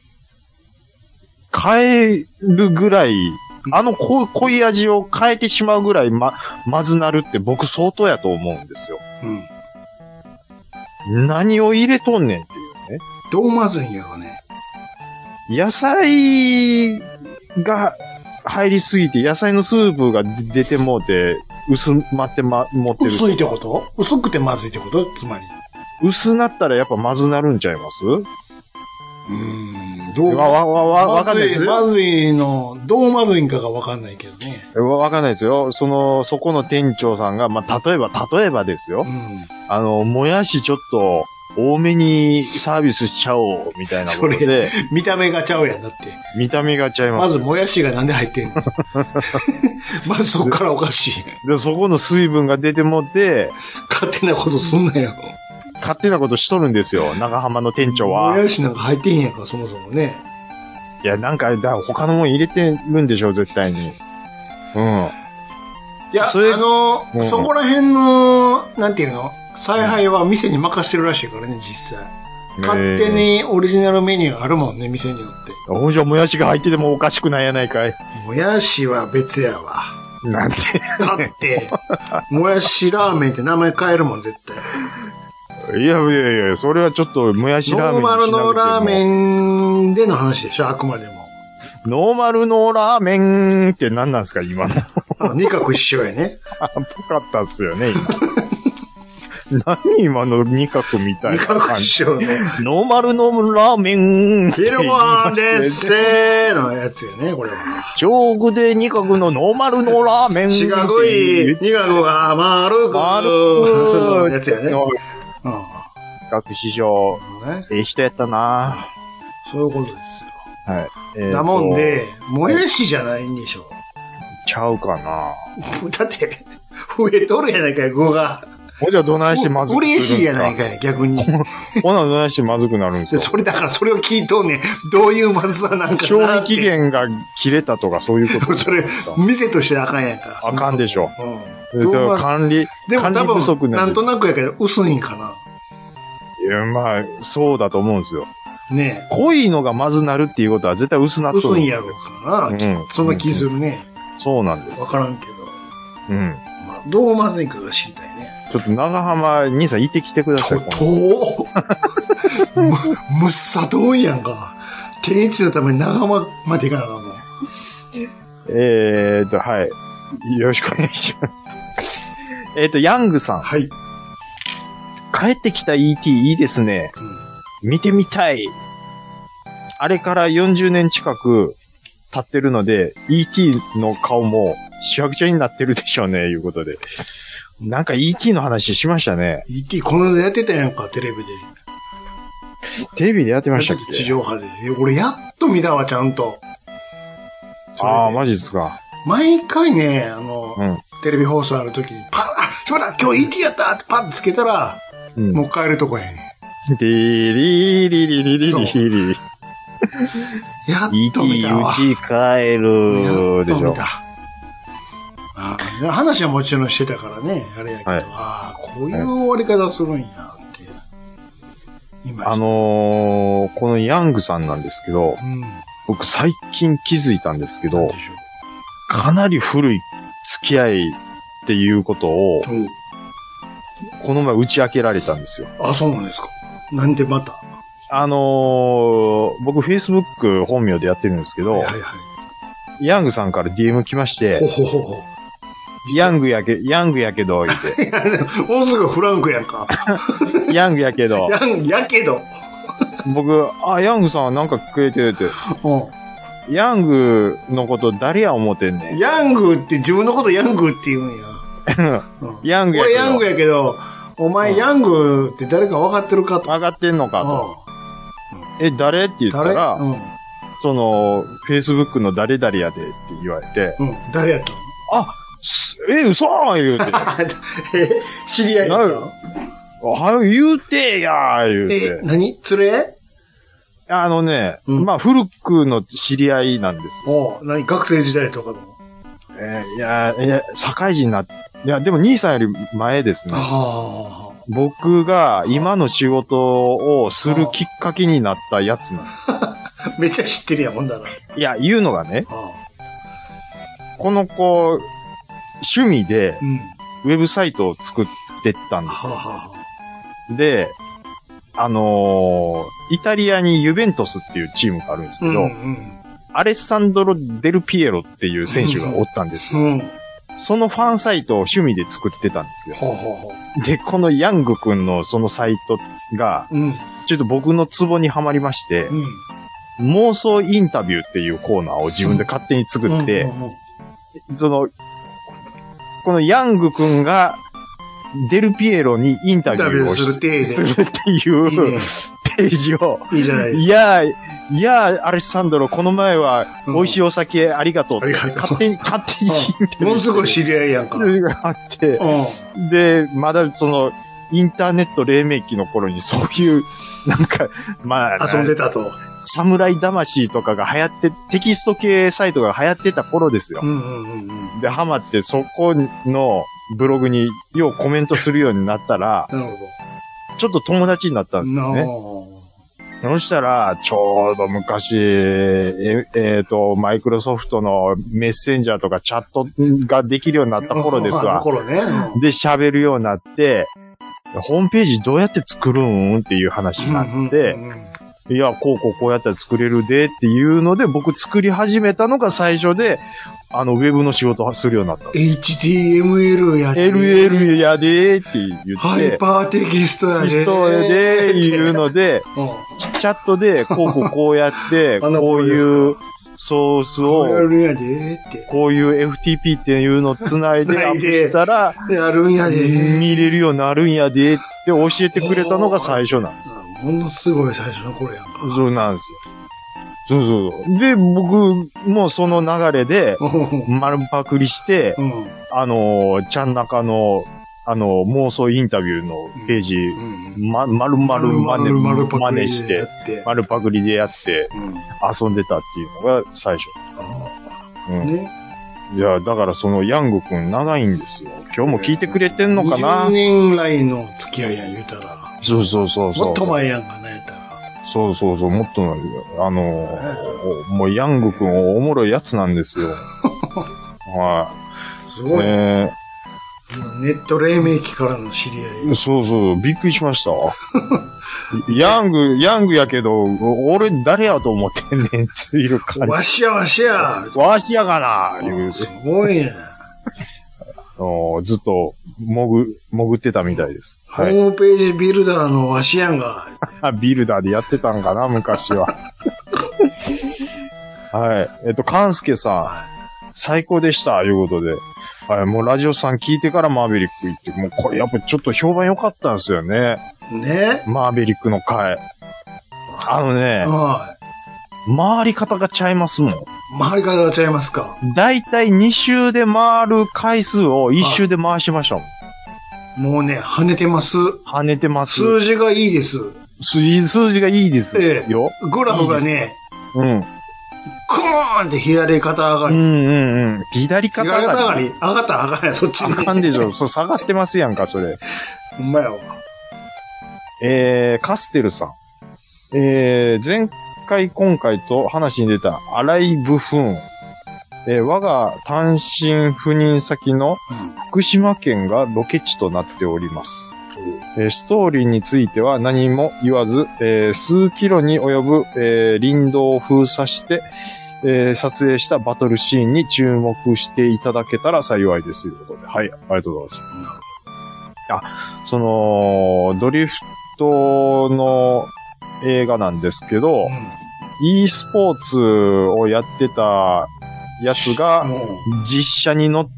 変えるぐらい、あの濃濃い味を変えてしまうぐらいま、まずなるって僕相当やと思うんですよ。うん、何を入れとんねんっていうね。 どうまずいんやろね。 野菜が入りすぎて、野菜のスープが出てもうて、薄まってま、持ってる。 薄いってこと？薄くてまずいってことつまり。 薄なったらやっぱまずなるんちゃいます？うーん。どうわ、わ、わ、わ、わかんないですよ。 まずいの、どうまずいんかがわかんないけどね。 わかんないですよ。その、そこの店長さんが、まあ、例えば、例えばですよ。うん、あの、もやしちょっと、多めにサービスしちゃおう、みたいなことで。それ、 見た目がちゃうやん、だって。 見た目がちゃいます。 まず、もやしがなんで入ってんのまずそこからおかしい。 で、そこの水分が出てもって、 勝手なことすんなよ。 勝手なことしとるんですよ、長浜の店長は。 もやしなんか入ってへんやんか、そもそもね。 いや、なんか、だ他のもん入れてるんでしょ、絶対に。うん。 いや、あの、うん、そこら辺の、なんていうの采配は店に任してるらしいからね、実際。勝手にオリジナルメニューあるもんね、店によって。 ほんじゃ、もやしが入っててもおかしくないやないかい。 もやしは別やわ。 なんて。 だって、もやしラーメンって名前変えるもん、絶対。 いやいやいや、それはちょっともやしラーメンにしなくても。 ノーマルのラーメンでの話でしょ、あくまでも。 ノーマルのラーメンって何なんですか、今の。 二角一緒やね。 あ、ぽかったっすよね、今。何今の二角みたいな感じ。二角一緒ね。ノーマルのラーメン。 ヒルご飯ですせーのやつよね、これは。 上具で二角のノーマルのラーメン。 四角い二角が丸く。丸く。のやつやね。 うん。学師匠、ね、ええ人やったな。 そういうことですよ。 はい。 えー、なもんで、もやしじゃないんでしょ。 ちゃうかな。 だって、増えとるやないかい、具が。 ほんじゃどないしてまずくなるんですか。 嬉しいやないかい、逆に。 ほなどないしてまずくなるんですか。 それだからそれを聞いとんねん。どういうまずさなんかな。 賞味期限が切れたとかそういうことそれ、店としてあかんやんか。 あかんでしょ。うん。だ管理、 でも管理不足なんなんとなくやけど薄いんかな。 いや、まあ、そうだと思うんですよ。 ねえ。濃いのがまずなるっていうことは絶対薄なっとるんですよ。 薄いんやろうかな。うん。そんな気するね。 うん、そうなんです。 わからんけど。 うん。 まあ、どうまずいかが知りたいね。 ちょっと長浜兄さん行ってきてください。 と、とむ、むっさ遠いやんか。天一のために長浜まで行かなあかんの。 えーと、はい。よろしくお願いします。えーと、ヤングさん。 はい。 帰ってきた イーティー いいですね。うん、見てみたい。あれからよんじゅうねん近く経ってるので、イーティー の顔もしわくちゃになってるでしょうね、いうことで。なんか イーティー の話しましたね。 イーティー この間やってたやんか、テレビで。 テレビでやってましたっけ？ 地上波で。俺やっと見たわ、ちゃんと。 ああ、マジですか。 毎回ね、あの、うん、テレビ放送あるときに、パッ、あ、しまった、今日 イーティー やったってパッとつけたら、うん、もう帰るとこやね。 ディリリリリリリリ。 やっと見たわ。 イーティー うち帰るでしょ。 やっと見た。あ話はもちろんしてたからね、あれやけど、はい、ああ、こういう終わり方するんやって。 あのー、このヤングさんなんですけど、うん、僕最近気づいたんですけど、かなり古い付き合いっていうことを、うん、この前打ち明けられたんですよ。 あ、そうなんですか。なんでまたあのー、僕 Facebook 本名でやってるんですけど、はいはいはい、ヤングさんから ディーエム 来まして、ほほほほヤングやけ、ヤングやけど、言って。 もうすぐフランクやんか。 ヤングやけど。 ヤングやけど。 僕、あ、ヤングさんなんかくれてるって。ヤングのこと誰や思ってんねん。 ヤングって自分のことヤングって言うんや。 うん、ヤングやけど。 俺ヤングやけど、お前、うん、ヤングって誰か分かってるかと。 分かってんのかと。うん、え、誰って言ったら、うん、その、Facebook の誰々やでって言われて。 うん、誰やったの？ あ、え、嘘言うて。 え、知り合いだったの？ はよ言うてや言うて。 え、何？連れ？ あのね、うん、まあ古くの知り合いなんですよ。 おう、何？学生時代とかの？ えー、いや、いや、社会人になって、いや、でも兄さんより前ですね。僕が今の仕事をするきっかけになったやつなんです。 めっちゃ知ってるやん、ほんだら。 いや、言うのがね、この子、趣味で、ウェブサイトを作ってったんですよ。うん、で、あのー、イタリアにユベントスっていうチームがあるんですけど、うんうん、アレッサンドロ・デル・ピエロっていう選手がおったんですよ。うんうん、そのファンサイトを趣味で作ってたんですよ。ほうほうほうで、このヤングくんのそのサイトが、うん、ちょっと僕のツボにはまりまして、うん、妄想インタビューっていうコーナーを自分で勝手に作って、その、このヤングくんがデルピエロにインタビューをするっていういい、ね、ページを。 いいじゃないですか。 いや、いや、アレッサンドロ、この前は美味しいお酒ありがとうって、うん、勝手に、勝手にインタビュー。 ものすごい知り合いやんか。 あって、うん、で、まだその、インターネット黎明期の頃にそういう、なんか、まあ、 遊んでたと。 侍魂とかが流行って、テキスト系サイトが流行ってた頃ですよ。うんうんうんうん、で、ハマってそこのブログにようコメントするようになったら、なるほど。ちょっと友達になったんですよね。そしたら、ちょうど昔、え、えっと、マイクロソフトのメッセンジャーとかチャットができるようになった頃ですわ。 頃ね。 うん、で、喋るようになって、ホームページどうやって作るんっていう話になって、うんうんうんいや、こうこうこうやったら作れるでっていうので、僕作り始めたのが最初で、あの、ウェブの仕事をするようになった。 エイチティーエムエル やで。 エルエル やでって言って。 ハイパーテキストやで。 テキストやでいうので、うん、チャットで、こうこうこうやって、こういうソースを、 こうやるんやでって。 こういう エフティーピー っていうのをつないでアップしたら、 やるんやで。 見れるようになるんやでって教えてくれたのが最初なんです。 ものすごい最初の頃やんか。 そうなんですよ。そうそうそう。で、僕もその流れで、丸パクリして、うん、あの、ちゃん中の、あの、妄想インタビューのページ、うんうん、ま、丸々真似、真似して、丸パクリでやって、うん、遊んでたっていうのが最初。うん、ね。いや、だからそのヤングくん長いんですよ。今日も聞いてくれてんのかな？ にじゅうねんぐらいの付き合いや言うたら。 そうそうそうそう。 もっと前やんかね、やったら。 そうそうそう、もっと前。あの、えー、もうヤングくんおもろいやつなんですよ。はい。 すごいね。ネット黎明期からの知り合い。 そうそう、びっくりしました。ヤング、ヤングやけど、俺誰やと思ってんねんっていう感じ。 わしやわしや。 わしやがな、言うて。 すごいね。 ずっと、もぐ、潜ってたみたいです。 ホームページビルダーのわしやんが。 ビルダーでやってたんかな、昔は。はい。えっと、カンスケさん、はい、最高でした、いうことで。はい。もうラジオさん聞いてからマーベリック行って、もうこれやっぱちょっと評判良かったんですよね。 ね。 マーベリックの回。あのね、はい。回り方がちゃいますもん。 回り方がちゃいますか。 だいたいに周で回る回数をいち周で回しましたもん。 もうね、跳ねてます。 跳ねてます。 数字がいいです。 数字、数字がいいです。ええ。よ。 グラフがね、 うん。 クーンって左肩上がり。 うんうんうん。左肩上がり。 左肩上がり。上がったらあかんやん、そっちに。 あかんでしょ。そう、下がってますやんか、それ。 ほんまやわ。 えー、カステルさん。えー、前回今回と話に出た荒井部分。えー、我が単身赴任先の福島県がロケ地となっております。うん、えー、ストーリーについては何も言わず、えー、数キロに及ぶ、えー、林道を封鎖して、えー、撮影したバトルシーンに注目していただけたら幸いですということで。はい、ありがとうございます。あ、その、ドリフトの映画なんですけど、うん、e スポーツをやってたやつが実写に乗って、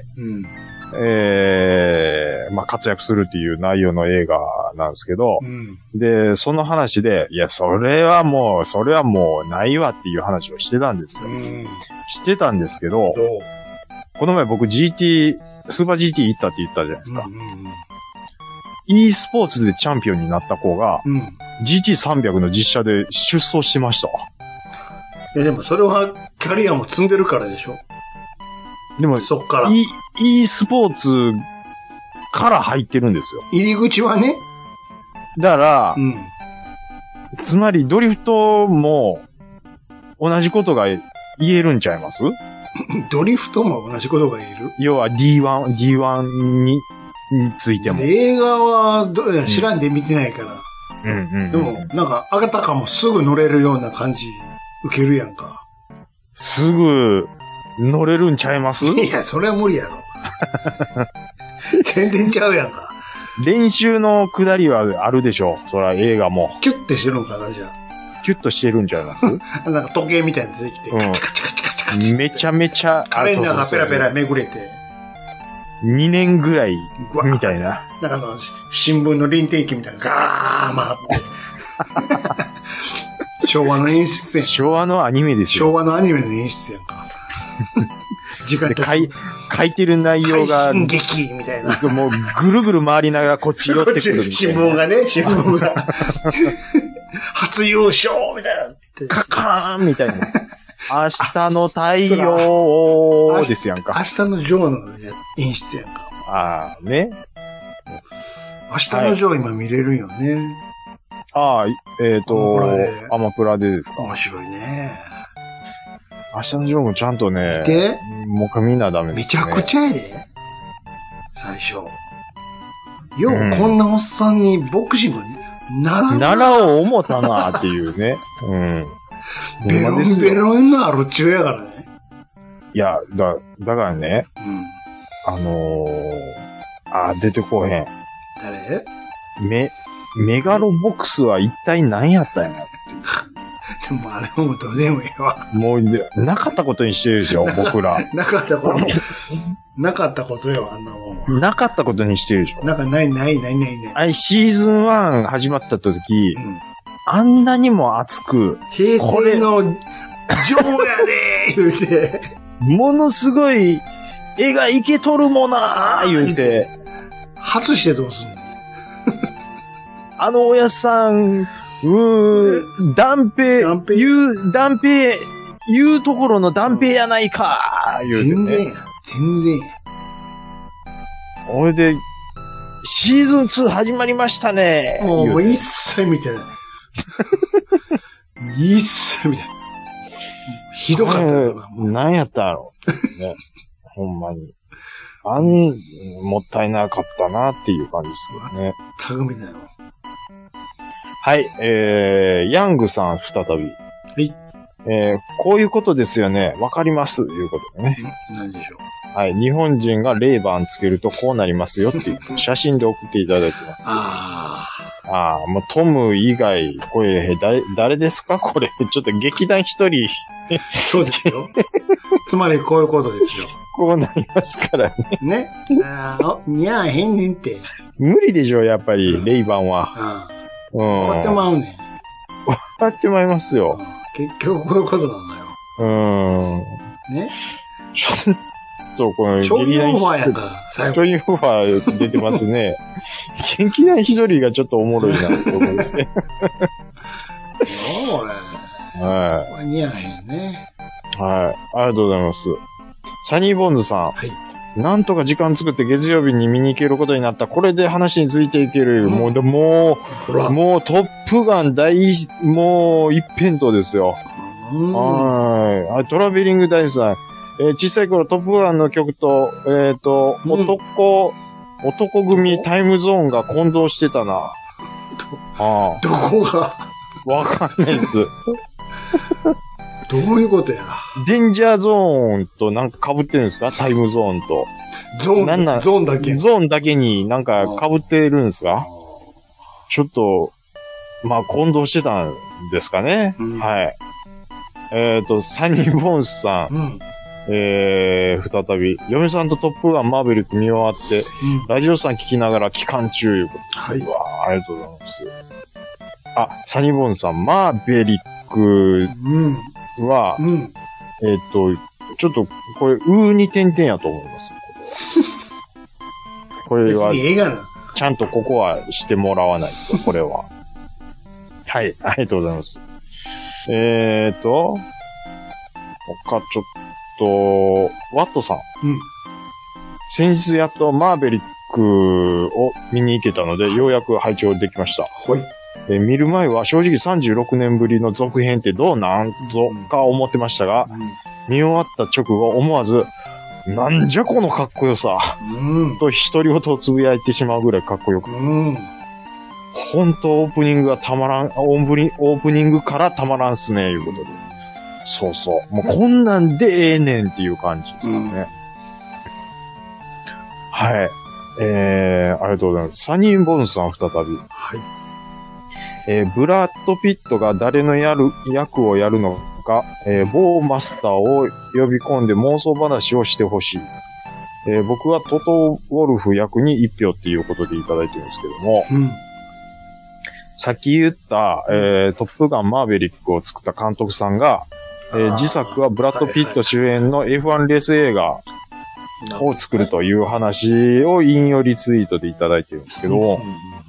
うん、えー、まあ、活躍するっていう内容の映画なんですけど、うん、で、その話で、いや、それはもう、それはもうないわっていう話をしてたんですよ。うん、してたんですけど、この前僕 ジーティー、スーパー ジーティー 行ったって言ったじゃないですか。うんうんうん、e スポーツでチャンピオンになった子が、うん、ジーティーさんびゃく の実写で出走してました。 いやでもそれはキャリアも積んでるからでしょ。 でも、 そっから。 e, e スポーツから入ってるんですよ。 入り口はね。 だから、うん、つまりドリフトも同じことが言えるんちゃいます？ ドリフトも同じことが言える？ 要は ディーワン、ディーワン に、についても。 映画はど知らんで見てないから。うんうんうんうん、でも、なんか、あがたかもすぐ乗れるような感じ、受けるやんか。 すぐ、乗れるんちゃいます？ いや、それは無理やろ。全然ちゃうやんか。 練習の下りはあるでしょ。そら映画も。 キュッてしてるのかな、じゃあ。 キュッとしてるんちゃいます？ なんか時計みたいに出てきて、うん、カチカチカチカチカチ。 めちゃめちゃ、 カレンダーがペラペラめぐれて。 にねんぐらい、みたいな。 なんかあの、新聞の臨転機みたいな、ガー回って。昭和の演出やん。 昭和のアニメですよ。 昭和のアニメの演出やんか。時間で書い、書いてる内容が。 快進撃みたいな。 もうぐるぐる回りながらこっち寄ってくるみたいな。 新聞がね、新聞が。初優勝みたいな。 カカーンみたいな。明日の太陽ですやんか。 明日のジョーの演出やんか。 ああ、ね。 明日のジョー今見れるよね。 ああ、えっと、アマプラでですか。 面白いね。 明日のジョーもちゃんとね、 見て。 もう一回みんなダメです、ね。 めちゃくちゃやで。最初。よう、こんなおっさんにボクシングなら、 ならを思ったなっていうね。うん。 ベロンベロンのある中やからね。 いや、だ、だからね。うん。あのー、あ、出てこへん。 誰？ メ、メガロボックスは一体何やったんやっていう。 でもあれもどうでもいいわ。 もう、なかったことにしてるでしょ、僕ら。 なかったこと。なかったことよ、あんなもん。 なかったことにしてるでしょ。 なんかない、ない、ない、ない、ない。 あれ、シーズンワン始まった時、うん、あんなにも熱く、 平成の女王やでー言うて。 ものすごい、絵がいけとるもなー言うて。 外してどうすんの？ あのおやさん、うー、断平、言う、断平、言うところの断平やないかー言うて、ね。 全然や。全然や。 ほいで、シーズンツー始まりましたね。 もう、もう一切見てない。一切見てない。ひどかったよな。 何やったんやろ。ね。ほんまに。あん、もったいなかったなっていう感じですけどね。 全く見ないよ。 はい、えー、ヤングさん再び。はい。えー、こういうことですよね。わかります。いうことでね。 何でしょう。はい。日本人がレーバンつけるとこうなりますよっていう写真で送っていただいてます。 ああ。ああ、もうトム以外、これ、誰、誰ですかこれ。ちょっと劇団一人。 そうですよ。つまりこういうことですよ。 こうなりますからね。 ね。ああ、似合わへんねんって。 無理でしょ、やっぱり、うん、レイバンは。 うん。終わってまうねん。 終わってまいますよ。 結局こういうことなんだよ。 うーん。 ね。 ちょっとこの、 ちょいオファーやんか、 最後。ちょいオファー出てますね。劇団一人がちょっとおもろいなと思うんですけど。 そう、俺。 はい。 似合わへんね。 はい。ありがとうございます。サニーボンズさん。はい。なんとか時間作って月曜日に見に行けることになった。これで話についていける。うん、もう、でもう、もうトップガン大、もう一辺倒ですよ。はい。トラベリング大さん。えー、小さい頃トップガンの曲と、えっ、ー、と、うん、男、男組タイムゾーンが混同してたな。 ああ。どこがわかんないです。 どういうことや。 デンジャーゾーンとなんか被ってるんですか？タイムゾーンと。 ゾーン、なんなんゾーンだけ。 ゾーンだけになんか被ってるんですか？ちょっと、まあ混同してたんですかね。うん、はい。えっ、ー、と、サニーボーンスさん。うん、えー、再び、嫁さんとトップガンマーベリック見終わって、うん、ラジオさん聞きながら期間中いうこと。はい。うわありがとうございます。あ、サニーボーンさん、マーベリックは、うんうん、えっ、ー、と、ちょっと、これ、うーに点々やと思います。これは、ちゃんとここはしてもらわないと、これは。はい、ありがとうございます。えーと、他ちょっと、ワットさん。うん。先日やっとマーベリックを見に行けたので、ようやく拝聴できました。はい。えー、見る前は正直さんじゅうろくねんぶりの続編ってどうなんとか思ってましたが、うん、見終わった直後思わず、なんじゃこのかっこよさ、うん、と独り言をつぶやいてしまうぐらいかっこよくなります。うん、本当オープニングがたまらん、オープニング、オープニングからたまらんっすね、いうことで。そうそう。もうこんなんでええねんっていう感じですかね。うん、はい。えー、ありがとうございます。サニーボンさん再び。はい。えー、ブラッド・ピットが誰のやる、役をやるのか、えー、某マスターを呼び込んで妄想話をしてほしい。えー、僕はトト・ウォルフ役に一票っていうことでいただいてるんですけども、うん、さっき言った、えー、トップガンマーベリックを作った監督さんが、えー、自作はブラッド・ピット主演の エフワン レース映画を作るという話を引用リツイートでいただいてるんですけど、うんうん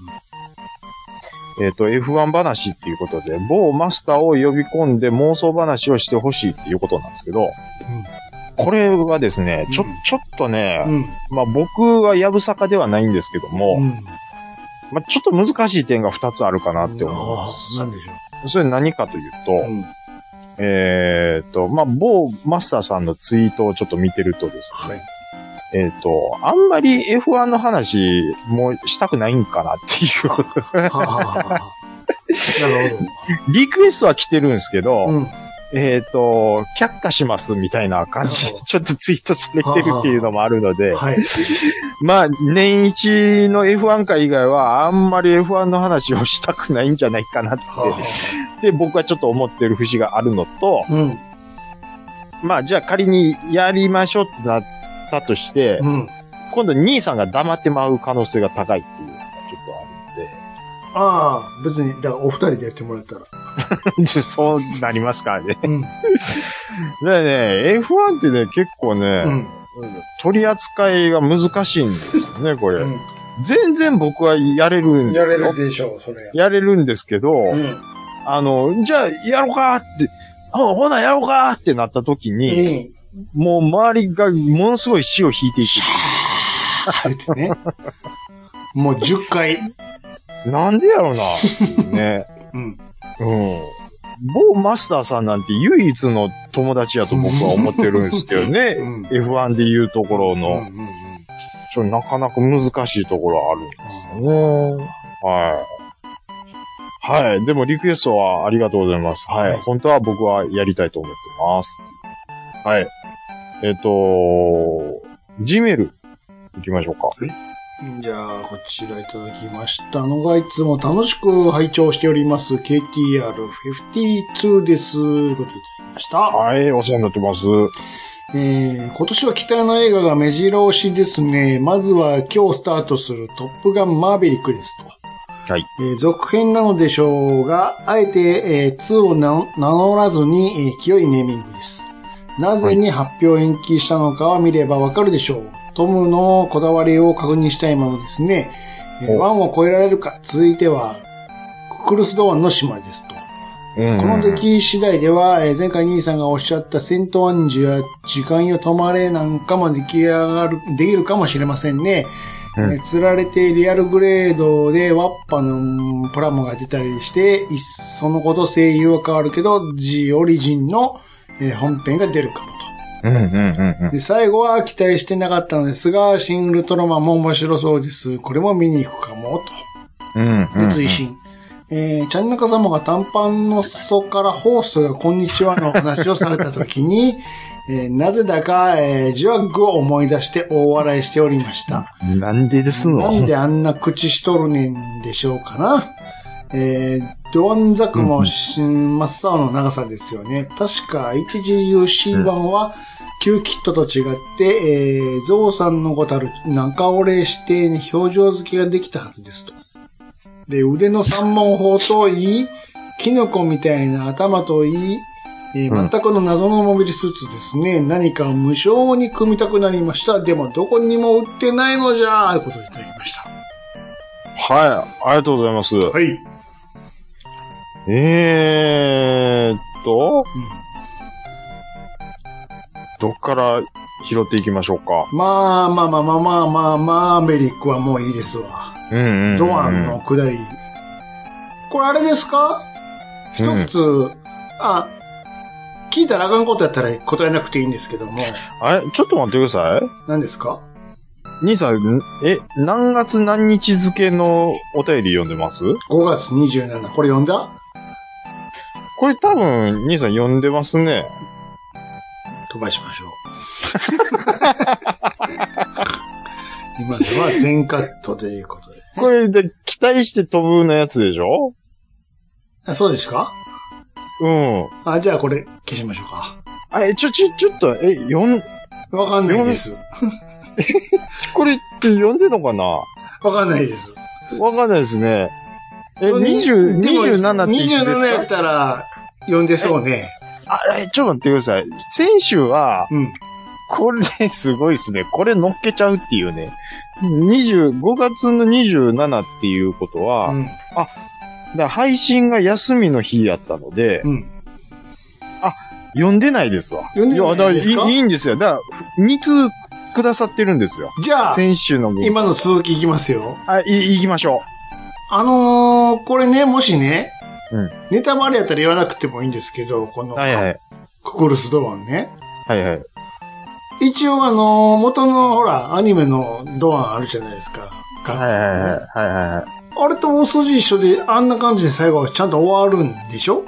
えっと、エフワン 話っていうことで、某マスターを呼び込んで妄想話をしてほしいっていうことなんですけど、うん、これはですね、ちょ、ちょっとね、うん、まあ僕はやぶさかではないんですけども、うん、まあちょっと難しい点がふたつあるかなって思います。 なんでしょう。 それ何かというと、うん、えっと、まあ某マスターさんのツイートをちょっと見てるとですね、はいえっ、ー、と、あんまり エフワン の話もしたくないんかなっていうははは。なるほど。リクエストは来てるんですけど、うん、えっ、ー、と、却下しますみたいな感じでちょっとツイートされてるっていうのもあるので、はははい、まあ、年一の エフワン 回以外はあんまり エフワン の話をしたくないんじゃないかなって、ははで、僕はちょっと思ってる節があるのと、うん、まあ、じゃあ仮にやりましょうってなって、だとして、うん、今度兄さんが黙ってまう可能性が高いっていうのがちょっとあるんで。 ああ、別に、だからお二人でやってもらったら。 そうなりますからね。うん、でね、エフワン ってね、結構ね、うん、取り扱いが難しいんですよね、これ。うん、全然僕はやれるんですよ。 やれるでしょう、それ。 やれるんですけど、うん、あの、じゃあやろうかって、ほ、ほなやろうかってなった時に、うんもう周りがものすごい死を引いていく。ね、 もうじゅっかい。 なんでやろな。ね。うん。うん。某マスターさんなんて唯一の友達やと僕は思ってるんですけどね。うん、エフワン で言うところの、うんうんうん。ちょっとなかなか難しいところあるんですよね。はい。はい。でもリクエストはありがとうございます。はい。はい、本当は僕はやりたいと思ってます。はい。えっ、ー、と、G メール行きましょうか。 じゃあ、こちらいただきましたのが、いつも楽しく拝聴しております、ケーティーアールフィフティーツー です。ということでいただきました。 はい、お世話になってます。 えー、今年は期待の映画が目白押しですね。まずは今日スタートするトップガンマーベリックですと。はい。えー、続編なのでしょうが、あえて、えー、ツーを名乗らずに、えー、清いネーミングです。なぜに発表延期したのかは見ればわかるでしょう。トムのこだわりを確認したいものですね。えー、ワンを超えられるか。続いては、ククルスドアンの島ですと。 うんうん、この出来次第では、えー、前回兄さんがおっしゃった戦闘暗示や時間よ止まれなんかも出来上がる、できるかもしれませんね。うん、えー、釣られてリアルグレードでワッパのプラモが出たりして、いっそのこと声優は変わるけど、G オリジンの、えー、本編が出るかもと。 うんうんうんうん、 で最後は期待してなかったのですが、シン・ウルトラマンも面白そうです。これも見に行くかもと。 うんうんうん、 で、追伸。えー、ちゃんなか様が短パンの裾からホーストがこんにちはの話をされたときに、えー、なぜだか、えー、ジワッグを思い出して大笑いしておりました。 なんでですの？ なんであんな口しとるねんでしょうかな。えー、ドアンザクも、うん、真っ青の長さですよね。確か エイチジーユーシーワン は、旧キットと違って、えー、ゾウさんのごたる中折れして表情付けができたはずですと。で、腕の三門砲といい、キノコみたいな頭といい、えー、全くの謎のモビルスーツですね。うん、何か無償に組みたくなりました。でもどこにも売ってないのじゃー、ということでいただきました。 はい、ありがとうございます。 はい。 えーっと、うん、どっから拾っていきましょうか。 まあまあまあまあまあまあまあ、メリックはもういいですわ。 うんうんうんうん、 ドアンの下り。これあれですか？一つ、うん、あ、聞いたらあかんことやったら答えなくていいんですけども。 あれちょっと待ってください。 何ですか？ 兄さん、え、何月何日付のお便り読んでます？ ご 月にじゅうしち。これ読んだ？ これ多分、兄さん読んでますね。 飛ばしましょう。今では全カットということで、ね。 これで期待して飛ぶのやつでしょ？ あ、そうですか？ うん。 あ、じゃあこれ消しましょうか。 あ、え、ちょ、ちょ、ちょっと、え、読ん、 わかんないです。 これって読んでんのかな？ わかんないです。 わかんないですね。え、にじゅう、にじゅうななって言ってですか？にじゅうななやったら読んでそうね。 あ、え、ちょっと待ってください。先週は、 うん。 これすごいですね。これ乗っけちゃうっていうね。にじゅう、ごがつのにじゅうしちっていうことは、うん、あ、だ配信が休みの日やったので、 うん、 あ、読んでないですわ。 読んでないですか？ いや、だいい、いいんですよ。だから、に通くださってるんですよ。 じゃあ、 先週の今の続きいきますよ。 あ、い、いきましょう。 あのー、これね、もしね、 うん、 ネタバレやったら言わなくてもいいんですけど、この、 はいはい、 ククルスドアンね。 はいはい。 一応あのー、元のほら、アニメのドアンあるじゃないですか。 はいはいはい。はいはいはい。 あれと大筋一緒で、あんな感じで最後はちゃんと終わるんでしょ？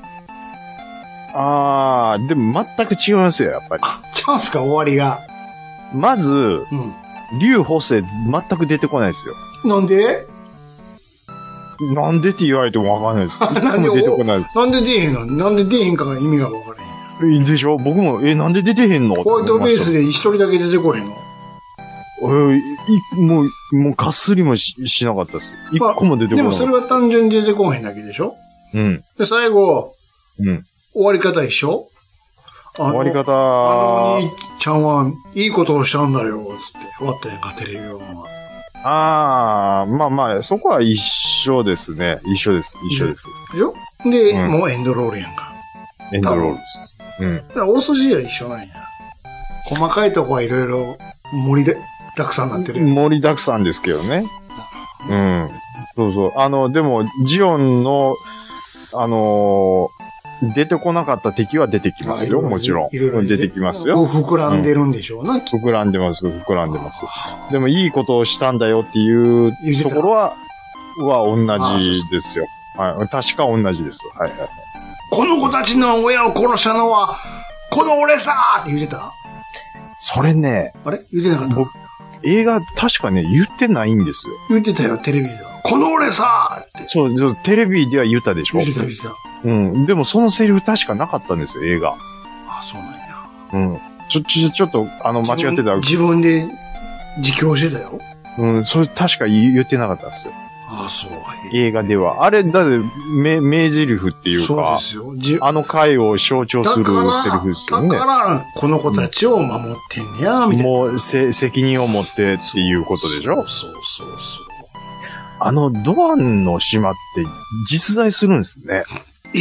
あー、でも全く違いますよ、やっぱり。 チャンスか、終わりが。 まず、 うん。 竜補正全く出てこないですよ。 なんで？ なんでって言われてもわかんないです。なんで出てこないです。 なんで出えへんの？なんで出えへんかが意味がわからへん。 でしょ？僕も、え、なんで出てへんの？ ホワイトベースで一人だけ出てこへんの？ えー、い、もう、もうかすりも し, しなかったです。一個も出てこない、まあ。 でもそれは単純に出てこへんだけでしょ？ うん。 で、最後、 うん。 終わり方一緒？ 終わり方。 あの兄ちゃんはいいことをしたんだよ、つって終わったやんか、テレビは。 ああ、まあまあ、そこは一緒ですね。一緒です。一緒です。 でしょ？で、うん、もうエンドロールやんか。 エンドロールです。うん。 だから大筋は一緒なんや。細かいとこはいろいろ盛りで、たくさんなってる。 盛りだくさんですけどね。うん。そうそう。あの、でも、ジオンの、あのー、出てこなかった敵は出てきますよ、もちろん。いろいろ出てきますよ。 膨らんでるんでしょうな、うん、 膨らんでます、膨らんでます。でも、いいことをしたんだよっていうところは、は同じですよ。はい。確か同じです。はいはい。 この子たちの親を殺したのは、この俺さーって言ってた？ それね。 あれ言ってなかった？ 映画、確かね、言ってないんですよ。 言ってたよ、テレビでは。この俺さーって。 そう、そう、テレビでは言ったでしょ？ 言ってた、言ってた。 うん。でもそのセリフ確かなかったんですよ、映画。 あ、そうなんや。 うん。ちょ、ちょ、ちょっと、あの、間違ってた。 自分で自供してたよ。 うん、それ確か言ってなかったんですよ。 ああ、そう。 映画では。あれ、だって、名、名台詞っていうか、 そうですよ。 あの回を象徴するセリフですよね。 だから、この子たちを守ってんねや、みたいな。 もう、せ、責任を持ってっていうことでしょ？ そうそうそうそう。 あの、ドアンの島って実在するんですね。 え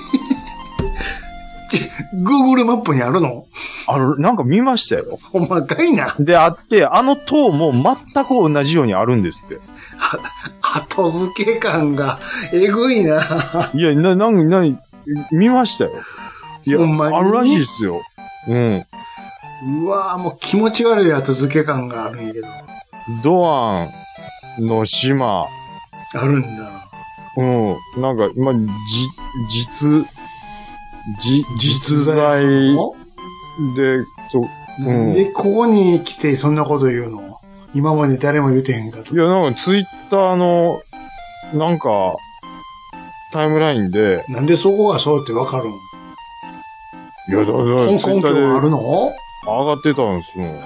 Google マップにあるの？ ある、なんか見ましたよ。 ほんまかいな。 で、あって、あの塔も全く同じようにあるんですって。 後付け感が、えぐいな。 いや、な、なに、なに、見ましたよ。いや、ほんまにあるらしいですよ。うん。 うわぁ、もう気持ち悪い後付け感があるんやけど。 ドアンの島。 あるんだ。 うん。なんか、今、じ、実、じ、実在で、そう、 うん。で、ここに来てそんなこと言うの？今まで誰も言うてへんかと。 いや、なんかツイッターの、なんか、タイムラインで。 なんでそこがそうってわかるん？いや、だから、 根拠があるの？ 上がってたんですよ。へ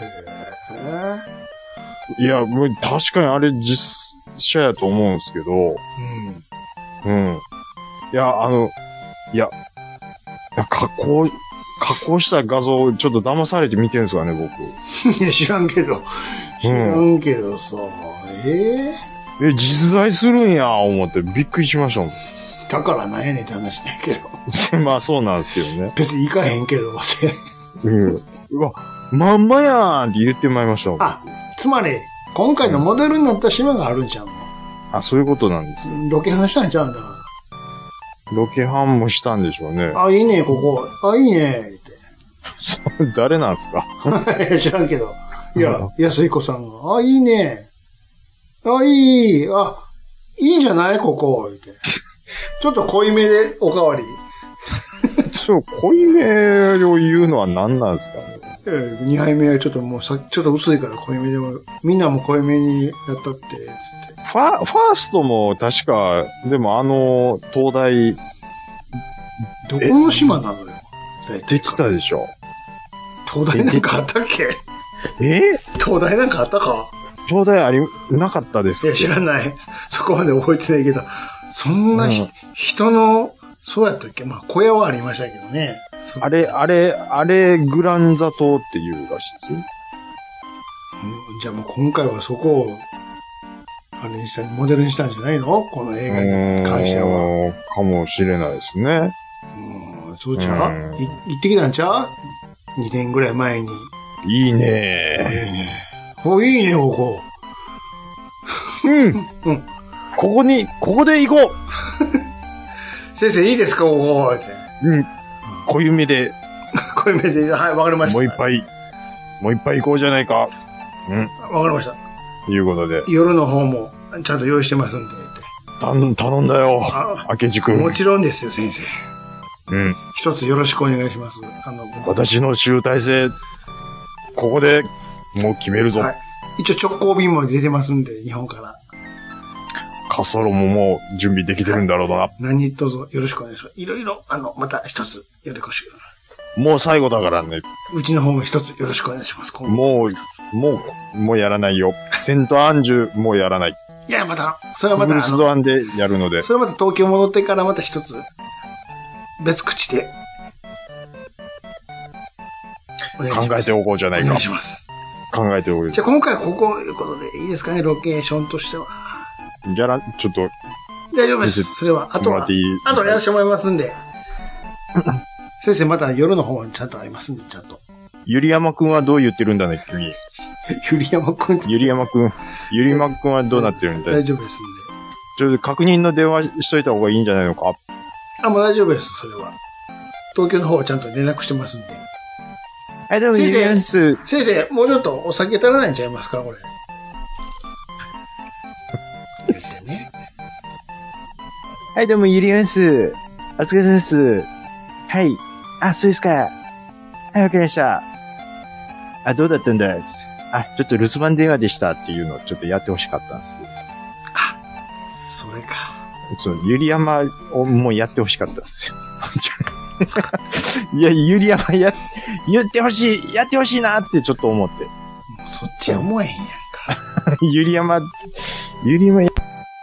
ー。いや、もう確かにあれ実写やと思うんですけど。うん。うん。いや、あの、いや、加工、加工した画像をちょっと騙されて見てるんですかね、僕。 いや、知らんけど。知らんけどさ、うん、えー、え、実在するんや、思ってびっくりしましたもん。 だからなんやねんって話だけど。まあそうなんですけどね。 別に行かへんけど、って。 うん。うわ、まんまやーんって言ってまいりましたもん。 あ、つまり、今回のモデルになった島があるんちゃうの？ あ、そういうことなんですよ。 ロケハンしたんちゃうんだから。 ロケハンもしたんでしょうね。 あ、いいね、ここ。あ、いいね、って。 それ誰なんすか？ 知らんけど。いや、安彦さんが、あ、いいね。あ、いい。あ、いいんじゃないここ、って。ちょっと濃いめでおかわり。 ちょっと濃いめを言うのは何なんですかね。 ええ、にはいめはちょっともうさ、ちょっと薄いから濃いめでも、みんなも濃いめにやったって、つって。 ファ、ファーストも確か、でもあの、東大、 どこの島なのよ。 出てたでしょ。 東大なんかあったっけ？ え東大なんかあったか？ 東大あり、なかったですいや、知らない。そこまで覚えてないけど、そんな、うん、人の、そうやったっけ？まあ、小屋はありましたけどね。 あれ、あれ、あれ、グランザ島っていうらしいですよ。 うん、じゃあもう今回はそこを、あれにした、モデルにしたんじゃないの？この映画に関しては。 かもしれないですね。 うん、そうちゃう？い、行ってきたんちゃう？ に 年ぐらい前に。 いいねー。いいね。お、いいね、ここ。 うん。うん。ここに、ここで行こう先生、いいですか、ここって。 うん。小夢で。 小夢で、はい、わかりました。 もう一杯、もう一杯行こうじゃないか。 うん。わかりました。 ということで。 夜の方も、ちゃんと用意してますんで。 頼頼んだよ。明智君。 もちろんですよ、先生。 うん。 一つよろしくお願いします。あの、 私の集大成、ここで、もう決めるぞ。はい。 一応直行便も出てますんで、日本から。 滑走路ももう準備できてるんだろうな。はい、 何卒よろしくお願いします。いろいろ、あの、また一つよろしく。 もう最後だからね。 うちの方も一つよろしくお願いします。 もう、もう、もうやらないよ。セントアンジュ、もうやらない。 いや、また、それはまた。 ブルースドアンでやるので。 それはまた東京戻ってからまた一つ、別口で。 考えておこうじゃないか。 お願いします。 考えておこう。 じゃあ今回はここいうことでいいですかね、ロケーションとしては。 やら、ちょっと。 大丈夫です。それは、あとは、あとはやらせてもらいますんで。先生、また夜の方はちゃんとありますんで、ちゃんと。 ゆりやまくんはどう言ってるんだね、君。 ゆりやまくんゆりやまくん。ゆりやまくんはどうなってるんだい？ 大丈夫ですんで。 ちょっと確認の電話しといた方がいいんじゃないのか？ あ、もう大丈夫です、それは。東京の方はちゃんと連絡してますんで。 はい、どうも、先生、 先生、もうちょっとお酒足らないんちゃいますか、これ。言ってね。 はい、どうも、ゆりやんす。お疲れ様です。はい。あ、そうですか。はい、わかりました。あ、どうだったんだ？あ、ちょっと留守番電話でしたっていうのをちょっとやってほしかったんですけど。 あ、それか。 そう、ゆりやまをもうやってほしかったですよ。いや、ゆりやまや、言ってほしい、やってほしいなってちょっと思って。もうそっちは思えへんやんか。 ゆりやま、ゆりやまや、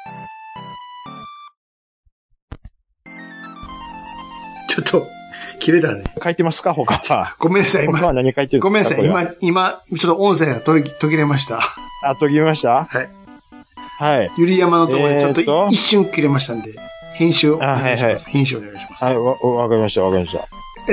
ちょっと、切れたね。 書いてますか他は。 ごめんなさい、今。 他は何書いてるんですか？ ごめんなさい、今、今、ちょっと音声が途切れました。 あ、途切れました？ はい。 はい。 ゆりやまのところでちょっと一瞬切れましたんで。 編集お願いします。はいはい、編集お願いします。 はい、わ、わかりました、わかりました。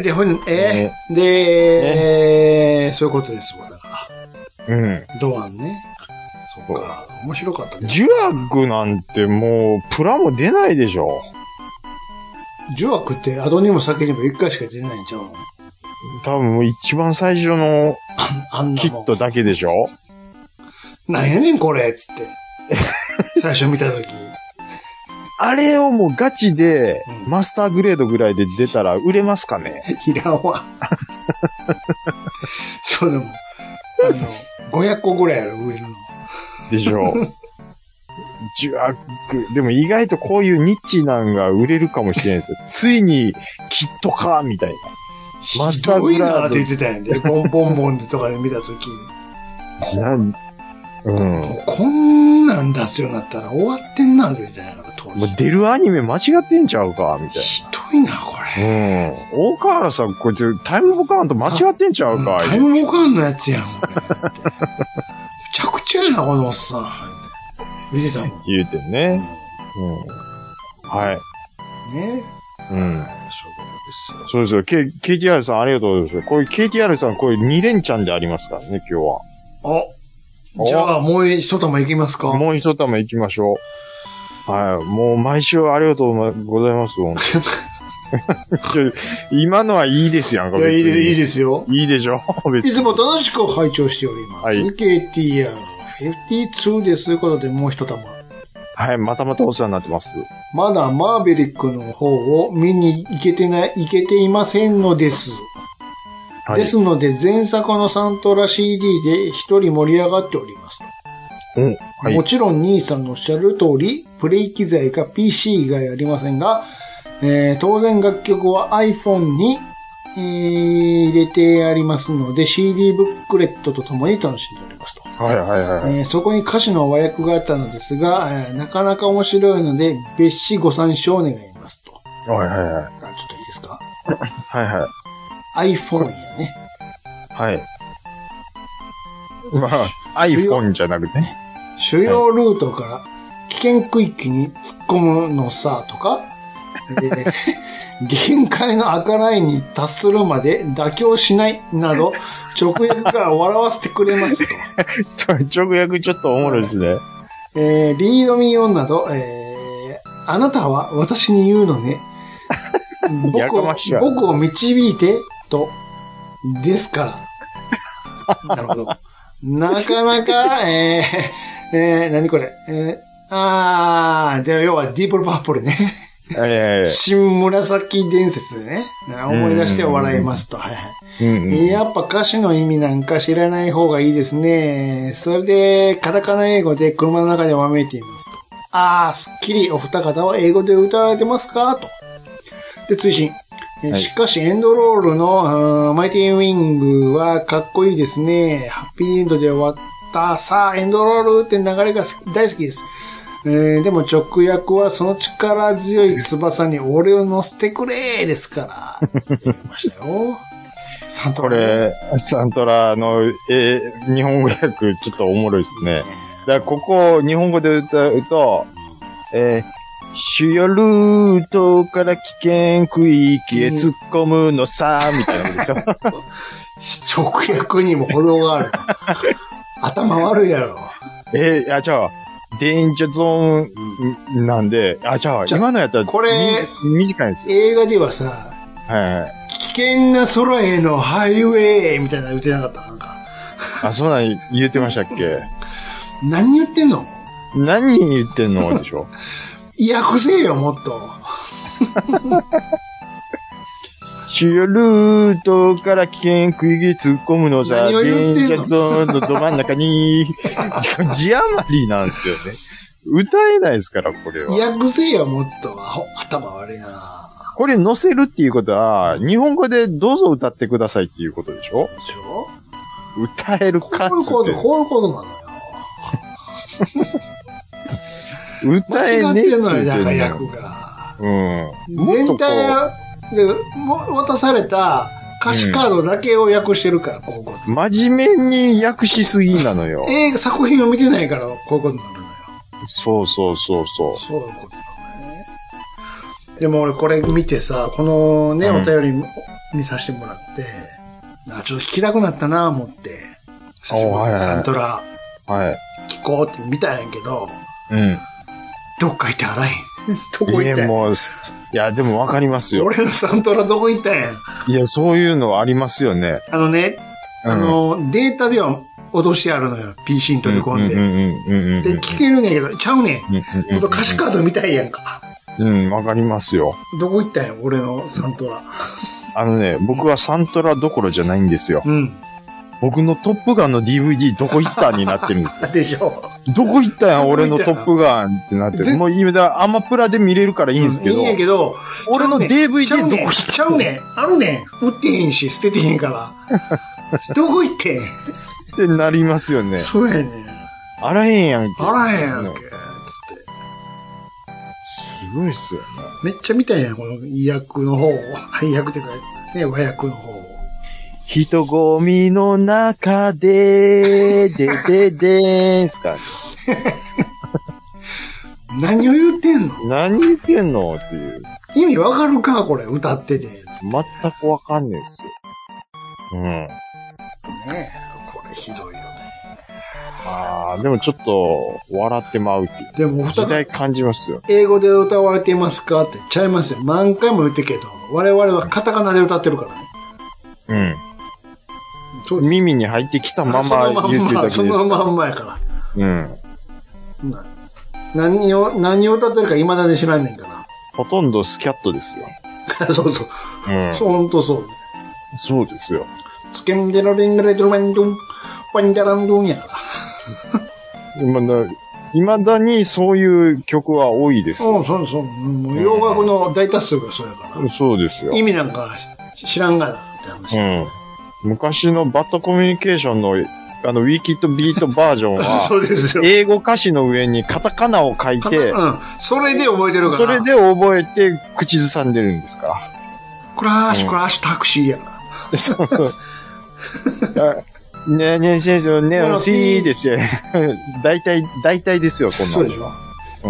で、ほん、えー、で、えー、そういうことですわ、だから。うん。ドアンね。そっか。面白かったね。 ジュアグなんてもう、プラも出ないでしょ。 ジュアグってアドにも先にも一回しか出ないんちゃうの？ 多分一番最初のキットだけでしょ。 なんやねんこれつって。最初見たとき。 あれをもうガチで、マスターグレードぐらいで出たら売れますかね？ いらんわ。そうでも、あの、ごひゃっこぐらいやろ、売れるの。 でしょ。ジュアッグ。でも意外とこういうニッチなんが売れるかもしれないですよ。ついに、キットかみたいな。 マスターグレード。ひどいなって言ってたんやで。ボンボンボンでとかで見たとき。なんうん、こんなん出すようになったら終わってんな、みたいなから当時。 もう出るアニメ間違ってんちゃうか、みたいな。 ひどいな、これ。 うん。大河原さん、こいつタイムボカーンと間違ってんちゃうか、 タイムボカーンのやつやん、これ。むちゃくちゃやな、このおっさん。見てたもん。 言うてんね。うん。うん、はい。 ね。 うん。そうですよ。K、ケーティーアール さんありがとうございます。こういう ケーティーアール さん、こういうに連チャンでありますからね、今日は。 あじゃあ、もう一玉いきますか？ もう一玉いきましょう。はい。もう毎週ありがとうございます。今のはいいですやんか、 別に。いや、いいですよ。 いいでしょ、 別に。いつも楽しく拝聴しております。はい、ケーティーアールごじゅうに です。ということで、もう一玉。 はい、またまたお世話になってます。 まだマーベリックの方を見に行けてない、行けていませんのです。はい、ですので、前作のサントラ シーディー で一人盛り上がっております。 うんはい、 もちろん、兄さんのおっしゃる通り、プレイ機材が ピーシー 以外ありませんが、えー、当然楽曲は iPhone に、えー、入れてありますので、シーディー ブックレットとともに楽しんでおりますと。 はいはいはい。 えー、そこに歌詞の和訳があったのですが、えー、なかなか面白いので、別紙ご参照願いますと。 はいはいはい。 あ、ちょっといいですか？ はいはい。 iPhone やね。 はい。まあ、iPhone じゃなくてね。 主要ルートから危険区域に突っ込むのさ、とか、で限界の赤ラインに達するまで妥協しないなど、直訳から笑わせてくれますと。直訳ちょっとおもろいですね。 えー、リードミーオンなど、えー、あなたは私に言うのね。僕を僕を導いて、と、ですから。なるほど。なかなか、えー、えー、何これ。えー、あー、で要はディープルパープルね。新紫伝説でね。思い出して笑いますと。はいはい。やっぱ歌詞の意味なんか知らない方がいいですね。それで、カタカナ英語で車の中でわめいていますと。あー、すっきりお二方は英語で歌われてますかと。で、追伸。はい、しかし、エンドロールのマイティウィングはかっこいいですね。ハッピーエンドで終わった。さあ、エンドロールって流れが大好きです。えー、でも直訳はその力強い翼に俺を乗せてくれですから。言いましたよ。サントラ。 これ、サントラの、えー、日本語訳ちょっとおもろいですね。だからここ日本語で歌うと、えー主要ルートから危険区域へ突っ込むのさ、みたいなことですよ。直訳にも程がある。頭悪いやろ。 えー、あ、じゃあ、デンジャーゾーンなんで、あ、じゃあ、今のやったら、 これ、 短いんですよ。 映画ではさ、 はいはい。 危険な空へのハイウェイみたいなの言ってなかったなんか。 あ、そんなん言ってましたっけ？ 何言ってんの？ 何言ってんのでしょ訳せよ、もっと。 主要ルートから危険区域突っ込むのさ、電車ゾーンのど真ん中に、字余りなんですよね。歌えないですから、これは。 訳せよ、もっと。頭悪いな。 これ載せるっていうことは、日本語でどうぞ歌ってくださいっていうことでしょ？でしょ？歌えるかっつって。こういうこと、こういうことなのよ。 歌えねえっつってんの。 間違ってんのよ、役が。 うん。 全体で、渡された歌詞カードだけを訳してるから、うん、こういうこと。 真面目に訳しすぎなのよ。 映画、作品を見てないから、こういうことになるのよ。 そうそうそうそう。 そういうことだね。 でも俺これ見てさ、このね、うん、お便り見させてもらって、あ、ちょっと聞きたくなったなぁ思って、久しぶりにサントラ、はい。聞こうって見たんやけど、うん。どっか行ってあらへん。どこ行ったんや。もう、いや、でもわかりますよ。 俺のサントラどこ行ったんや。 いや、そういうのありますよね。 あのね、うん、あの、データでは脅してあるのよ。ピーシー に取り込んで。で、聞けるねんけど、ちゃうねん。ほんと歌詞カードみたいやんか。 うん、わかりますよ。 どこ行ったんや、俺のサントラ。 あのね、僕はサントラどころじゃないんですよ。うん。僕のトップガンの ディーブイディー どこ行ったんになってるんですよ。 でしょ。 どこ行ったんや、俺のトップガンってなってる。もう今だ、アマプラで見れるからいいんですけど。 いいんやけど、 俺の ディーブイディー どこ行ったんちゃうねん。あるねん。売ってへんし、捨ててへんから。どこ行ってんってなりますよね。 そうやねん。 あらへんやんけ。 あらへんやんけ。つって。 すごいっすよね。 めっちゃ見たんやん、この意訳の方を。意訳っていうか、ね、和訳の方を。 人混みの中で、でででーんすか。 何を言ってんの何言ってんのっていう。 意味わかるかこれ、歌ってて。 全くわかんねえっすよ。うん。ねえ、これひどいよね。 ああ、でもちょっと、笑ってまうっていう。でも、時代感じますよ。 英語で歌われていますかってちゃいますよ。何回も言ってけど、我々はカタカナで歌ってるからね。うん。 耳に入ってきたまま言ってるだけです。 そのまんまやから。うん。何を、何を歌ってるか未だに知らんねんから。 ほとんどスキャットですよ。 そうそう。うん。そう、ほんとそう。 そうですよ。 つけんでられんれどめんどん、パンダランドンやから。 今だ、未だにそういう曲は多いですよ。 うん、そうそう。もう洋楽の大多数がそうやから。 そうですよ。 意味なんか知らんがなって話。うん。 昔のバッドコミュニケーションのあのウィキッドビートバージョンはそうですよ。英語歌詞の上にカタカナを書いて、うん、 それで覚えてるから。 それで覚えて口ずさんでるんですか。 クラッシュクラッシュタクシーやから。そうそう。 ねえねえ先生ねえしーですよ。大体大体ですよそんなの。そうでしょ。うん。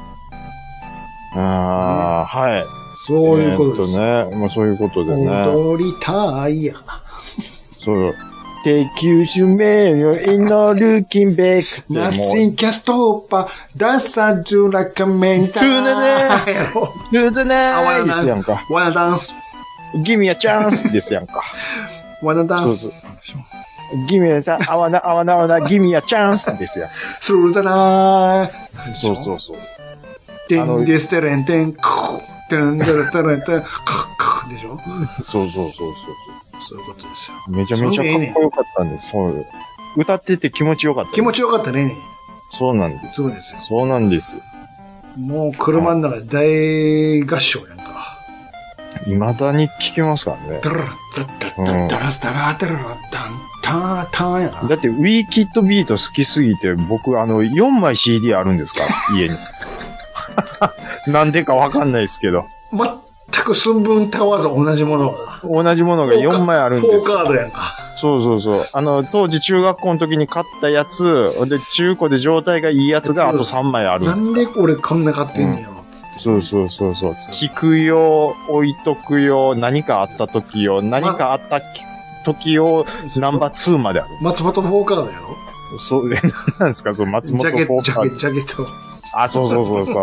ああ、はい。 そういうことです。 えー、っとね、まあそういうことでね。 踊りたいやな。 そう。Take you to me, in no looking back. Nothing can stop us. Dance and do like a mental. To the night. To the night. ですやんか。 Wanna dance. Give me a chance ですやんか。 Wanna dance. そうそう。 Give me a chance. I wanna, I wanna, I wanna, give me a chance ですやん。 Through the night. そうそうそう。 てんでステレンテン、クー、てんでステレンテン、クー、クーでしょそうそうそうそう。 そういうことですよ。 めちゃめちゃかっこよかったんです。そう。歌ってて気持ちよかった。 気持ちよかったね。 そうなんです。 そうですよ。 そうなんです。 もう車の中で大合唱やんか。 未だに聴けますからね。 ダララッダッダッダラスダラダララッダンターターやから。 だってウィーキッドビート好きすぎて僕あのよんまい シーディー あるんですから、家に。なんでかわかんないですけど。 全く寸分たわず同じものが。 同じものがよんまいあるんですよ。 フォーカードやんか。 そうそうそう。あの、当時中学校の時に買ったやつ、で、中古で状態がいいやつがあとさんまいあるんです。 なんで俺こんな買ってんねやろ、つって。 そうそうそうそう。聞くよ、置いとくよ、何かあった時よ、何かあった時よ、ナンバーツーまである。 松本フォーカードやろそう、え、なんですか、そう、松本フォーカード。 ジャケット、ジャケット。 あ、そうそうそうそう。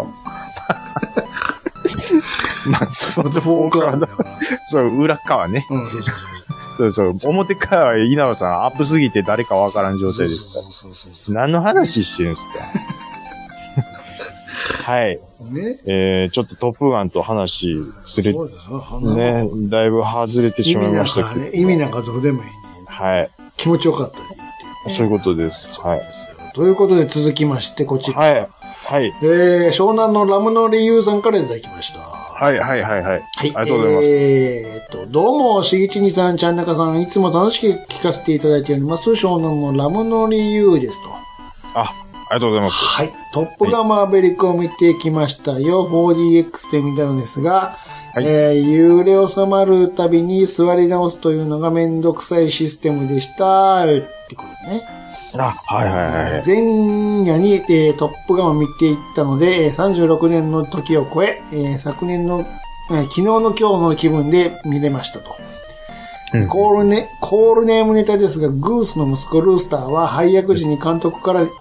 松本フォーカード。そう、裏側ね。うん、そうそうそう。そうそう。表側は稲葉さんアップすぎて誰かわからん状態ですから。そうそうそうそう。何の話してるんですかはい。ね。えー、ちょっとトップガンと話する。そうですね。だいぶ外れてしまいましたけど。 意味なんかどうでもいいね。 はい。 気持ちよかったり、ね。 そういうことです。はい。 ということで続きまして、こちら。 はい。はい。 えー、湘南のラムの理由さんからいただきました。 はいはいはいはい。はい。ありがとうございます。 えーと、どうも、しげちにさん、ちゃんなかさん、いつも楽しく聞かせていただいております、湘南のラムの理由ですと。 あ、ありがとうございます。 はい。トップガンマーベリックを見てきましたよ。はい、フォーディーエックス で見たのですが、はい、えー、揺れ収まるたびに座り直すというのがめんどくさいシステムでした。ってことね。 あ、はいはいはい。 前夜に、えー、トップガンを見ていったので、さんじゅうろくねんの時を超え、えー、昨年の、えー、昨日の今日の気分で見れましたと。うん、コールネ、コールネームネタですが、グースの息子ルースターは配役時に監督から、うん、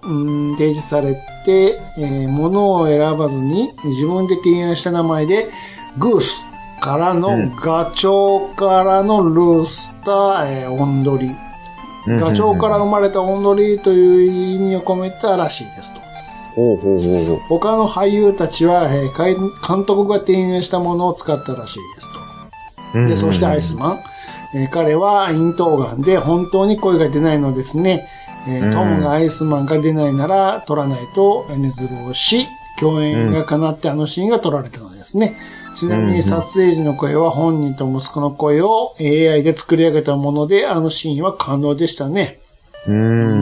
提示されて、えー、物を選ばずに自分で提案した名前で、グースからのガチョウからのルースター、えー、オンドリ。ガチョウから生まれたオンドリという意味を込めたらしいですと。 ほうほうほうほう。 他の俳優たちは、えー、監督が提案したものを使ったらしいですと。で、そしてアイスマン。えー、彼は咽頭がんで本当に声が出ないのですね。えー、トムがアイスマンが出ないなら撮らないと捏造し、共演が叶ってあのシーンが撮られたのですね。ちなみに撮影時の声は本人と息子の声を エーアイ で作り上げたもので、あのシーンは可能でしたね。うん。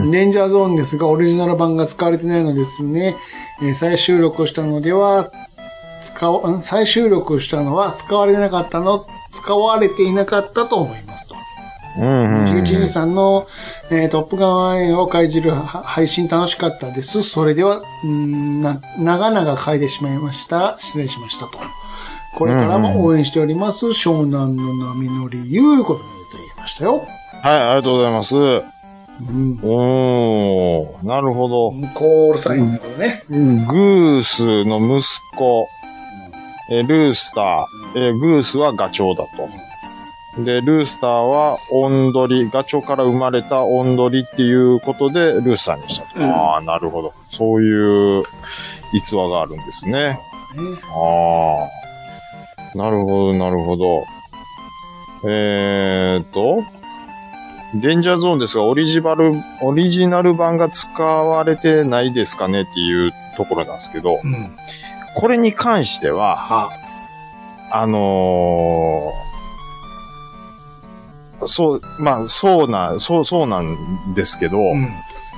レンジャーゾーンですが、オリジナル版が使われてないのですね。えー、再収録をしたのでは、使わ、再収録をしたのは使われなかったの、使われていなかったと思いますと。うん。しげちにさんの、えー、トップガンワンを感じる配信楽しかったです。それでは、んな、長々書いてしまいました。失礼しましたと。これからも応援しております。うんうん、湘南の波の理由ということで言いましたよ。 はい、ありがとうございます。うん、おー、なるほど。 コールサインだからね。 グースの息子、えルースター、えグースはガチョウだと。で、ルースターはオンドリ、ガチョウから生まれたオンドリっていうことでルースターにしたと。うん、ああ、なるほど。そういう逸話があるんですね。ああ。なるほど、なるほど。えーっと、デンジャーゾーンですが、オリジナル、オリジナル版が使われてないですかねっていうところなんですけど、うん、これに関しては、はあのー、そう、まあ、そうな、そう、そうなんですけど、うん、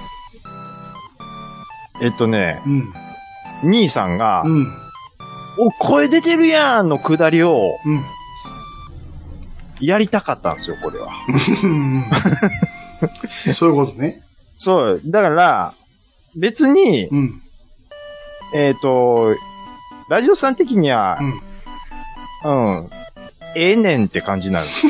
えっとね、うん、兄さんが、うんお、声出てるやんのくだりを、うん、やりたかったんですよ、これは。 そういうことね。 そう。だから、別に、うん、えっと、ラジオさん的には、うん、うん、ええねんって感じなんですよ。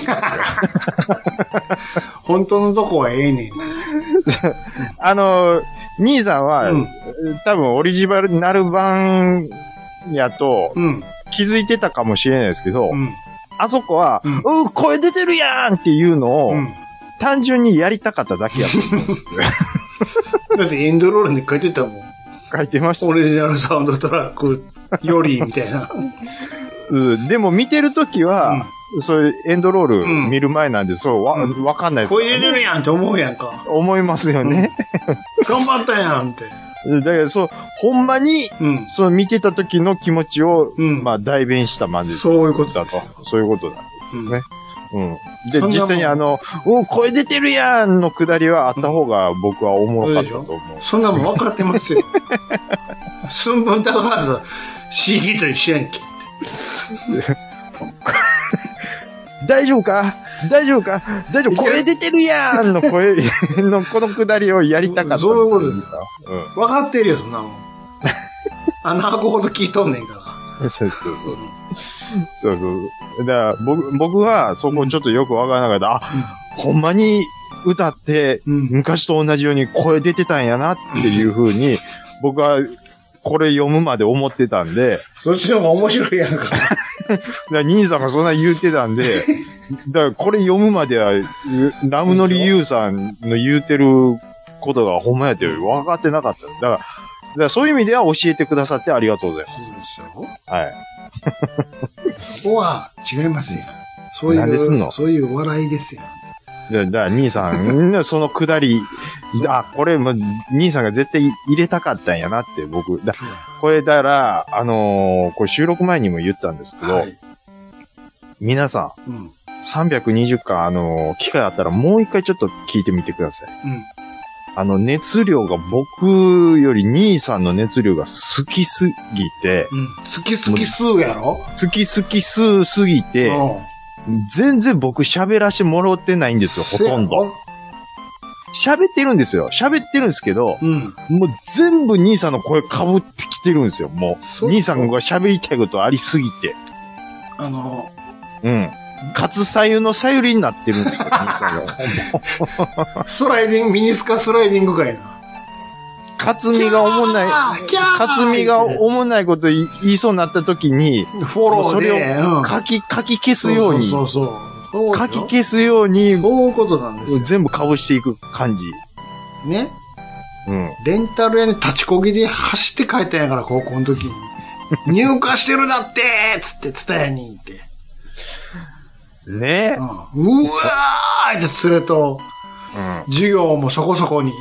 本当のとこはええねん。 あの、兄さんは、うん、多分オリジナル版、やと、うん、気づいてたかもしれないですけど、うん、あそこは、うん、うん、声出てるやんっていうのを、うん、単純にやりたかっただけやと思うんですだってエンドロールに書いてたもん。 書いてました。 オリジナルサウンドトラックより、みたいな。 うん、でも見てるときは、うん、そういうエンドロール見る前なんで、そう、わ、うん、わかんないです、 ね。声出てるやんって思うやんか。 思いますよね。 うん、頑張ったやんって。 だからそう、ほんまに、うん、その見てた時の気持ちを、うん、まあ代弁したまでだと。 そういうことだと。 そういうことなんですよね。うん。うん、で、実際にあの、お声出てるやんのくだりはあった方が僕はおもろかったと思う。 うん、そんなもん分かってますよ。寸分たがわず シーディー と一緒やんけ。 大丈夫か大丈夫か大丈夫声出てるやんの声のこのくだりをやりたかったんですよ。 そういうことですか。うん。分かってるよ、そんなもん。穴箱ほど聞いとんねんから。 そうそうそう。そうそう。だから僕、僕はそこちょっとよくわからなかった。うん、あ、ほんまに歌って、昔と同じように声出てたんやなっていう風に、僕はこれ読むまで思ってたんで。 そっちの方が面白いやんか。 だから兄さんがそんな言ってたんで、だからこれ読むまでは、ラムノリユウさんの言うてることがほんまやって分かってなかった。だから、だからそういう意味では教えてくださってありがとうございます。そうですよ。はい。 ここは違いますよ。そういう、 なんですんの？ そういう笑いですよ。 だから、兄さん、そのくだり、あ、これも、兄さんが絶対入れたかったんやなって僕、だこれだから、あのー、これ収録前にも言ったんですけど、はい、皆さん、うん、さんびゃくにじゅっかん、あのー、機会あったらもう一回ちょっと聞いてみてください。うん、あの、熱量が僕より兄さんの熱量が好きすぎて、 うん、好き好き数やろ？ 好き好き数すぎて、うん全然僕喋らしてもらってないんですよ、ほとんど。 喋ってるんですよ。喋ってるんですけど、 うん、 もう全部兄さんの声被ってきてるんですよ。もう、兄さんが喋りたいことありすぎて。 あの、 うん。かつさゆのさゆりになってるんですよ、兄さんが。 スライディング、ミニスカスライディングかいな。 かつみがおもんない、かつみがおもんないこと言いそうになった時に、 フォローで、 それを書き、書き消すように、 そうそうそう。 書き消すように、 そういうことなんですよ。 全部被していく感じ。 ね。 うん。 レンタル屋に立ちこぎで走って帰ったんやから、高校の時に。入荷してるだってーつって、ツタヤに行って。 ねえ。 うん、うわーって連れと、うん、授業もそこそこに。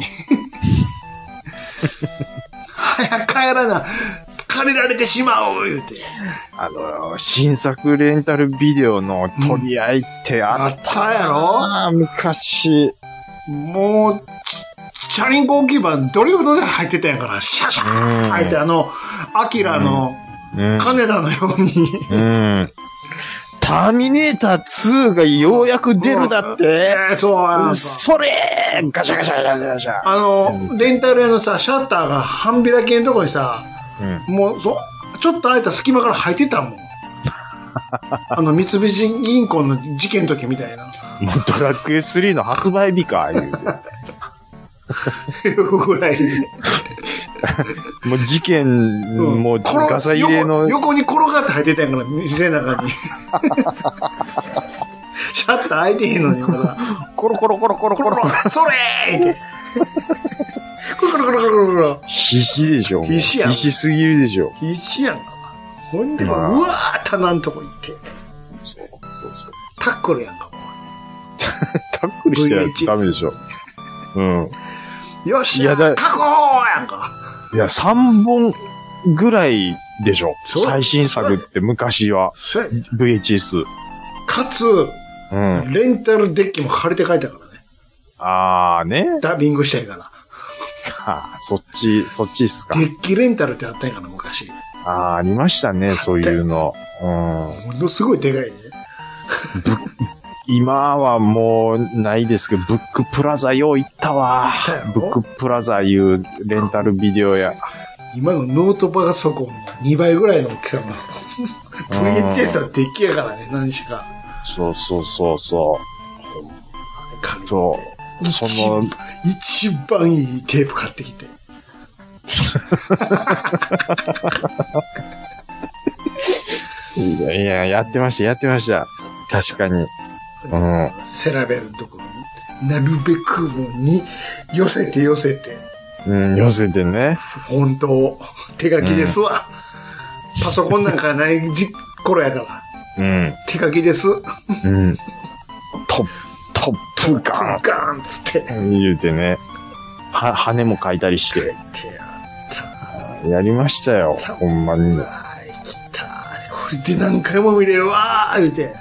早く帰らな、借りられてしまう言うて。 あの、新作レンタルビデオの取り合いってあった、 うん、あったやろ昔。 もう、チャリンコ置き場ドリフトで入ってたんやから、シャシャー入って、あの、アキラの、金田のように、 うんうん。ターミネーターツーがようやく出るだって。 えー、そう、 それガシャガシャガシャガシャ。 あの、レンタル屋のさ、シャッターが半開きのとこにさ、うん、もう、そ、ちょっと開いた隙間から入ってたもん。あの、三菱銀行の事件の時みたいな。 もうドラクエスリーの発売日か、言うて。 ぐらいで。 もう事件、うん、もうガサ入れの横。横に転がって入ってたんやから、店の中に。シャッター開いてへんのに、まだ。 コロコロコロコロコロ。 それーって。コロコロコロコロコロ。 必死でしょ。 必死やん。 必死すぎるでしょ。 必死やんか。ほんで、うわー、棚んとこ行って。 そう、そうそう。 タックルやんか、もう。 タックルしてやダメでしょ。うん。 よし、いやだ確保やんか。 いや、さんぼんぐらいでしょ。最新作って昔は。ブイエイチエス。 かつ、うん、レンタルデッキも借りて帰ったからね。 あーね。 ダビングしたいから。 はあ、そっち、そっちっすか。 デッキレンタルってあったんやから、昔。 ああ、ありましたね、そういうの。うん。ものすごいでかいね。 今はもうないですけど、ブックプラザよう行ったわ。ブックプラザいうレンタルビデオや。 今のノートパソコンのにばいぐらいの大きさの ブイエイチエス のデッキやからね、何しか。 そうそうそうそう。そう。その、 一番いいテープ買ってきて。 いやいや、やってました、やってました。確かに。うん、 セラベルのところに、なるべくもうに、寄せて寄せて。 うん、寄せてね。 本当手書きですわ。うん、パソコンなんかないじ頃やから。うん。手書きです。うん。 トップ、トップガン。 トップガンつって。 言うてね。は、羽も書いたりして。書いてやった。やりましたよ、ほんまに。 うわー、来た。これで何回も見れるわー、言うて。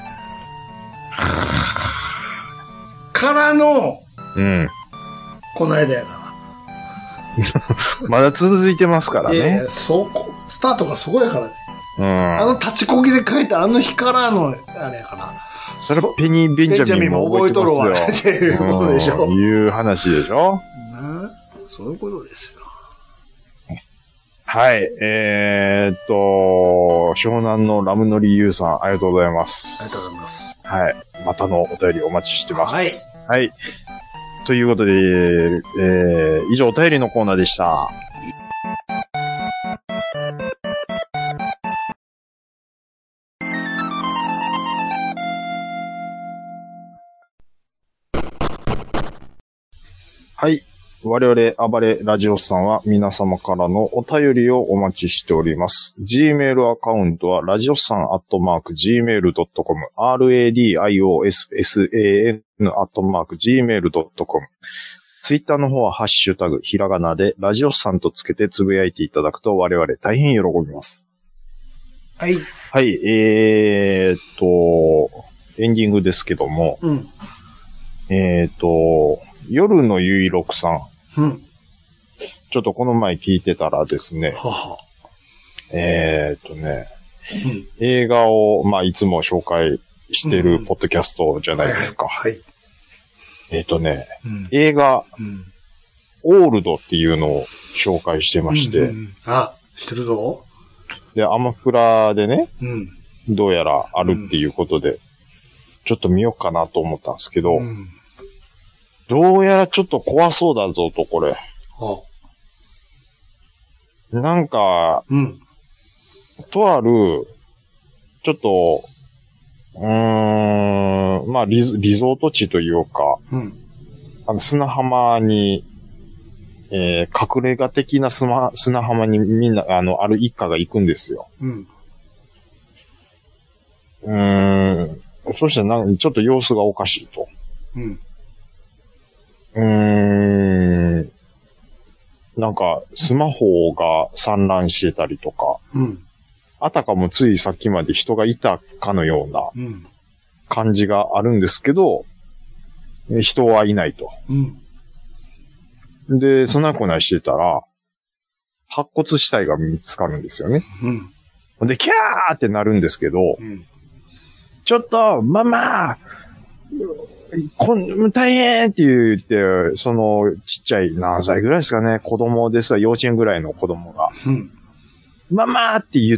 からの、うん。この間やから。 まだ続いてますからね。いやいや、 そこ、スタートがそこやからね。うん。あの立ちこぎで書いたあの日からの、あれやから。 それはペニー・ベンジャミンも覚えとるわ。っていうことでしょ。いう話でしょ。 な、そういうことですよ。 はい。えー、っと、湘南のラムノリユウさん、ありがとうございます。 ありがとうございます。 はい。またのお便りお待ちしてます。 はい。 はい。ということで、えー、以上お便りのコーナーでした。はい。我々、暴れラジオスさんは皆様からのお便りをお待ちしております。Gmail アカウントは、ラジオスさんアットマーク ジーメールドットコム、ラディオスさん アットマーク ジーメールドットコム。Twitter の方は、ハッシュタグ、ひらがなで、ラジオスさんとつけてつぶやいていただくと、我々大変喜びます。 はい。 はい、えーっと、エンディングですけども、うん、えーっと、夜のゆいろくさん。うん。ちょっとこの前聞いてたらですね。はは。えーっとね、うん、映画を、まあ、いつも紹介してるポッドキャストじゃないですか。うん、はい。 えっとね、うん、映画、うん、オールドっていうのを紹介してまして。うんうん、 あ、知ってるぞ。 で、アマプラでね、うん、どうやらあるっていうことで、うん、ちょっと見ようかなと思ったんですけど、うん、どうやらちょっと怖そうだぞと、これ。はあ、なんか、うん、とある、ちょっと、うーん、まあリゾ、リゾート地というか、うん、あの砂浜に、えー、隠れ家的な砂、砂浜にみんな、あの、ある一家が行くんですよ。うん。うーん。そしたらなん、ちょっと様子がおかしいと。うん。うーん。なんか、スマホが散乱してたりとか。うん。あたかもついさっきまで人がいたかのような感じがあるんですけど、人はいないと。うん、で、そんなこないしてたら、白骨死体が見つかるんですよね。うん、で、キャーってなるんですけど、うん、ちょっと、ママこん、大変って言って、その、ちっちゃい何歳ぐらいですかね、子供ですわ、幼稚園ぐらいの子供が。うんママーって言って、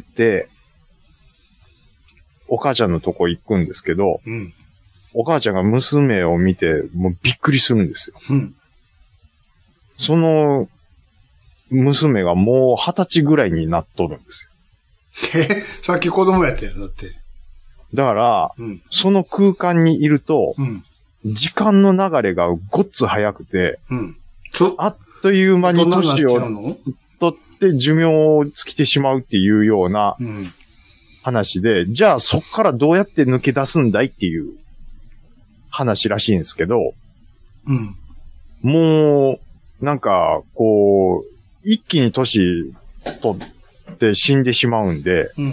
お母ちゃんのとこ行くんですけど、うん、お母ちゃんが娘を見て、もうびっくりするんですよ。うん、その、娘がもう二十歳ぐらいになっとるんですよ。えさっき子供やったよ、だって。 だから、うん、その空間にいると、うん、時間の流れがごっつ早くて、うん、あっという間に年を取って、で、寿命を尽きてしまうっていうような話で、うん、じゃあそっからどうやって抜け出すんだいっていう話らしいんですけど、うん、もう、なんか、こう、一気に年取って死んでしまうんで、うん、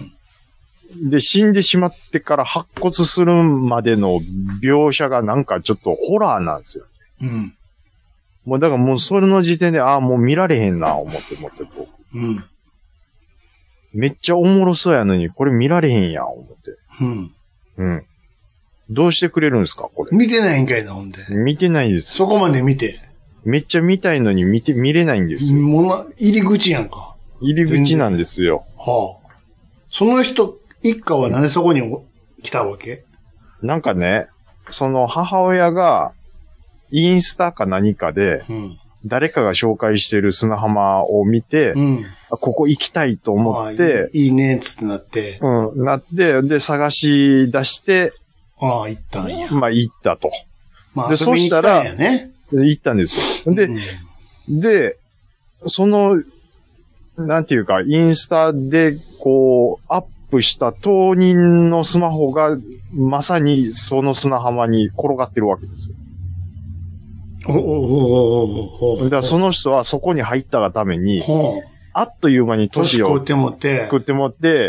で、死んでしまってから白骨するまでの描写がなんかちょっとホラーなんですよ。うんもうだからもうそれの時点で、ああ、もう見られへんな、思って思ってこう。うん。めっちゃおもろそうやのに、これ見られへんやん、思って。うん。うん。どうしてくれるんですか、これ。 見てないんかいな、ほんで。 見てないんです。 そこまで見て。 めっちゃ見たいのに見て、見れないんですよ。 もな、入り口やんか。 入り口なんですよ。 はあ。その人、一家はなんでそこに来たわけ？ なんかね、その母親が、インスタか何かで、うん、誰かが紹介してる砂浜を見て、うん、ここ行きたいと思って、 いいね、つってなって。 うん、なって、で、探し出して、 ああ、行ったんや。 まあ、行ったと。 まあ、で、そしたら、ね、 行ったんですよ。で、うん、で、その、なんていうか、インスタで、こう、アップした当人のスマホが、まさにその砂浜に転がってるわけですよ。おおおおおおだからその人はそこに入ったがために、あっという間に年を食ってもって、 食ってもって、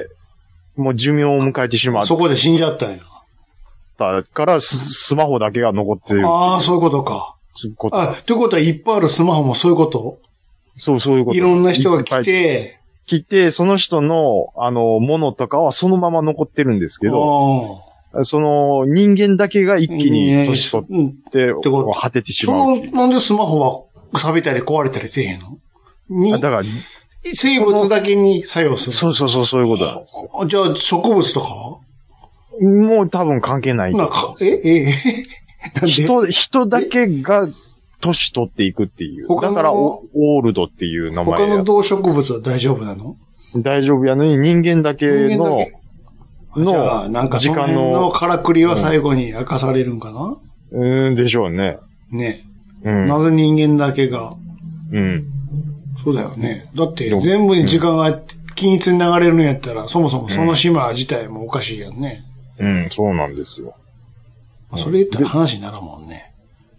もう寿命を迎えてしまう。 そこで死んじゃったんや。 だからス、スマホだけが残ってる。 ああ、そういうことか。ことあ、ということはいっぱいあるスマホもそういうこと？ そう、そういうこと。 いろんな人が来て、 来て、その人の、あの、ものとかはそのまま残ってるんですけど、その人間だけが一気に年取って、果ててしまう。 その、なんでスマホは錆びたり壊れたりせえへんのにだから、 生物だけに作用する。 そうそうそう、そういうことなんですよ。 じゃあ、植物とかはもう多分関係ない。 なんか、え、え、え、 なんで人、人だけが年取っていくっていう。だからオ、オールドっていう名前。 他の動植物は大丈夫なの？ 大丈夫やのに人間だけの、 の、なんか時間のからくりは最後に明かされるんかな？ うん、でしょうね。 ね。うん。なぜ人間だけが。うん。そうだよね。だって全部に時間が均一に流れるんやったら、そもそもその島自体もおかしいやんね。 うん、うん、そうなんですよ。 それ言ったら話にならんもんね。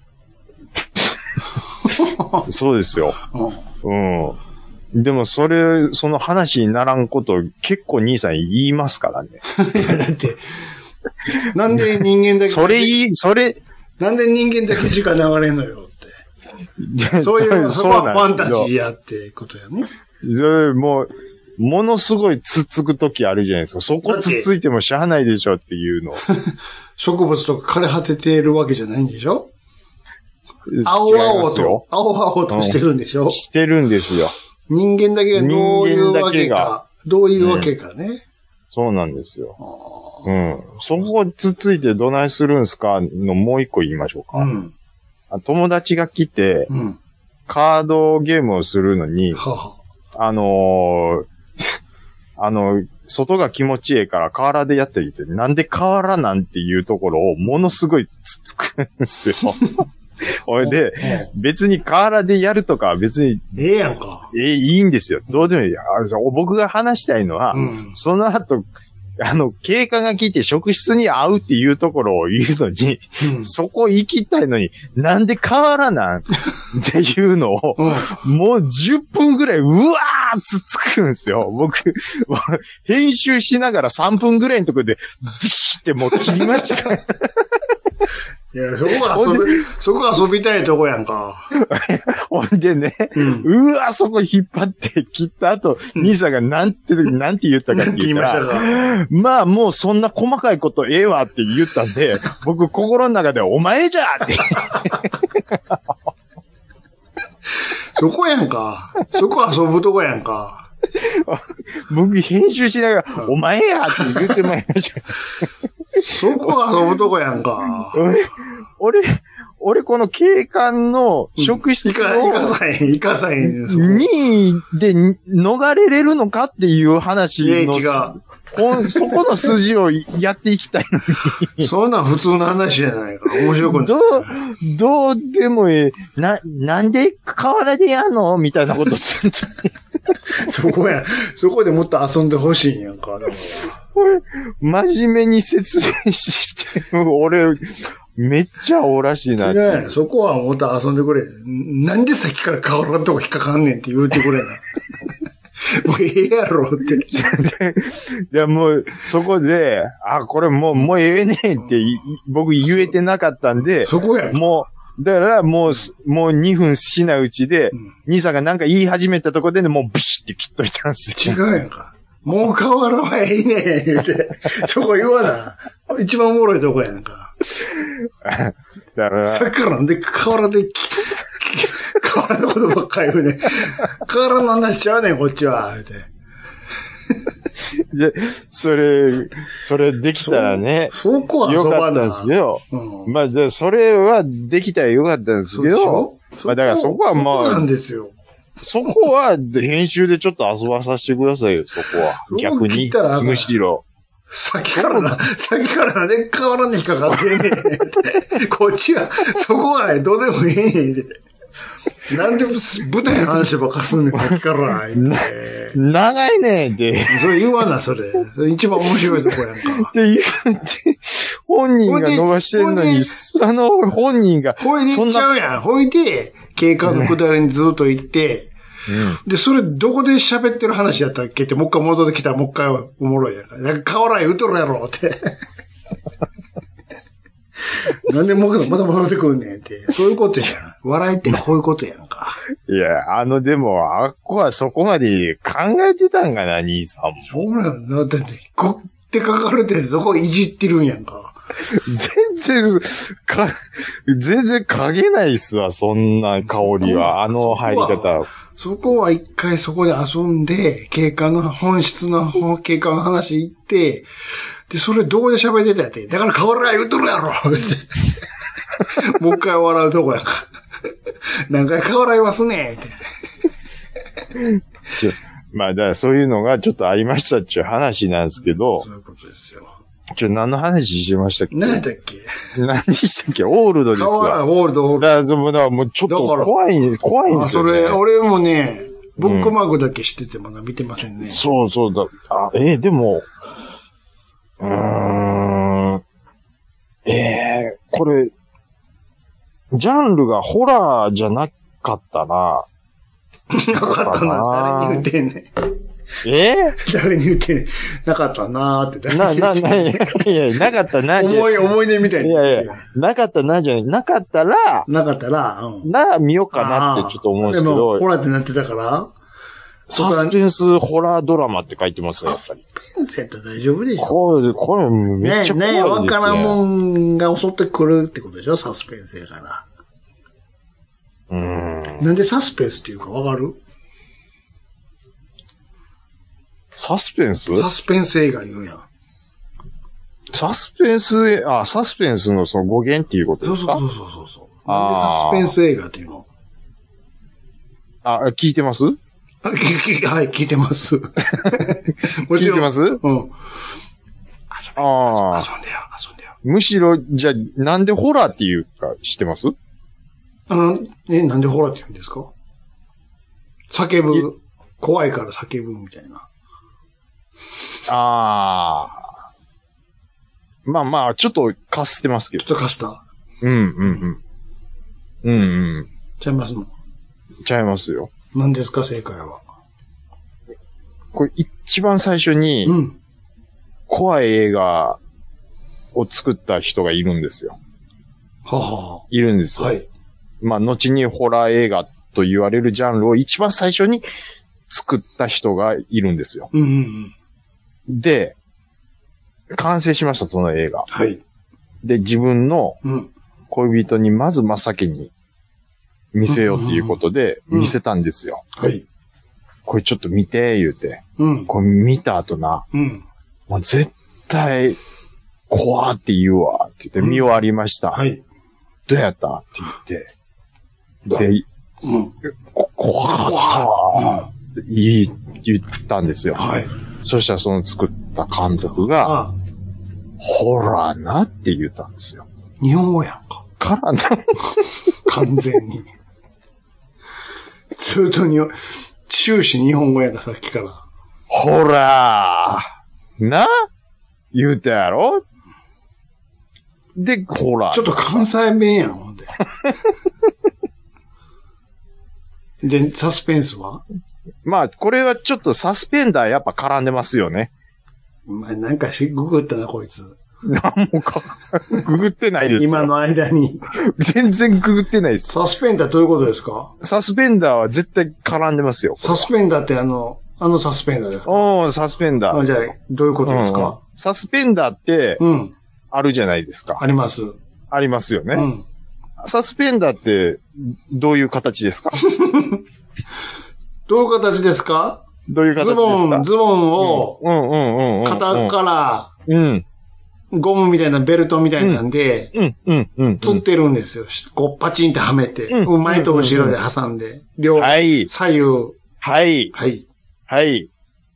そうですよ。うん。うんでも、それ、その話にならんこと、結構兄さん言いますからね。 だって、なんで人間だけ、 それいい、それ、 なんで人間だけ時間流れんのよって。そういう、そこはファンタジーやってことやね。 それ、もう、ものすごいつっつくときあるじゃないですか。そこつっついてもしゃあないでしょっていうの。 植物とか枯れ果ててるわけじゃないんでしょ？ 青々と、青々としてるんでしょ、 うん、してるんですよ。 人間だけがどういうわけか。どういうわけかね。うん、 そうなんですよ。うん。そこをつついてどないするんすかのもう一個言いましょうか。うん、友達が来て、うん、カードゲームをするのに、ははあのー、あの、外が気持ちいいから河原でやっていて、なんで河原なんていうところをものすごいつつくんですよ。おいで、別に河原でやるとかは別に、 ええやんか。 ええ、いいんですよ。どうでもいい。僕が話したいのは、うん、その後、あの、経過が来て職質に会うっていうところを言うのに、うん、そこ行きたいのに、なんで河原なんっていうのを、うん、もうじゅっぷんぐらい、うわーつつくんですよ。僕、編集しながらさんぷんぐらいのところで、ズキシってもう切りましたから。 いや、そこが遊び、そこが遊びたいとこやんか。 ほんでね、うん、うわ、そこ引っ張って切った後、うん、兄さんがなんて、なんて言ったかって言ったら、まあもうそんな細かいことええわって言ったんで、僕心の中でお前じゃって。 そこやんか。そこ遊ぶとこやんか。 僕編集しながら、お前やって言ってまいりました。 そこ遊ぶとこやんか。 俺、俺、俺この警官の職質を、 いかさへん、いかさへん。 にいで逃れれるのかっていう話の、 違う。 そこの筋をやっていきたいのに。 そんなん普通の話じゃないから、面白くない。 どう、どうでもいい。な、なんで河原でやんのみたいなことするそこや、そこでもっと遊んでほしいんやんか、だから。 俺、真面目に説明して、俺、めっちゃおらしいなって。 違う、そこはもっと遊んでくれ。なんでさっきから変わらんとこ引っかかんねんって言うてくれな。もうええやろって。 いや、もう、そこで、あ、これもう、もうええねんって僕言えてなかったんで、 そこや。 もう、だからもう、もうにふんしないうちで、うん、兄さんがなんか言い始めたとこでね、もうブシって切っといたんですよ。 違うやんか。もう河原はええねん言うて。そこ言わな。一番おもろいとこやんか。だから。さっきからなんで河原で、河原のことばっかり言うね。河原の話しちゃうねん、こっちは。言うて。 じゃ、それ、それできたらね。 そ, そこはよかったんですけど。うん、まあ、で、それはできたらよかったんですけど。まあ、だからそこはまあ。 そうなんですよ。 そこは、編集でちょっと遊ばさせてくださいよ、そこは。逆に。むしろ。 さっきからな、さっきからね、河原に引っかかってんねん。こっちは、そこはどうでもいいねんで。なんで舞台の話ばっかすんねん、さっきから。 長いねんって。 それ言わな、それ。それ一番面白いとこやんか。 って言って、本人が伸ばしてんのに、あの、本人が。 ほいで言っちゃうやん。ほいで、経過のくだりにずっと行って、うん、で、それどこで喋ってる話やったっけって、もう一回戻ってきたらもう一回おもろいやんか。なんか河原言うとるやろって。なんでもうまた戻ってくんねんって。そういうことやん。笑いってこういうことやんか。 いや、あの、でも、あっこはそこまで考えてたんかな、兄さんも。 そうなんだ。だって、こって書かれてそこいじってるんやんか。 全然、か、全然嗅げないっすわ、そんな香りは。あの入り方。 そこは一回そこで遊んで、経過の本質の経過の話言って、で、それどこで喋ってたやって。だから河原言うとるやろもう一回笑うとこやんか。何回河原言わすねんって。 ちょまあ、だからそういうのがちょっとありましたっていう話なんですけど。 そういうことですよ。 ちょ、何の話してましたっけ？ 何だっけ？ 何でしたっけ？オールドですわ。 オールド、オールド。 だから、もうちょっと怖い、怖いんですよ、ね。 それ、俺もね、ブックマークだけしててまだ見てませんね。うん、 そうそうだ。あ、えー、でも、うーん、ええー、これ、ジャンルがホラーじゃなかったな。 なかったな。誰に言ってんねん。 え誰に言ってんなかったなーって誰に言ってんな、な、な、いや、なかったなじゃ。思い、思い出みたいに。 いやいや、なかったなじゃない。なかったら、 なかったら、 うん。な、見ようかなってちょっと思うんですけど。でも、 ホラーってなってたからサスペンスホラードラマって書いてますよ、やっぱり。 サスペンスやったら大丈夫でしょ。 これ、これめっちゃ怖いですよ。 ねえ、ねえ、わからんもんが襲ってくるってことでしょ、サスペンスやから。 うん。 なんでサスペンスっていうかわかる？ サスペンス？ サスペンス映画言うやん。 サスペンス、あ、サスペンスのその語源っていうことですか？ そうそうそうそう。なんでサスペンス映画っていうの？ あ、聞いてます？ あききはい、聞いてます。も聞いてます？うん。遊んでよ、 遊んでよ、遊んでよ。 むしろ、じゃあ、なんでホラーっていうか知ってます？ あの、え、なんでホラーって言うんですか？叫ぶ。怖いから叫ぶみたいな。 ああ。まあまあ、ちょっとかすってますけど。 ちょっとかした。 うん、うん、うん。うん、うん。 ちゃいますの？ ちゃいますよ。 何ですか、正解は。 これ一番最初に、うん、怖い映画を作った人がいるんですよ。 はは。 いるんですよ。 はい。 まあ、後にホラー映画と言われるジャンルを一番最初に作った人がいるんですよ。 うんうんうん、 で、完成しました、その映画。 はい。 で、自分の恋人にまず真っ先に見せようっていうことで見せたんですよ。 うんうんうん、はい。 これちょっと見て、言うて。 うん。 これ見た後な。 うん。 もう絶対、怖って言うわ、って言って見終わりました。 うん、はい。 どうやったって言って。で、うん、こ怖かったって言ったんですよ。 はい。 そしたらその作った監督が、ああホラーなって言ったんですよ。 日本語やんか。 からな。 完全に。ずっとに、終始日本語やんか、さっきから。 ホラーな言うたやろで、ホラー。 ちょっと関西弁やん、ほんで。で、サスペンスは？ まあ、これはちょっとサスペンダーやっぱ絡んでますよね。 お前なんかし、ググったな、こいつ。 なんもか、ググってないですよ。 今の間に。 全然ググってないです。 サスペンダーどういうことですか？ サスペンダーは絶対絡んでますよ。 サスペンダーってあの、あのサスペンダーですか？ おー、サスペンダー。 あ、じゃあ、どういうことですか？ うん、サスペンダーって、うん。あるじゃないですか。 あります。 ありますよね。 うん。 サスペンダーって、どういう形ですか？ どういう形ですか？ どういう形ですか？ズボン、ズボンを、 うんうんうんうん。 肩から、 うん。 ゴムみたいなベルトみたいなんで、 うん、うん、うん。 釣ってるんですよ。こう、パチンってはめて、うん、前と後ろで挟んで、両、 はい。 左右。 はい。 はい。 はい。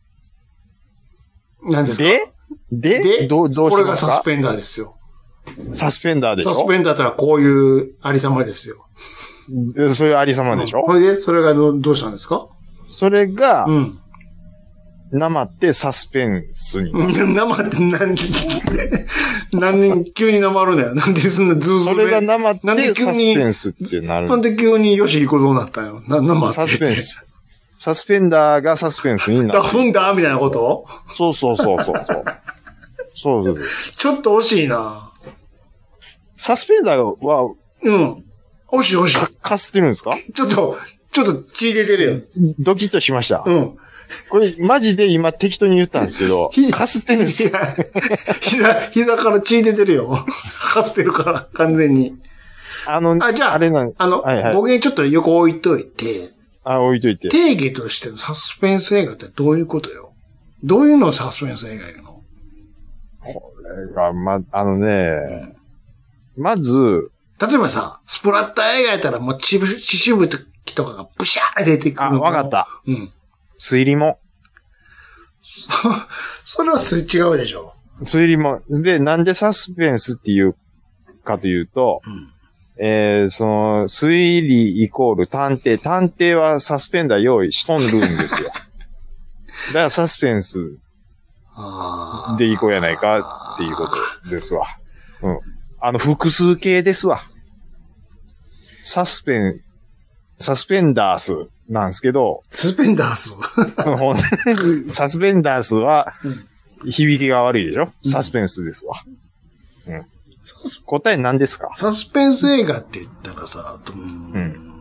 何ですか？ でででどう、どうしますか？ これがサスペンダーですよ。 サスペンダーでしょ？ サスペンダーとはこういうありさまですよ。 そういうありさまでしょ？ これで、それがどどうしたんですか？ それが、 うん。 生ってサスペンスに。 生って何、何年急に生るんだよ。なんでそんなズーズーそれが生ってサスペンスってなるんです。 なんで急によし行くぞうなったよ。な、生って。 サスペンス。サスペンダーがサスペンスになる。 ダフンダーみたいなこと？ そうそうそうそう。そうそうそう。 ちょっと惜しいな。 サスペンダーは、 うん。惜しい惜しい。 か、かすってるんですか？ ちょっと、ちょっと血出てるよ。 ドキッとしました。 うん。 これ、マジで今適当に言ったんですけど、かすってるんですよ。 膝、膝から血出てるよ。かすってるから、完全に。 あの、 あ、じゃあ、 あれなん、 あの、 はいはい、 語源ちょっと横置いといて。 あ、置いといて。 定義としてのサスペンス映画ってどういうことよ？どういうのをサスペンス映画言うの？ これが、ま、あのね、うん、まず、 例えばさ、スプラッター映画やったらもう血しぶきとかがブシャー出てくる。 あ、わかった。 うん。 推理も。 それは違うでしょ。 推理も。で、なんでサスペンスっていうかというと、うん、えー、その、推理イコール探偵。探偵はサスペンダー用意しとんるんですよ。だからサスペンスでいこうやないかっていうことですわ。うん。あの、複数形ですわ。サスペン、サスペンダースなんですけど。 サスペンダースサスペンダースは、響きが悪いでしょ、うん、サスペンスですわ。うん。答え何ですか？ サスペンス映画って言ったらさ、うん、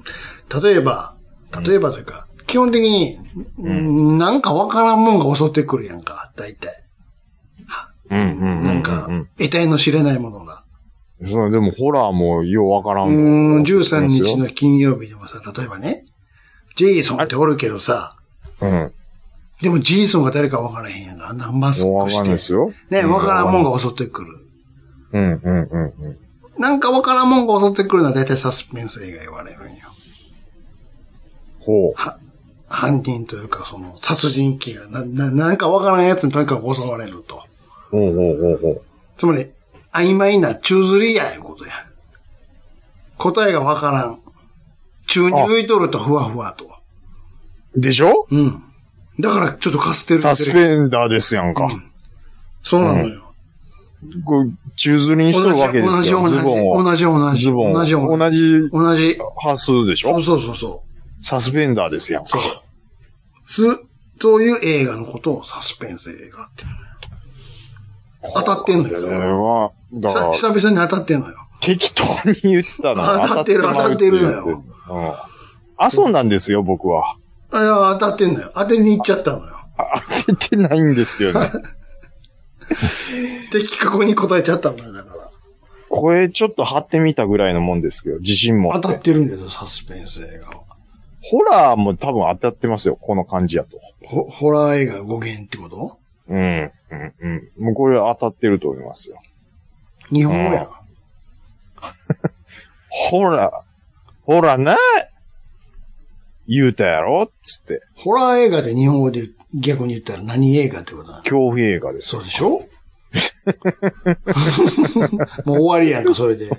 例えば、例えばというか、うん、基本的に、うん、なんかわからんもんが襲ってくるやんか、大体。 うんうんうんうん、 なんか、得体の知れないものが。 それでもホラーもようわからん。 うん、じゅうさんにちの金曜日でもさ、例えばね、ジェイソンっておるけどさ、うん。でもジェイソンが誰かわからへんやんか。あんなマスクして。わかんないですよ。ね、わからんもんが襲ってくる。うん、うん、うん、うん。なんかわからんもんが襲ってくるのは大体サスペンス映画言われるんよ。ほう。は、犯人というか、その、殺人鬼が、な、な、なんかわからんやつにとにかく襲われると。ほうほうほうほう。つまり、曖昧な宙吊りやいうことや。答えがわからん。宙に浮いとるとふわふわと。 でしょ？ うん。だからちょっとかすってる。 サスペンダーですやんか。うん、 そうなのよ。 うん、こう宙吊りにしとるわけですよ。同じ同じ。ズボンを。 同じ同じ。 ズボン。 同じ同じ。 同じ。 同じ。 発数でしょ？ そうそうそう。 サスペンダーですやんか。 そう。す、そういう映画のことをサスペンス映画って。当たってんのよ。これは、だから。久々に当たってんのよ。 適当に言ったの。 当たってる、当たってるのよ。うん。 あ、そうなんですよ、僕は。 いや、当たってんのよ。当てに行っちゃったのよ。 当ててないんですけどね。 的確に答えちゃったんだよ、だから。 声ちょっと張ってみたぐらいのもんですけど、自信も。 当たってるんだよ、サスペンス映画は。 ホラーも多分当たってますよ、この感じやと。 ホ、ホラー映画語源ってこと？ うん、うん、うん。もうこれ当たってると思いますよ。 日本語や。うん、 ホラー、ホラーな言うたやろつって。 ホラー映画で日本語で逆に言ったら何映画ってことだ？ 恐怖映画です。 そうでしょ？もう終わりやんか、それで。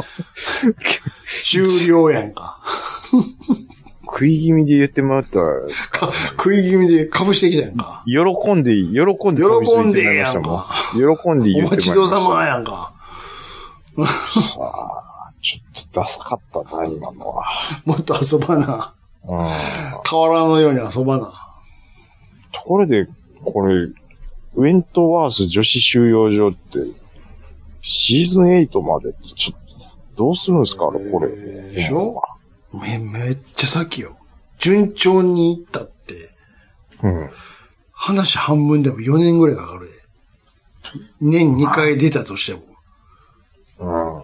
終了やんか。 食い気味で言ってもらったらですか、 食い気味でかぶしてきたやんか。 喜んで、喜んでかぶしてきてましたもん。喜んで言ってました。お待ちどうさまやんか。 さあ、ちょっとダサかったな、今のは。 もっと遊ばな。うん。河原のように遊ばな。 ところで、これ、ウェントワース女子収容所って、シーズンエイトまでちょっと、どうするんですかこれ。 でしょ？め、めっちゃ先よ。順調にいったって。うん。話半分でもよねんぐらいかかるで。年にかい出たとしても。うん。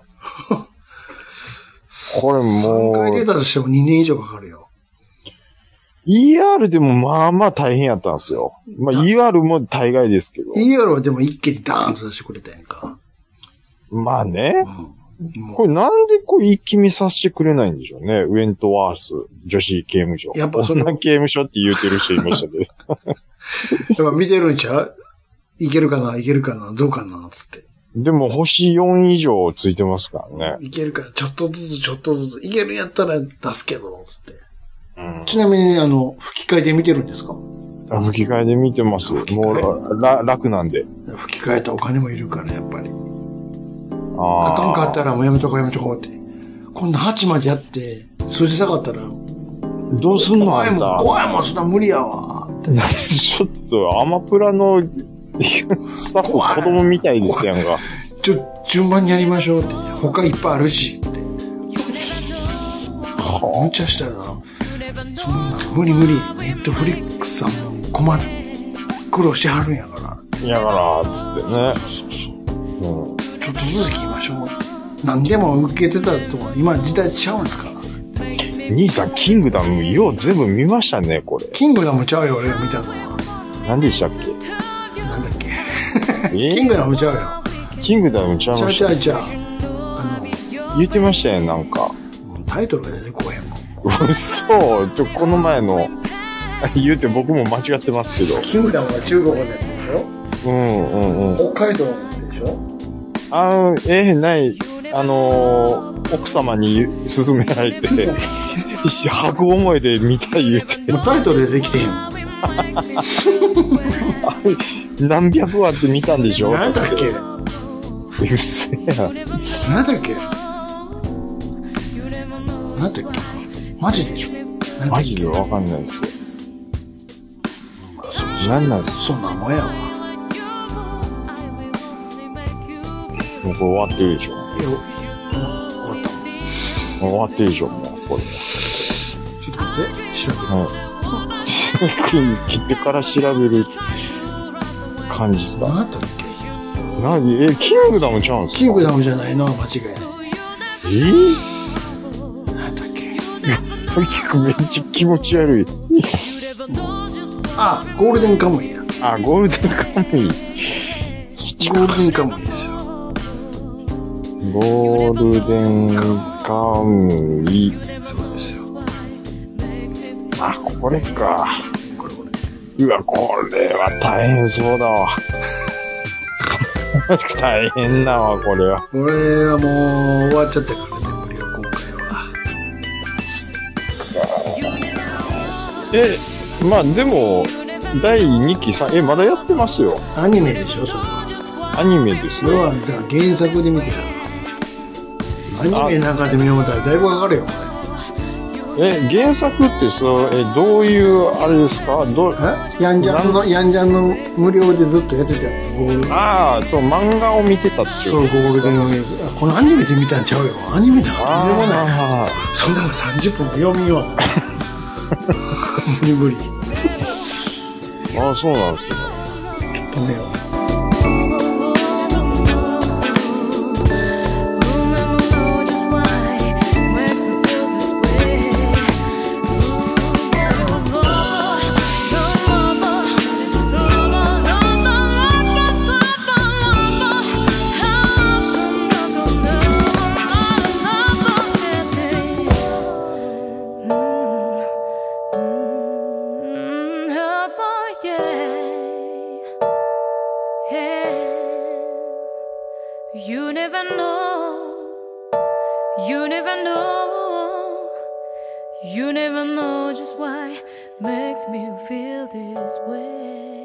これもう。さんかい出たとしてもにねん以上かかるよ。 イーアール でもまあまあ大変やったんですよ。まあ イーアール も大概ですけど。 イーアール はでも一気にダーンと出してくれたやんか。 まあね。うん、これなんでこう一気見させてくれないんでしょうね。ウェントワース女子刑務所。やっぱそんな刑務所って言うてる人いましたけど。 やっぱ見てるんちゃう？いけるかないけるかなどうかなつって。 でも星よん以上ついてますからね。 いけるかちょっとずつちょっとずつ。いけるんやったら出すけど、つって。うん、ちなみに、あの、吹き替えで見てるんですか？ あ、吹き替えで見てます。もう、ら、楽なんで。 吹き替えたお金もいるから、やっぱり。ああかんかったらもうやめとこうやめとこうって。こんなはちまでやって、数字下がったら。 どうすんのあんた。 怖いもん、怖いもん、そんな無理やわ。ってちょっと、アマプラのスタッフ子供みたいですやんか。 ちょ、順番にやりましょうって。他いっぱいあるし、って。無茶したらな。そんな無理無理。ネットフリックスさんも困る。苦労してはるんやから。 やから、つってね。 そうそう。うん。ちょっとずつ聞きましょう。何でも受けてたとは、今時代ちゃうんですから。 兄さん、キングダム、よう全部見ましたね、これ。 キングダムちゃうよ、俺が見たのは。 何でしたっけ？ なんだっけキングダムちゃうよ。 キングダムちゃうました。ちゃうちゃうちゃう。 あの、言ってましたよ、なんか。 タイトルが出てこへんもん。 そう、ちょ、この前の、言うて僕も間違ってますけど。 キングダムは中国のやつでしょ？うんうんうん。北海道のやつでしょ？ あの、ええない、あのー、奥様に勧められて、吐く思いで見たい言うて。 タイトルでできてへん。 何百話って見たんでしょ？ 何だっけ？ うっせえや。 何だっけ？何だっけ？マジでしょ？ マジでわかんないですよ。まあ、そうそう。何なんですか？ そんなもんやわ。 もうこれ終わってるでしょ。いや、終わった。終わってるでしょ、もう、これ。 ちょっと待って、調べる。 うん。切ってから調べる感じですか？ 何だったっけ？ 何え、キングダムちゃうんすか？ キングダムじゃないな、間違いない。 えー、 なんだっけ。 これ聞くめっちゃ気持ち悪い。 あ、ゴールデンカムイや。 あ、ゴールデンカムイ。そっちゴールデンカムイですよ。 ゴールデンカムイ。 そうですよ。 あ、これか。これこれ。うわ、これは大変そうだわ。大変だわ、これは。 これはもう終わっちゃったからね、無料公開は。 え、まあでも、だいにきさん、え、まだやってますよ。 アニメでしょ、それは。 アニメですそれは、だから原作で見てたら。アニメなんかで見ようと思ったらだいぶかかるよ、これ。え、原作ってそう、え、どういう、あれですかどう、 えヤンジャンの、ヤンジャンの無料でずっとやってたよ。ゴールああ、そう、漫画を見てたっていう。 そう、ゴールデンウィーク。このアニメで見たんちゃうよ。アニメだから見れもない。そんなのさんじゅっぷんも読みよう。無理無理。 ああ、そうなんですね。 ちょっとね。 You never know, you never know, you never know just why makes me feel this way.